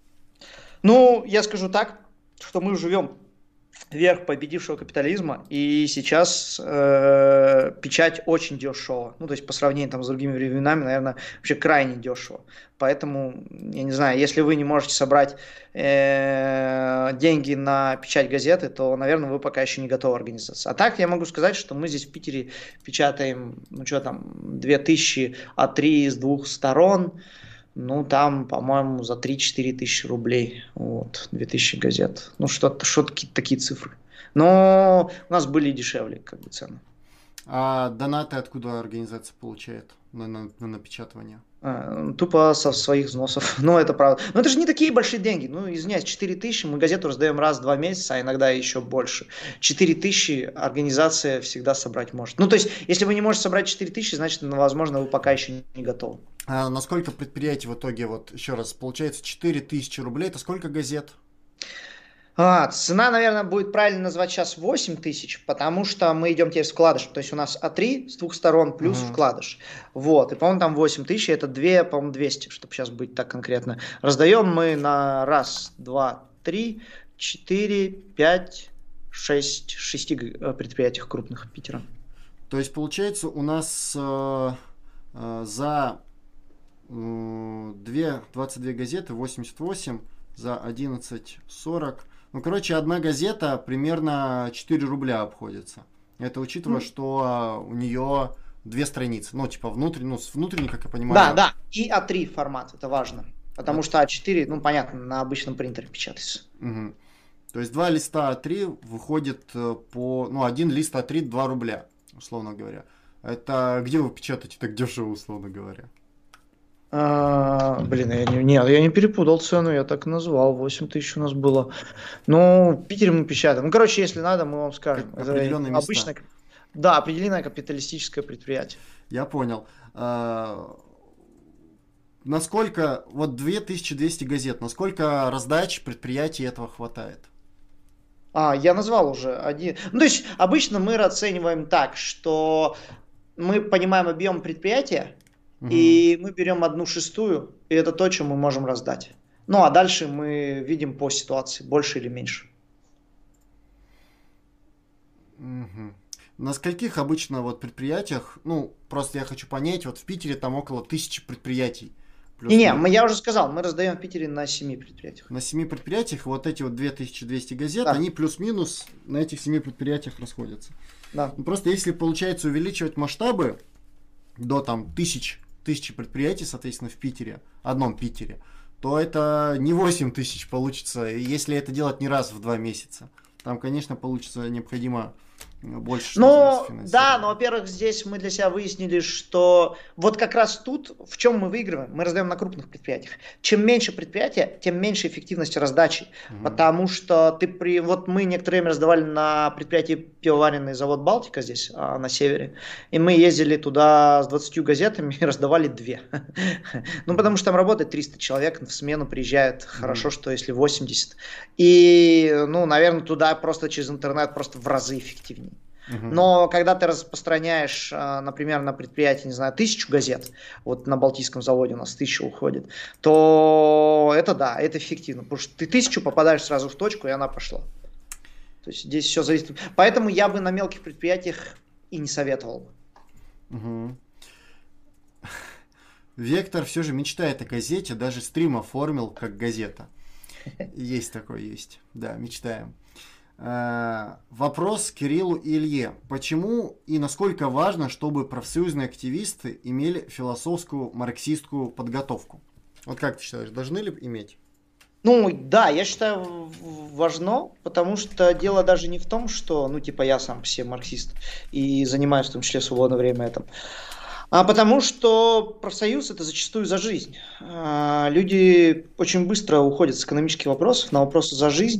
Ну, я скажу так, что мы живем вверх победившего капитализма, и сейчас э, печать очень дешево. Ну, то есть по сравнению там, с другими временами, наверное, вообще крайне дешево. Поэтому, я не знаю, если вы не можете собрать э, деньги на печать газеты, то, наверное, вы пока еще не готовы организоваться. А так я могу сказать, что мы здесь в Питере печатаем, ну что там, две тысячи а три с двух сторон. Ну, там, по-моему, за три-четыре тысячи рублей. Вот, две тысячи газет. Ну, что-то, что-то какие-то такие цифры. Но у нас были и дешевле, как бы, цены. А донаты откуда организация получает на, на- на напечатывание? А, тупо со своих взносов. Ну, это правда. Но это же не такие большие деньги. Ну, извиняюсь, четыре тысячи мы газету раздаем раз в два месяца, а иногда еще больше. четыре тысячи организация всегда собрать может. Ну, то есть, если вы не можете собрать четыре тысячи, значит, ну, возможно, вы пока еще не готовы. А насколько предприятий в итоге, вот еще раз, получается четыре тысячи рублей, это сколько газет? А, цена, наверное, будет правильно назвать сейчас восемь тысяч, потому что мы идем теперь с вкладышем. То есть у нас а три с двух сторон плюс Мгм. вкладыш. Вот. И, по-моему, там восемь тысяч, это два, по-моему, двести, чтобы сейчас быть так конкретно. Раздаем мы на раз, два, три, четыре, пять, шесть, шести г- предприятиях крупных Питера. То есть получается у нас э, э, за э, две, двадцать две газеты восемьдесят восемь, за одиннадцать сорок. Ну, короче, одна газета примерно четыре рубля обходится. Это учитывая, Ну, что а, у нее две страницы. Ну, типа внутренний, ну, с внутренней, как я да, понимаю. да. И а три формат, это важно. Потому а- что а четыре, ну, понятно, на обычном принтере печатается. мгм. То есть два листа а три выходит э, по... Ну, один лист а три два рубля, условно говоря. Это где вы печатаете так дешево, условно говоря? А, блин, я не, нет, я не перепутал цену, я так и назвал, восемь тысяч у нас было. Ну, в Питере мы печатаем. Ну, короче, если надо, мы вам скажем. Как Это определенные места. обычное, да, определенное капиталистическое предприятие. Я понял. А, Насколько, вот две тысячи двести газет, насколько раздач предприятий этого хватает? А, я назвал уже один. Ну, то есть, обычно мы оцениваем так, что мы понимаем объем предприятия, Мгм. и мы берем одну шестую, и это то, что мы можем раздать. Ну, а дальше мы видим по ситуации, больше или меньше. Мгм. На скольких обычно вот предприятиях, ну, просто я хочу понять, вот в Питере там около тысячи предприятий, Не-не, плюс-минус. мы- я уже сказал, мы раздаем в Питере на семи предприятиях. На семи предприятиях вот эти вот две тысячи двести газет, Да, они плюс-минус на этих семи предприятиях расходятся. да. Ну, просто если получается увеличивать масштабы до там тысяч, тысячи предприятий, соответственно, в Питере, одном Питере, то это не восемь тысяч получится, если это делать не раз в два месяца. Там, конечно, получится необходимо больше, что называется, Ну, да, но, финансирования. во-первых, здесь мы для себя выяснили, что вот как раз тут, в чем мы выигрываем, мы раздаем на крупных предприятиях. Чем меньше предприятия, тем меньше эффективность раздачи, Мгм. потому что ты при... Вот мы некоторое время раздавали на предприятии пивоваренный завод «Балтика» здесь, а, на севере, и мы ездили туда с двадцатью газетами и раздавали две. Ну, потому что там работает триста человек, в смену приезжает, хорошо, Мгм. что если восемьдесят. И, ну, наверное, туда просто через интернет просто в разы эффективнее. Мгм. Но когда ты распространяешь, а, например, на предприятии, не знаю, тысячу газет, вот на Балтийском заводе у нас тысяча уходит, то это да, это эффективно, потому что ты тысячу попадаешь сразу в точку, и она пошла. То есть здесь все зависит. Поэтому я бы на мелких предприятиях и не советовал бы. Мгм. Вектор все же мечтает о газете, даже стрим оформил как газета. Есть такой, есть. Да, мечтаем. Э, Вопрос Кириллу и Илье. Почему и насколько важно, чтобы профсоюзные активисты имели философскую марксистскую подготовку? Вот как ты считаешь, должны ли иметь? Ну, да, я считаю в- важно, потому что дело даже не в том, что, ну, типа, я сам по себе марксист и занимаюсь в том числе в свободное время этим, а потому что профсоюз это зачастую за жизнь. А, Люди очень быстро уходят с экономических вопросов на вопросы за жизнь,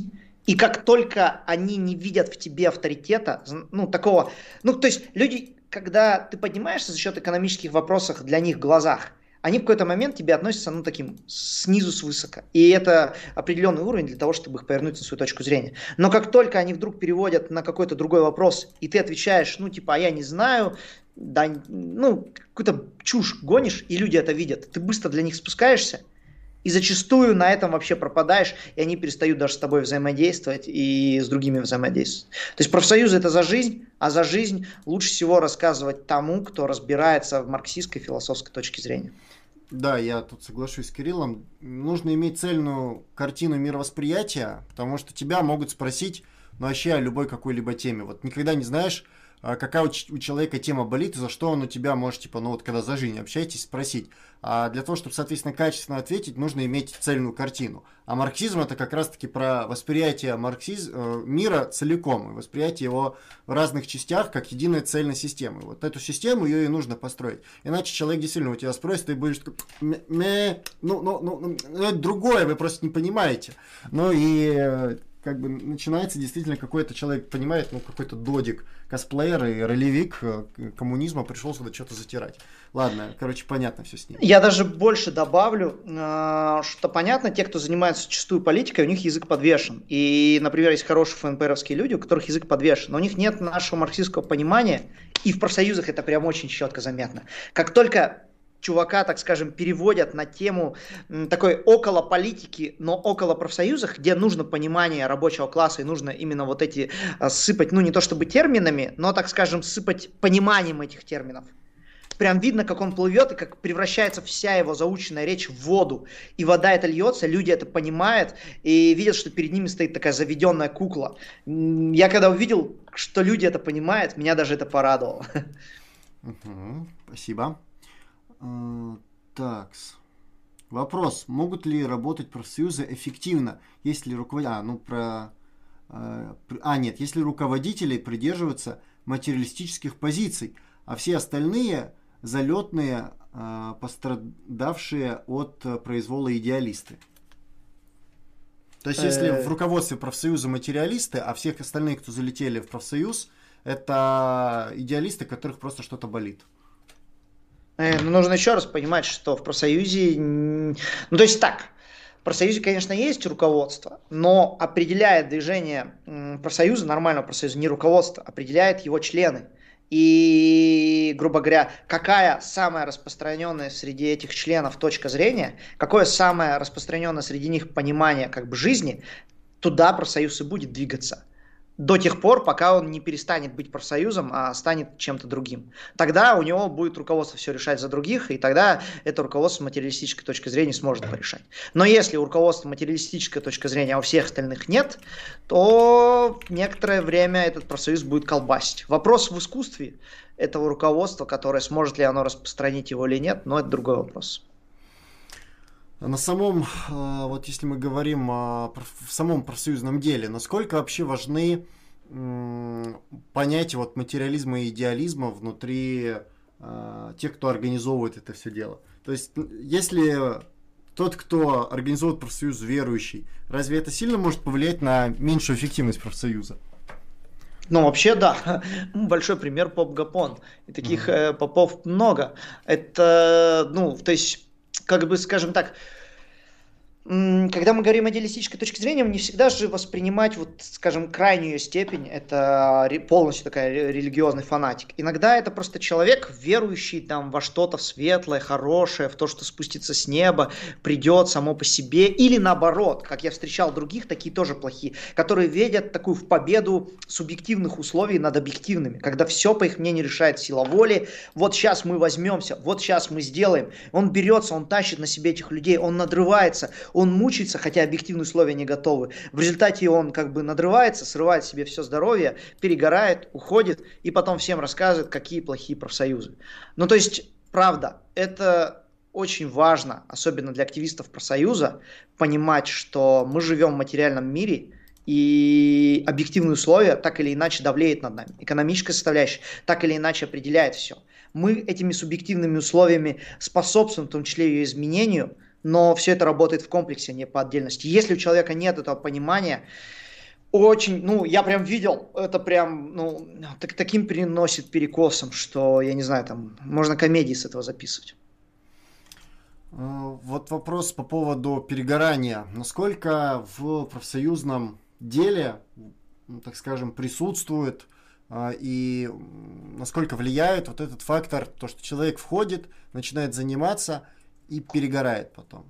И как только они не видят в тебе авторитета, ну, такого, ну, то есть люди, когда ты поднимаешься за счет экономических вопросов для них в глазах, они в какой-то момент тебе относятся, ну, таким, снизу свысока. И это определенный уровень для того, чтобы их повернуть на свою точку зрения. Но как только они вдруг переводят на какой-то другой вопрос, и ты отвечаешь, ну, типа, а я не знаю, да, ну, какую-то чушь гонишь, и люди это видят, ты быстро для них спускаешься, и зачастую на этом вообще пропадаешь, и они перестают даже с тобой взаимодействовать и с другими взаимодействовать. То есть профсоюзы – это за жизнь, а за жизнь лучше всего рассказывать тому, кто разбирается в марксистской философской точке зрения. Да, я тут соглашусь с Кириллом. Нужно иметь цельную картину мировосприятия, потому что тебя могут спросить, ну, вообще о любой какой-либо теме. Вот никогда не знаешь, какая у человека тема болит, и за что он у тебя может, типа, ну вот когда за жизнь общаетесь, спросить. А для того, чтобы, соответственно, качественно ответить, нужно иметь цельную картину. А марксизм это как раз-таки про восприятие марксиз... мира целиком, и восприятие его в разных частях, как единой цельной системы. Вот эту систему ее и нужно построить. Иначе человек действительно у тебя спросит, ты будешь такой, ну, ну, ну, ну, это другое, вы просто не понимаете. Ну и как бы начинается действительно какой-то человек, понимает, ну, какой-то додик, косплеер и ролевик коммунизма пришел сюда что-то затирать. Ладно, короче, понятно все с ним. Я даже больше добавлю, что понятно, те, кто занимается зачастую политикой, у них язык подвешен. И, например, есть хорошие ФНПРовские люди, у которых язык подвешен, но у них нет нашего марксистского понимания, и в профсоюзах это прям очень четко заметно. Как только чувака, так скажем, переводят на тему такой около политики, но около профсоюзах, где нужно понимание рабочего класса и нужно именно вот эти сыпать, ну не то чтобы терминами, но, так скажем, сыпать пониманием этих терминов. Прям видно, как он плывет и как превращается вся его заученная речь в воду. И вода это льется, люди это понимают и видят, что перед ними стоит такая заведенная кукла. Я когда увидел, что люди это понимают, меня даже это порадовало. Угу, спасибо. Так, вопрос: могут ли работать профсоюзы эффективно, если руководители, а, ну про, а нет, если руководители придерживаются материалистических позиций, а все остальные залетные, пострадавшие от произвола идеалисты? То есть, если в руководстве профсоюза материалисты, а всех остальных, кто залетели в профсоюз, это идеалисты, которых просто что-то болит. Но нужно еще раз понимать, что в профсоюзе, ну то есть так, в профсоюзе, конечно, есть руководство, но определяет движение профсоюза, нормального профсоюза, не руководство, определяет его члены. И, грубо говоря, какая самая распространенная среди этих членов точка зрения, какое самое распространенное среди них понимание как бы жизни, туда профсоюз и будет двигаться. До тех пор, пока он не перестанет быть профсоюзом, а станет чем-то другим. Тогда у него будет руководство все решать за других, и тогда это руководство материалистической точки зрения сможет порешать. Но если у руководства материалистической точки зрения, а у всех остальных нет, то некоторое время этот профсоюз будет колбасить. Вопрос в искусстве этого руководства, которое сможет ли оно распространить его или нет, но это другой вопрос. На самом, вот если мы говорим о, в самом профсоюзном деле, насколько вообще важны понятия вот материализма и идеализма внутри э, тех, кто организовывает это все дело? То есть, если тот, кто организует профсоюз, верующий, разве это сильно может повлиять на меньшую эффективность профсоюза? Ну, вообще, да. Большой пример поп Гапон. И таких mm-hmm. э, попов много. Это, ну, то есть, как бы, скажем так, когда мы говорим о идеалистической точке зрения, не всегда же воспринимать, вот, скажем, крайнюю степень, это полностью такая религиозный фанатик. Иногда это просто человек, верующий там во что-то светлое, хорошее, в то, что спустится с неба, придет само по себе, или наоборот, как я встречал других, такие тоже плохие, которые видят такую в победу субъективных условий над объективными, когда все, по их мнению, решает сила воли. Вот сейчас мы возьмемся, вот сейчас мы сделаем. Он берется, он тащит на себе этих людей, он надрывается, он мучается, хотя объективные условия не готовы. В результате он как бы надрывается, срывает себе все здоровье, перегорает, уходит и потом всем рассказывает, какие плохие профсоюзы. Ну, то есть, правда, это очень важно, особенно для активистов профсоюза, понимать, что мы живем в материальном мире, и объективные условия так или иначе давлеют над нами. Экономическая составляющая так или иначе определяет все. Мы этими субъективными условиями способствуем, в том числе ее изменению, но все это работает в комплексе, а не по отдельности. Если у человека нет этого понимания, Очень, ну, я прям видел, это прям, ну, так, таким переносит перекосом, что, я не знаю, там, можно комедии с этого записывать. Вот вопрос по поводу перегорания. Насколько в профсоюзном деле, ну, так скажем, присутствует а, и насколько влияет вот этот фактор, то, что человек входит, начинает заниматься и перегорает потом?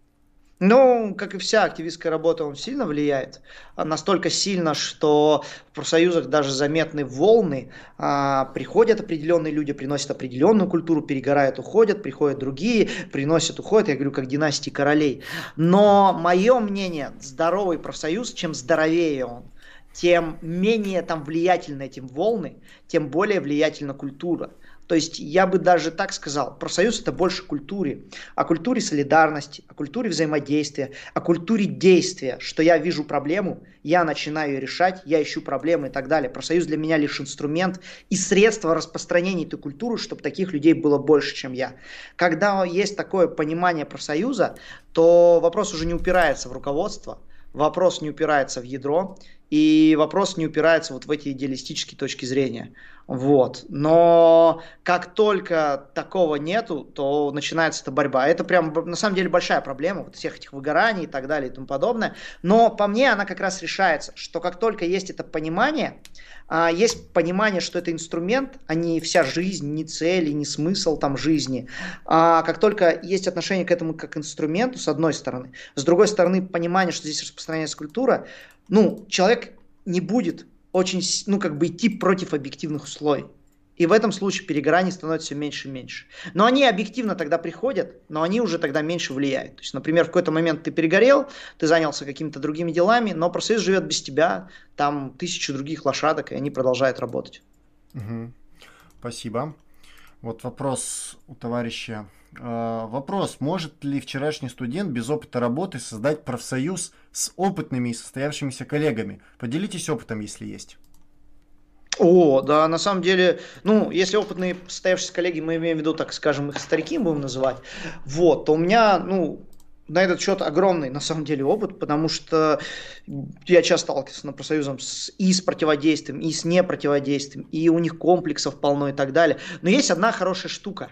Ну, как и вся активистская работа, он сильно влияет. А настолько сильно, что в профсоюзах даже заметны волны. А, приходят определенные люди, приносят определенную культуру, перегорают, уходят, приходят другие, приносят, уходят. Я говорю, как династии королей. Но мое мнение, здоровый профсоюз, чем здоровее он, тем менее там влиятельны эти волны, тем более влиятельна культура. То есть я бы даже так сказал, профсоюз это больше культуре, о культуре солидарности, о культуре взаимодействия, о культуре действия, что я вижу проблему, я начинаю ее решать, я ищу проблемы и так далее. Профсоюз для меня лишь инструмент и средство распространения этой культуры, чтобы таких людей было больше, чем я. Когда есть такое понимание профсоюза, то вопрос уже не упирается в руководство, вопрос не упирается в ядро, и вопрос не упирается вот в эти идеалистические точки зрения. Вот. Но как только такого нету, то начинается эта борьба. Это прям на самом деле большая проблема вот всех этих выгораний и так далее и тому подобное. Но по мне она как раз решается, что как только есть это понимание, есть понимание, что это инструмент, а не вся жизнь, не цель и не смысл там жизни. А как только есть отношение к этому как к инструменту, с одной стороны, с другой стороны, понимание, что здесь распространяется культура, ну, человек не будет очень, ну, как бы идти против объективных условий. И в этом случае перегораний становится все меньше и меньше. Но они объективно тогда приходят, но они уже тогда меньше влияют. То есть, например, в какой-то момент ты перегорел, ты занялся какими-то другими делами, но профсоюз живет без тебя, там тысячи других лошадок, и они продолжают работать. Угу. Спасибо. Вот вопрос у товарища. Э, вопрос, может ли вчерашний студент без опыта работы создать профсоюз с опытными и состоявшимися коллегами? Поделитесь опытом, если есть. О, да, на самом деле, ну, если опытные состоявшиеся коллеги, мы имеем в виду, так скажем, их старики будем называть, вот, то у меня, ну, на этот счет огромный, на самом деле, опыт, потому что я часто сталкивался на профсоюзом с, и с противодействием, и с непротиводействием, и у них комплексов полно и так далее. Но есть одна хорошая штука.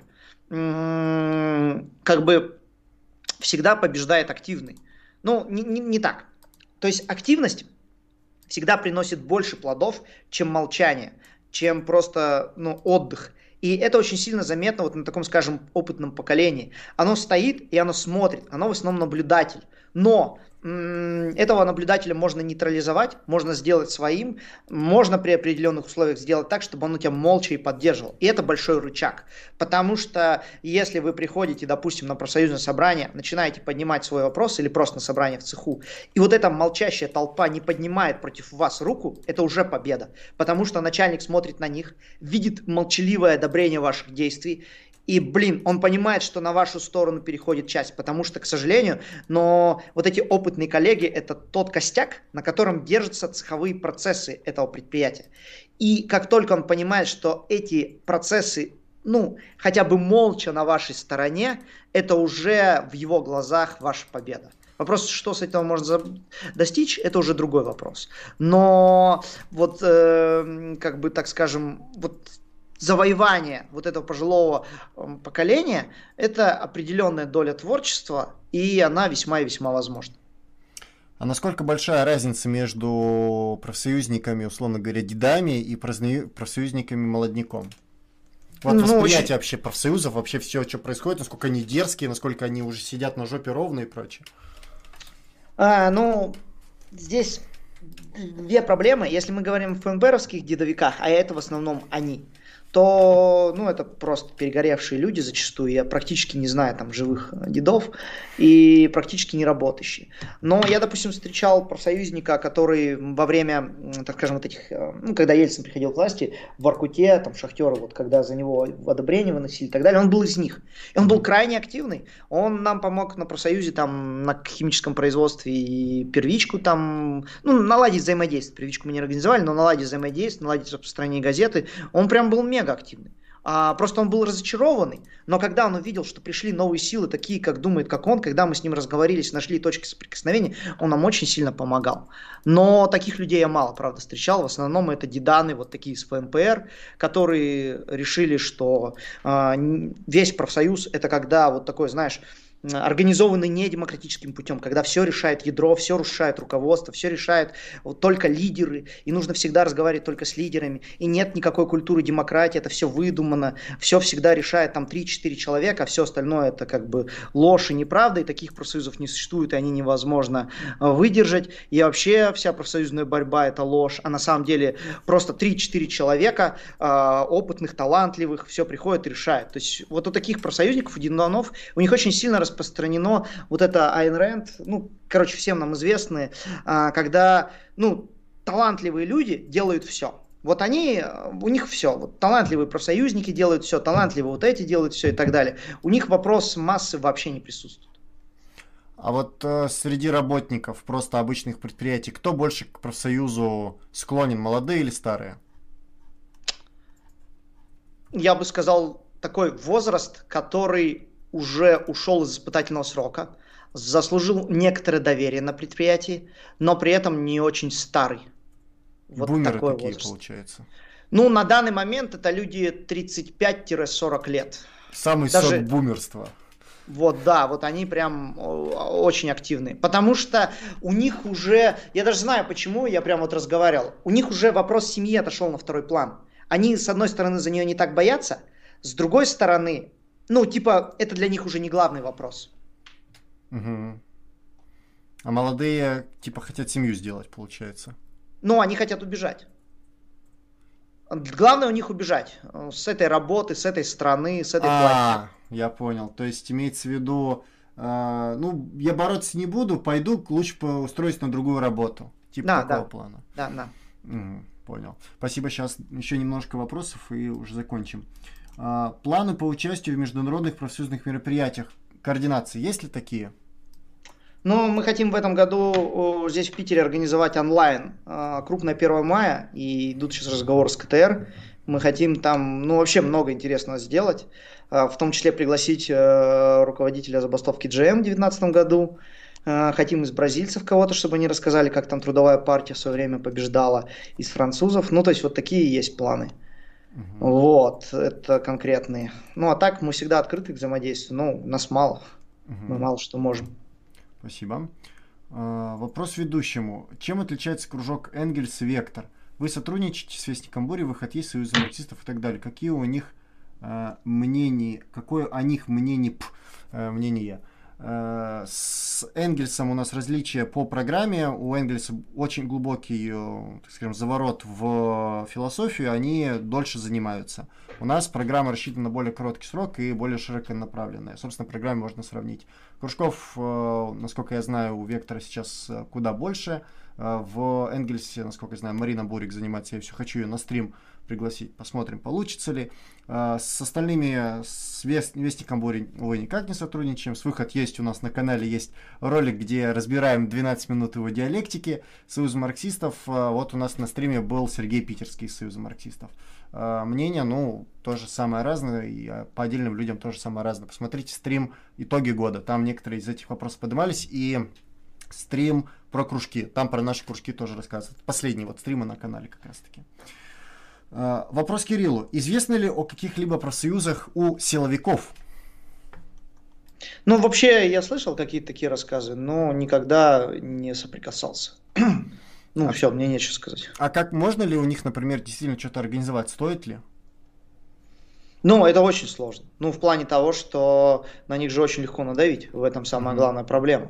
М-м, как бы всегда побеждает активный. Ну, не, не, не так. То есть активность всегда приносит больше плодов, чем молчание, чем просто, ну, отдых. И это очень сильно заметно вот на таком, скажем, опытном поколении. Оно стоит и оно смотрит, оно в основном наблюдатель. Но м- этого наблюдателя можно нейтрализовать, можно сделать своим, можно при определенных условиях сделать так, чтобы он у тебя молча и поддерживал. И это большой рычаг. Потому что если вы приходите, допустим, на профсоюзное собрание, начинаете поднимать свой вопрос или просто на собрание в цеху, и вот эта молчащая толпа не поднимает против вас руку, это уже победа. Потому что начальник смотрит на них, видит молчаливое одобрение ваших действий, и, блин, он понимает, что на вашу сторону переходит часть, потому что, к сожалению, но вот эти опытные коллеги – это тот костяк, на котором держатся цеховые процессы этого предприятия. И как только он понимает, что эти процессы, ну, хотя бы молча на вашей стороне, это уже в его глазах ваша победа. Вопрос, что с этого можно достичь, это уже другой вопрос. Но вот, э, как бы, так скажем, вот завоевание вот этого пожилого поколения – это определенная доля творчества, и она весьма и весьма возможна. А насколько большая разница между профсоюзниками, условно говоря, дедами и профсоюзниками молодняком? Вот ну, восприятие очень... вообще профсоюзов, вообще все, что происходит, насколько они дерзкие, насколько они уже сидят на жопе ровно и прочее. А, ну, здесь две проблемы. Если мы говорим о ФНБровских дедовиках, а это в основном они, то, ну, это просто перегоревшие люди зачастую, я практически не знаю там живых дедов и практически не работающие. Но я, допустим, встречал профсоюзника, который во время, так скажем, вот этих, ну, когда Ельцин приходил к власти, в Воркуте, там, шахтеры, вот, когда за него одобрение выносили и так далее, он был из них. И он был крайне активный. Он нам помог на профсоюзе, там, на химическом производстве и первичку там, ну, наладить взаимодействие. Первичку мы не организовали, но наладить взаимодействие, наладить распространение газеты. Он прям был мега активный. А, просто он был разочарованный, но когда он увидел, что пришли новые силы, такие, как думает, как он, когда мы с ним разговорились, нашли точки соприкосновения, он нам очень сильно помогал. Но таких людей я мало, правда, встречал. В основном это деданы, вот такие из ФНПР, которые решили, что а, весь профсоюз это когда вот такой, знаешь, организованный не демократическим путем, когда все решает ядро, все решает руководство, все решает вот только лидеры, и нужно всегда разговаривать только с лидерами, и нет никакой культуры демократии, это все выдумано, все всегда решает там три-четыре человека, а все остальное это как бы ложь и неправда, и таких профсоюзов не существует, и они невозможно выдержать, и вообще вся профсоюзная борьба это ложь, а на самом деле просто три-четыре человека, опытных, талантливых, все приходит и решает. То есть вот у таких профсоюзников, у дедунов, у них очень сильно распространено вот это Айн Рэнд, ну, короче, всем нам известные, когда, ну, талантливые люди делают все. Вот они, у них все. Вот талантливые профсоюзники делают все, талантливые вот эти делают все и так далее. У них вопрос массы вообще не присутствует. А вот э, среди работников просто обычных предприятий, кто больше к профсоюзу склонен, молодые или старые? Я бы сказал, такой возраст, который уже ушел из испытательного срока, заслужил некоторое доверие на предприятии, но при этом не очень старый. Вот бумеры такой такие, возраст. Получается. Ну, на данный момент это люди тридцать пять - сорок лет. Самый Даже... сок бумерства. Вот, да, вот они прям очень активные. Потому что у них уже, я даже знаю почему, я прям вот разговаривал, у них уже вопрос семьи отошел на второй план. Они, с одной стороны, за нее не так боятся, с другой стороны, ну, типа, это для них уже не главный вопрос. Угу. А молодые, типа, хотят семью сделать, получается. Ну, они хотят убежать. Главное у них убежать. С этой работы, с этой страны, с этой планеты. А, я понял. То есть, имеется в виду, э, ну, я бороться не буду, пойду лучше устроюсь на другую работу. Типа да, такого да. плана. Да, да. Угу, понял. Спасибо. Сейчас еще немножко вопросов и уже закончим. А, планы по участию в международных профсоюзных мероприятиях, координации, есть ли такие? Ну, мы хотим в этом году здесь в Питере организовать онлайн крупное первое мая, и идут сейчас разговоры с ка тэ эр. Мы хотим там, ну, вообще много интересного сделать, в том числе пригласить руководителя забастовки джей эм в две тысячи девятнадцатом году. Хотим из бразильцев кого-то, чтобы они рассказали, как там трудовая партия в свое время побеждала, из французов. Ну, то есть вот такие есть планы. Угу. Вот, это конкретные. Ну, а так мы всегда открыты к взаимодействию. Ну, нас мало. Угу. Мы мало что можем. Спасибо. А, вопрос ведущему. Чем отличается кружок Энгельс и Вектор? Вы сотрудничаете с Вестником Бури, выход есть, Союз марксистов и так далее. Какие у них а, мнения, какое о них мнение, пф, а, мнение? А, с Энгельсом у нас различия по программе. У Энгельса очень глубокий, так скажем, заворот в философию, они дольше занимаются. У нас программа рассчитана на более короткий срок и более широконаправленная. Собственно, программу можно сравнить. Кружков, насколько я знаю, у Вектора сейчас куда больше. В Энгельсе, насколько я знаю, Марина Бурик занимается. Я все хочу ее на стрим пригласить. Посмотрим, получится ли. С остальными, с Вестником Бури, увы, никак не сотрудничаем. С Выход есть у нас на канале, есть ролик, где разбираем двенадцать минут его диалектики Союза марксистов. Вот у нас на стриме был Сергей Питерский из Союза марксистов. Мнения, ну, тоже самое разное, и по отдельным людям тоже самое разное. Посмотрите стрим «Итоги года», там некоторые из этих вопросов поднимались, и стрим про кружки, там про наши кружки тоже рассказывают. Последний вот стримы на канале как раз-таки. Вопрос Кириллу. Известно ли о каких-либо профсоюзах у силовиков? Ну, вообще, я слышал какие-то такие рассказы, но никогда не соприкасался. Ну, а, все, мне нечего сказать. А как, можно ли у них, например, действительно что-то организовать? Стоит ли? Ну, это очень сложно. Ну, в плане того, что на них же очень легко надавить. В этом самая mm-hmm. главная проблема.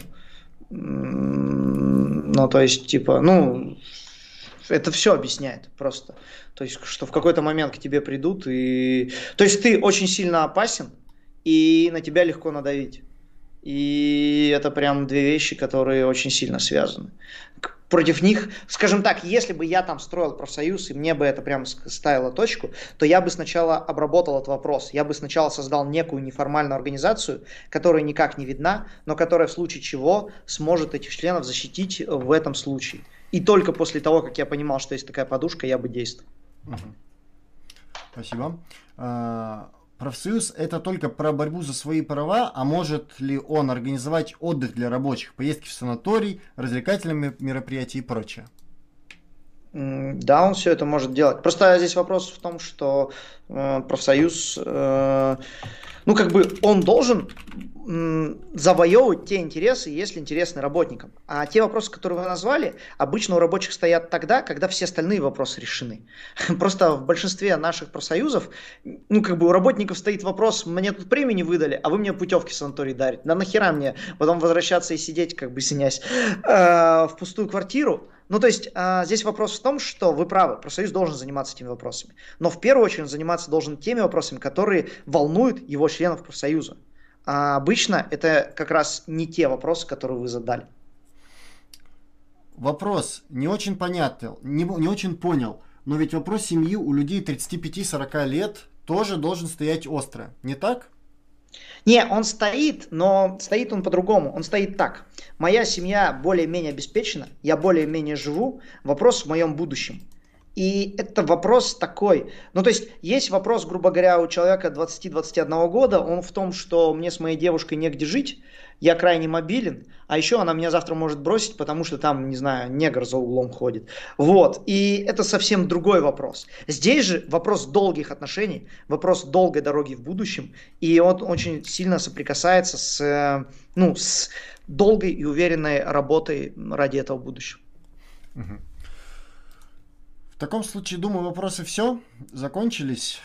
Ну, то есть, типа, ну, это все объясняет просто. То есть, что в какой-то момент к тебе придут и... То есть, ты очень сильно опасен, и на тебя легко надавить. И это прям две вещи, которые очень сильно связаны. Против них, скажем так, если бы я там строил профсоюз, и мне бы это прям ставило точку, то я бы сначала обработал этот вопрос. Я бы сначала создал некую неформальную организацию, которая никак не видна, но которая в случае чего сможет этих членов защитить в этом случае. И только после того, как я понимал, что есть такая подушка, я бы действовал. Спасибо. А, профсоюз — это только про борьбу за свои права, а может ли он организовать отдых для рабочих, поездки в санаторий, развлекательные мероприятия и прочее? Да, он все это может делать. Просто здесь вопрос в том, что э, профсоюз, э, ну как бы он должен м, завоевывать те интересы, если интересны работникам. А те вопросы, которые вы назвали, обычно у рабочих стоят тогда, когда все остальные вопросы решены. Просто в большинстве наших профсоюзов, ну как бы у работников стоит вопрос: мне тут премии не выдали, а вы мне путевки в санаторий дарите. Да нахера мне потом возвращаться и сидеть, как бы синясь, э, в пустую квартиру? Ну, то есть, а, здесь вопрос в том, что вы правы, профсоюз должен заниматься этими вопросами. Но в первую очередь заниматься должен теми вопросами, которые волнуют его членов профсоюза. А обычно это как раз не те вопросы, которые вы задали. Вопрос не очень понятный, не, не очень понял, но ведь вопрос семьи у людей тридцати пяти сорока лет тоже должен стоять остро, не так? Не, он стоит, но стоит он по-другому. Он стоит так. Моя семья более-менее обеспечена, я более-менее живу. Вопрос в моем будущем. И это вопрос такой. Ну, то есть, есть вопрос, грубо говоря, у человека двадцати-двадцати одного года. Он в том, что мне с моей девушкой негде жить. Я крайне мобилен. А еще она меня завтра может бросить, потому что там, не знаю, негр за углом ходит. Вот. И это совсем другой вопрос. Здесь же вопрос долгих отношений, вопрос долгой дороги в будущем. И он очень сильно соприкасается с, ну, с долгой и уверенной работой ради этого будущего. Угу. В таком случае, думаю, вопросы все закончились.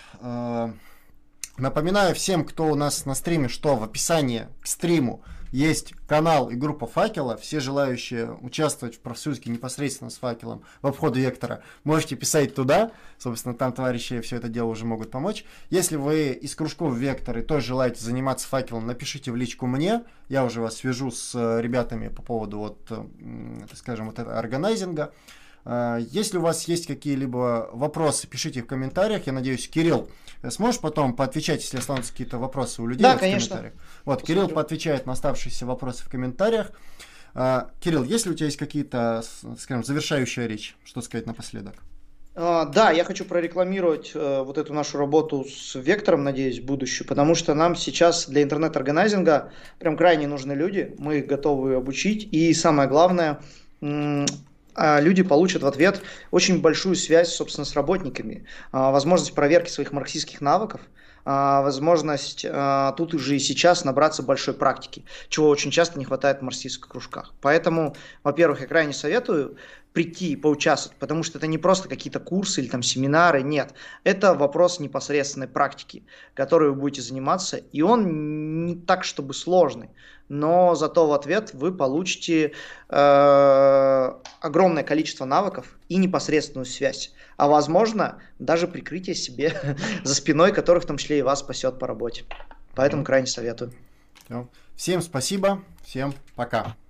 Напоминаю всем, кто у нас на стриме, что в описании к стриму есть канал и группа Факела. Все желающие участвовать в профсоюзке непосредственно с Факелом в обходе Вектора, можете писать туда. Собственно, там товарищи все это дело уже могут помочь. Если вы из кружков Вектор и тоже желаете заниматься Факелом, напишите в личку мне. Я уже вас свяжу с ребятами по поводу, вот, так скажем, вот этого органайзинга. Если у вас есть какие-либо вопросы, пишите в комментариях. Я надеюсь, Кирилл сможешь потом поотвечать, если останутся какие-то вопросы у людей. Да, вот, конечно. В комментариях. Вот, Посмотрю. Кирилл поотвечает на оставшиеся вопросы в комментариях. Кирилл, если у тебя есть какие-то, скажем, завершающая речь, что сказать напоследок? Да, я хочу прорекламировать вот эту нашу работу с Вектором, надеюсь, в будущем, потому что нам сейчас для интернет-органайзинга прям крайне нужны люди, мы их готовы обучить, и самое главное, люди получат в ответ очень большую связь, собственно, с работниками, возможность проверки своих марксистских навыков, возможность тут уже и сейчас набраться большой практики, чего очень часто не хватает в марксистских кружках. Поэтому, во-первых, я крайне советую прийти и поучаствовать, потому что это не просто какие-то курсы или там семинары, нет. Это вопрос непосредственной практики, которой вы будете заниматься, и он не так, чтобы сложный, но зато в ответ вы получите э, огромное количество навыков и непосредственную связь, а возможно даже прикрытие себе за спиной, которое в том числе и вас спасет по работе. Поэтому крайне советую. Всем спасибо, всем пока.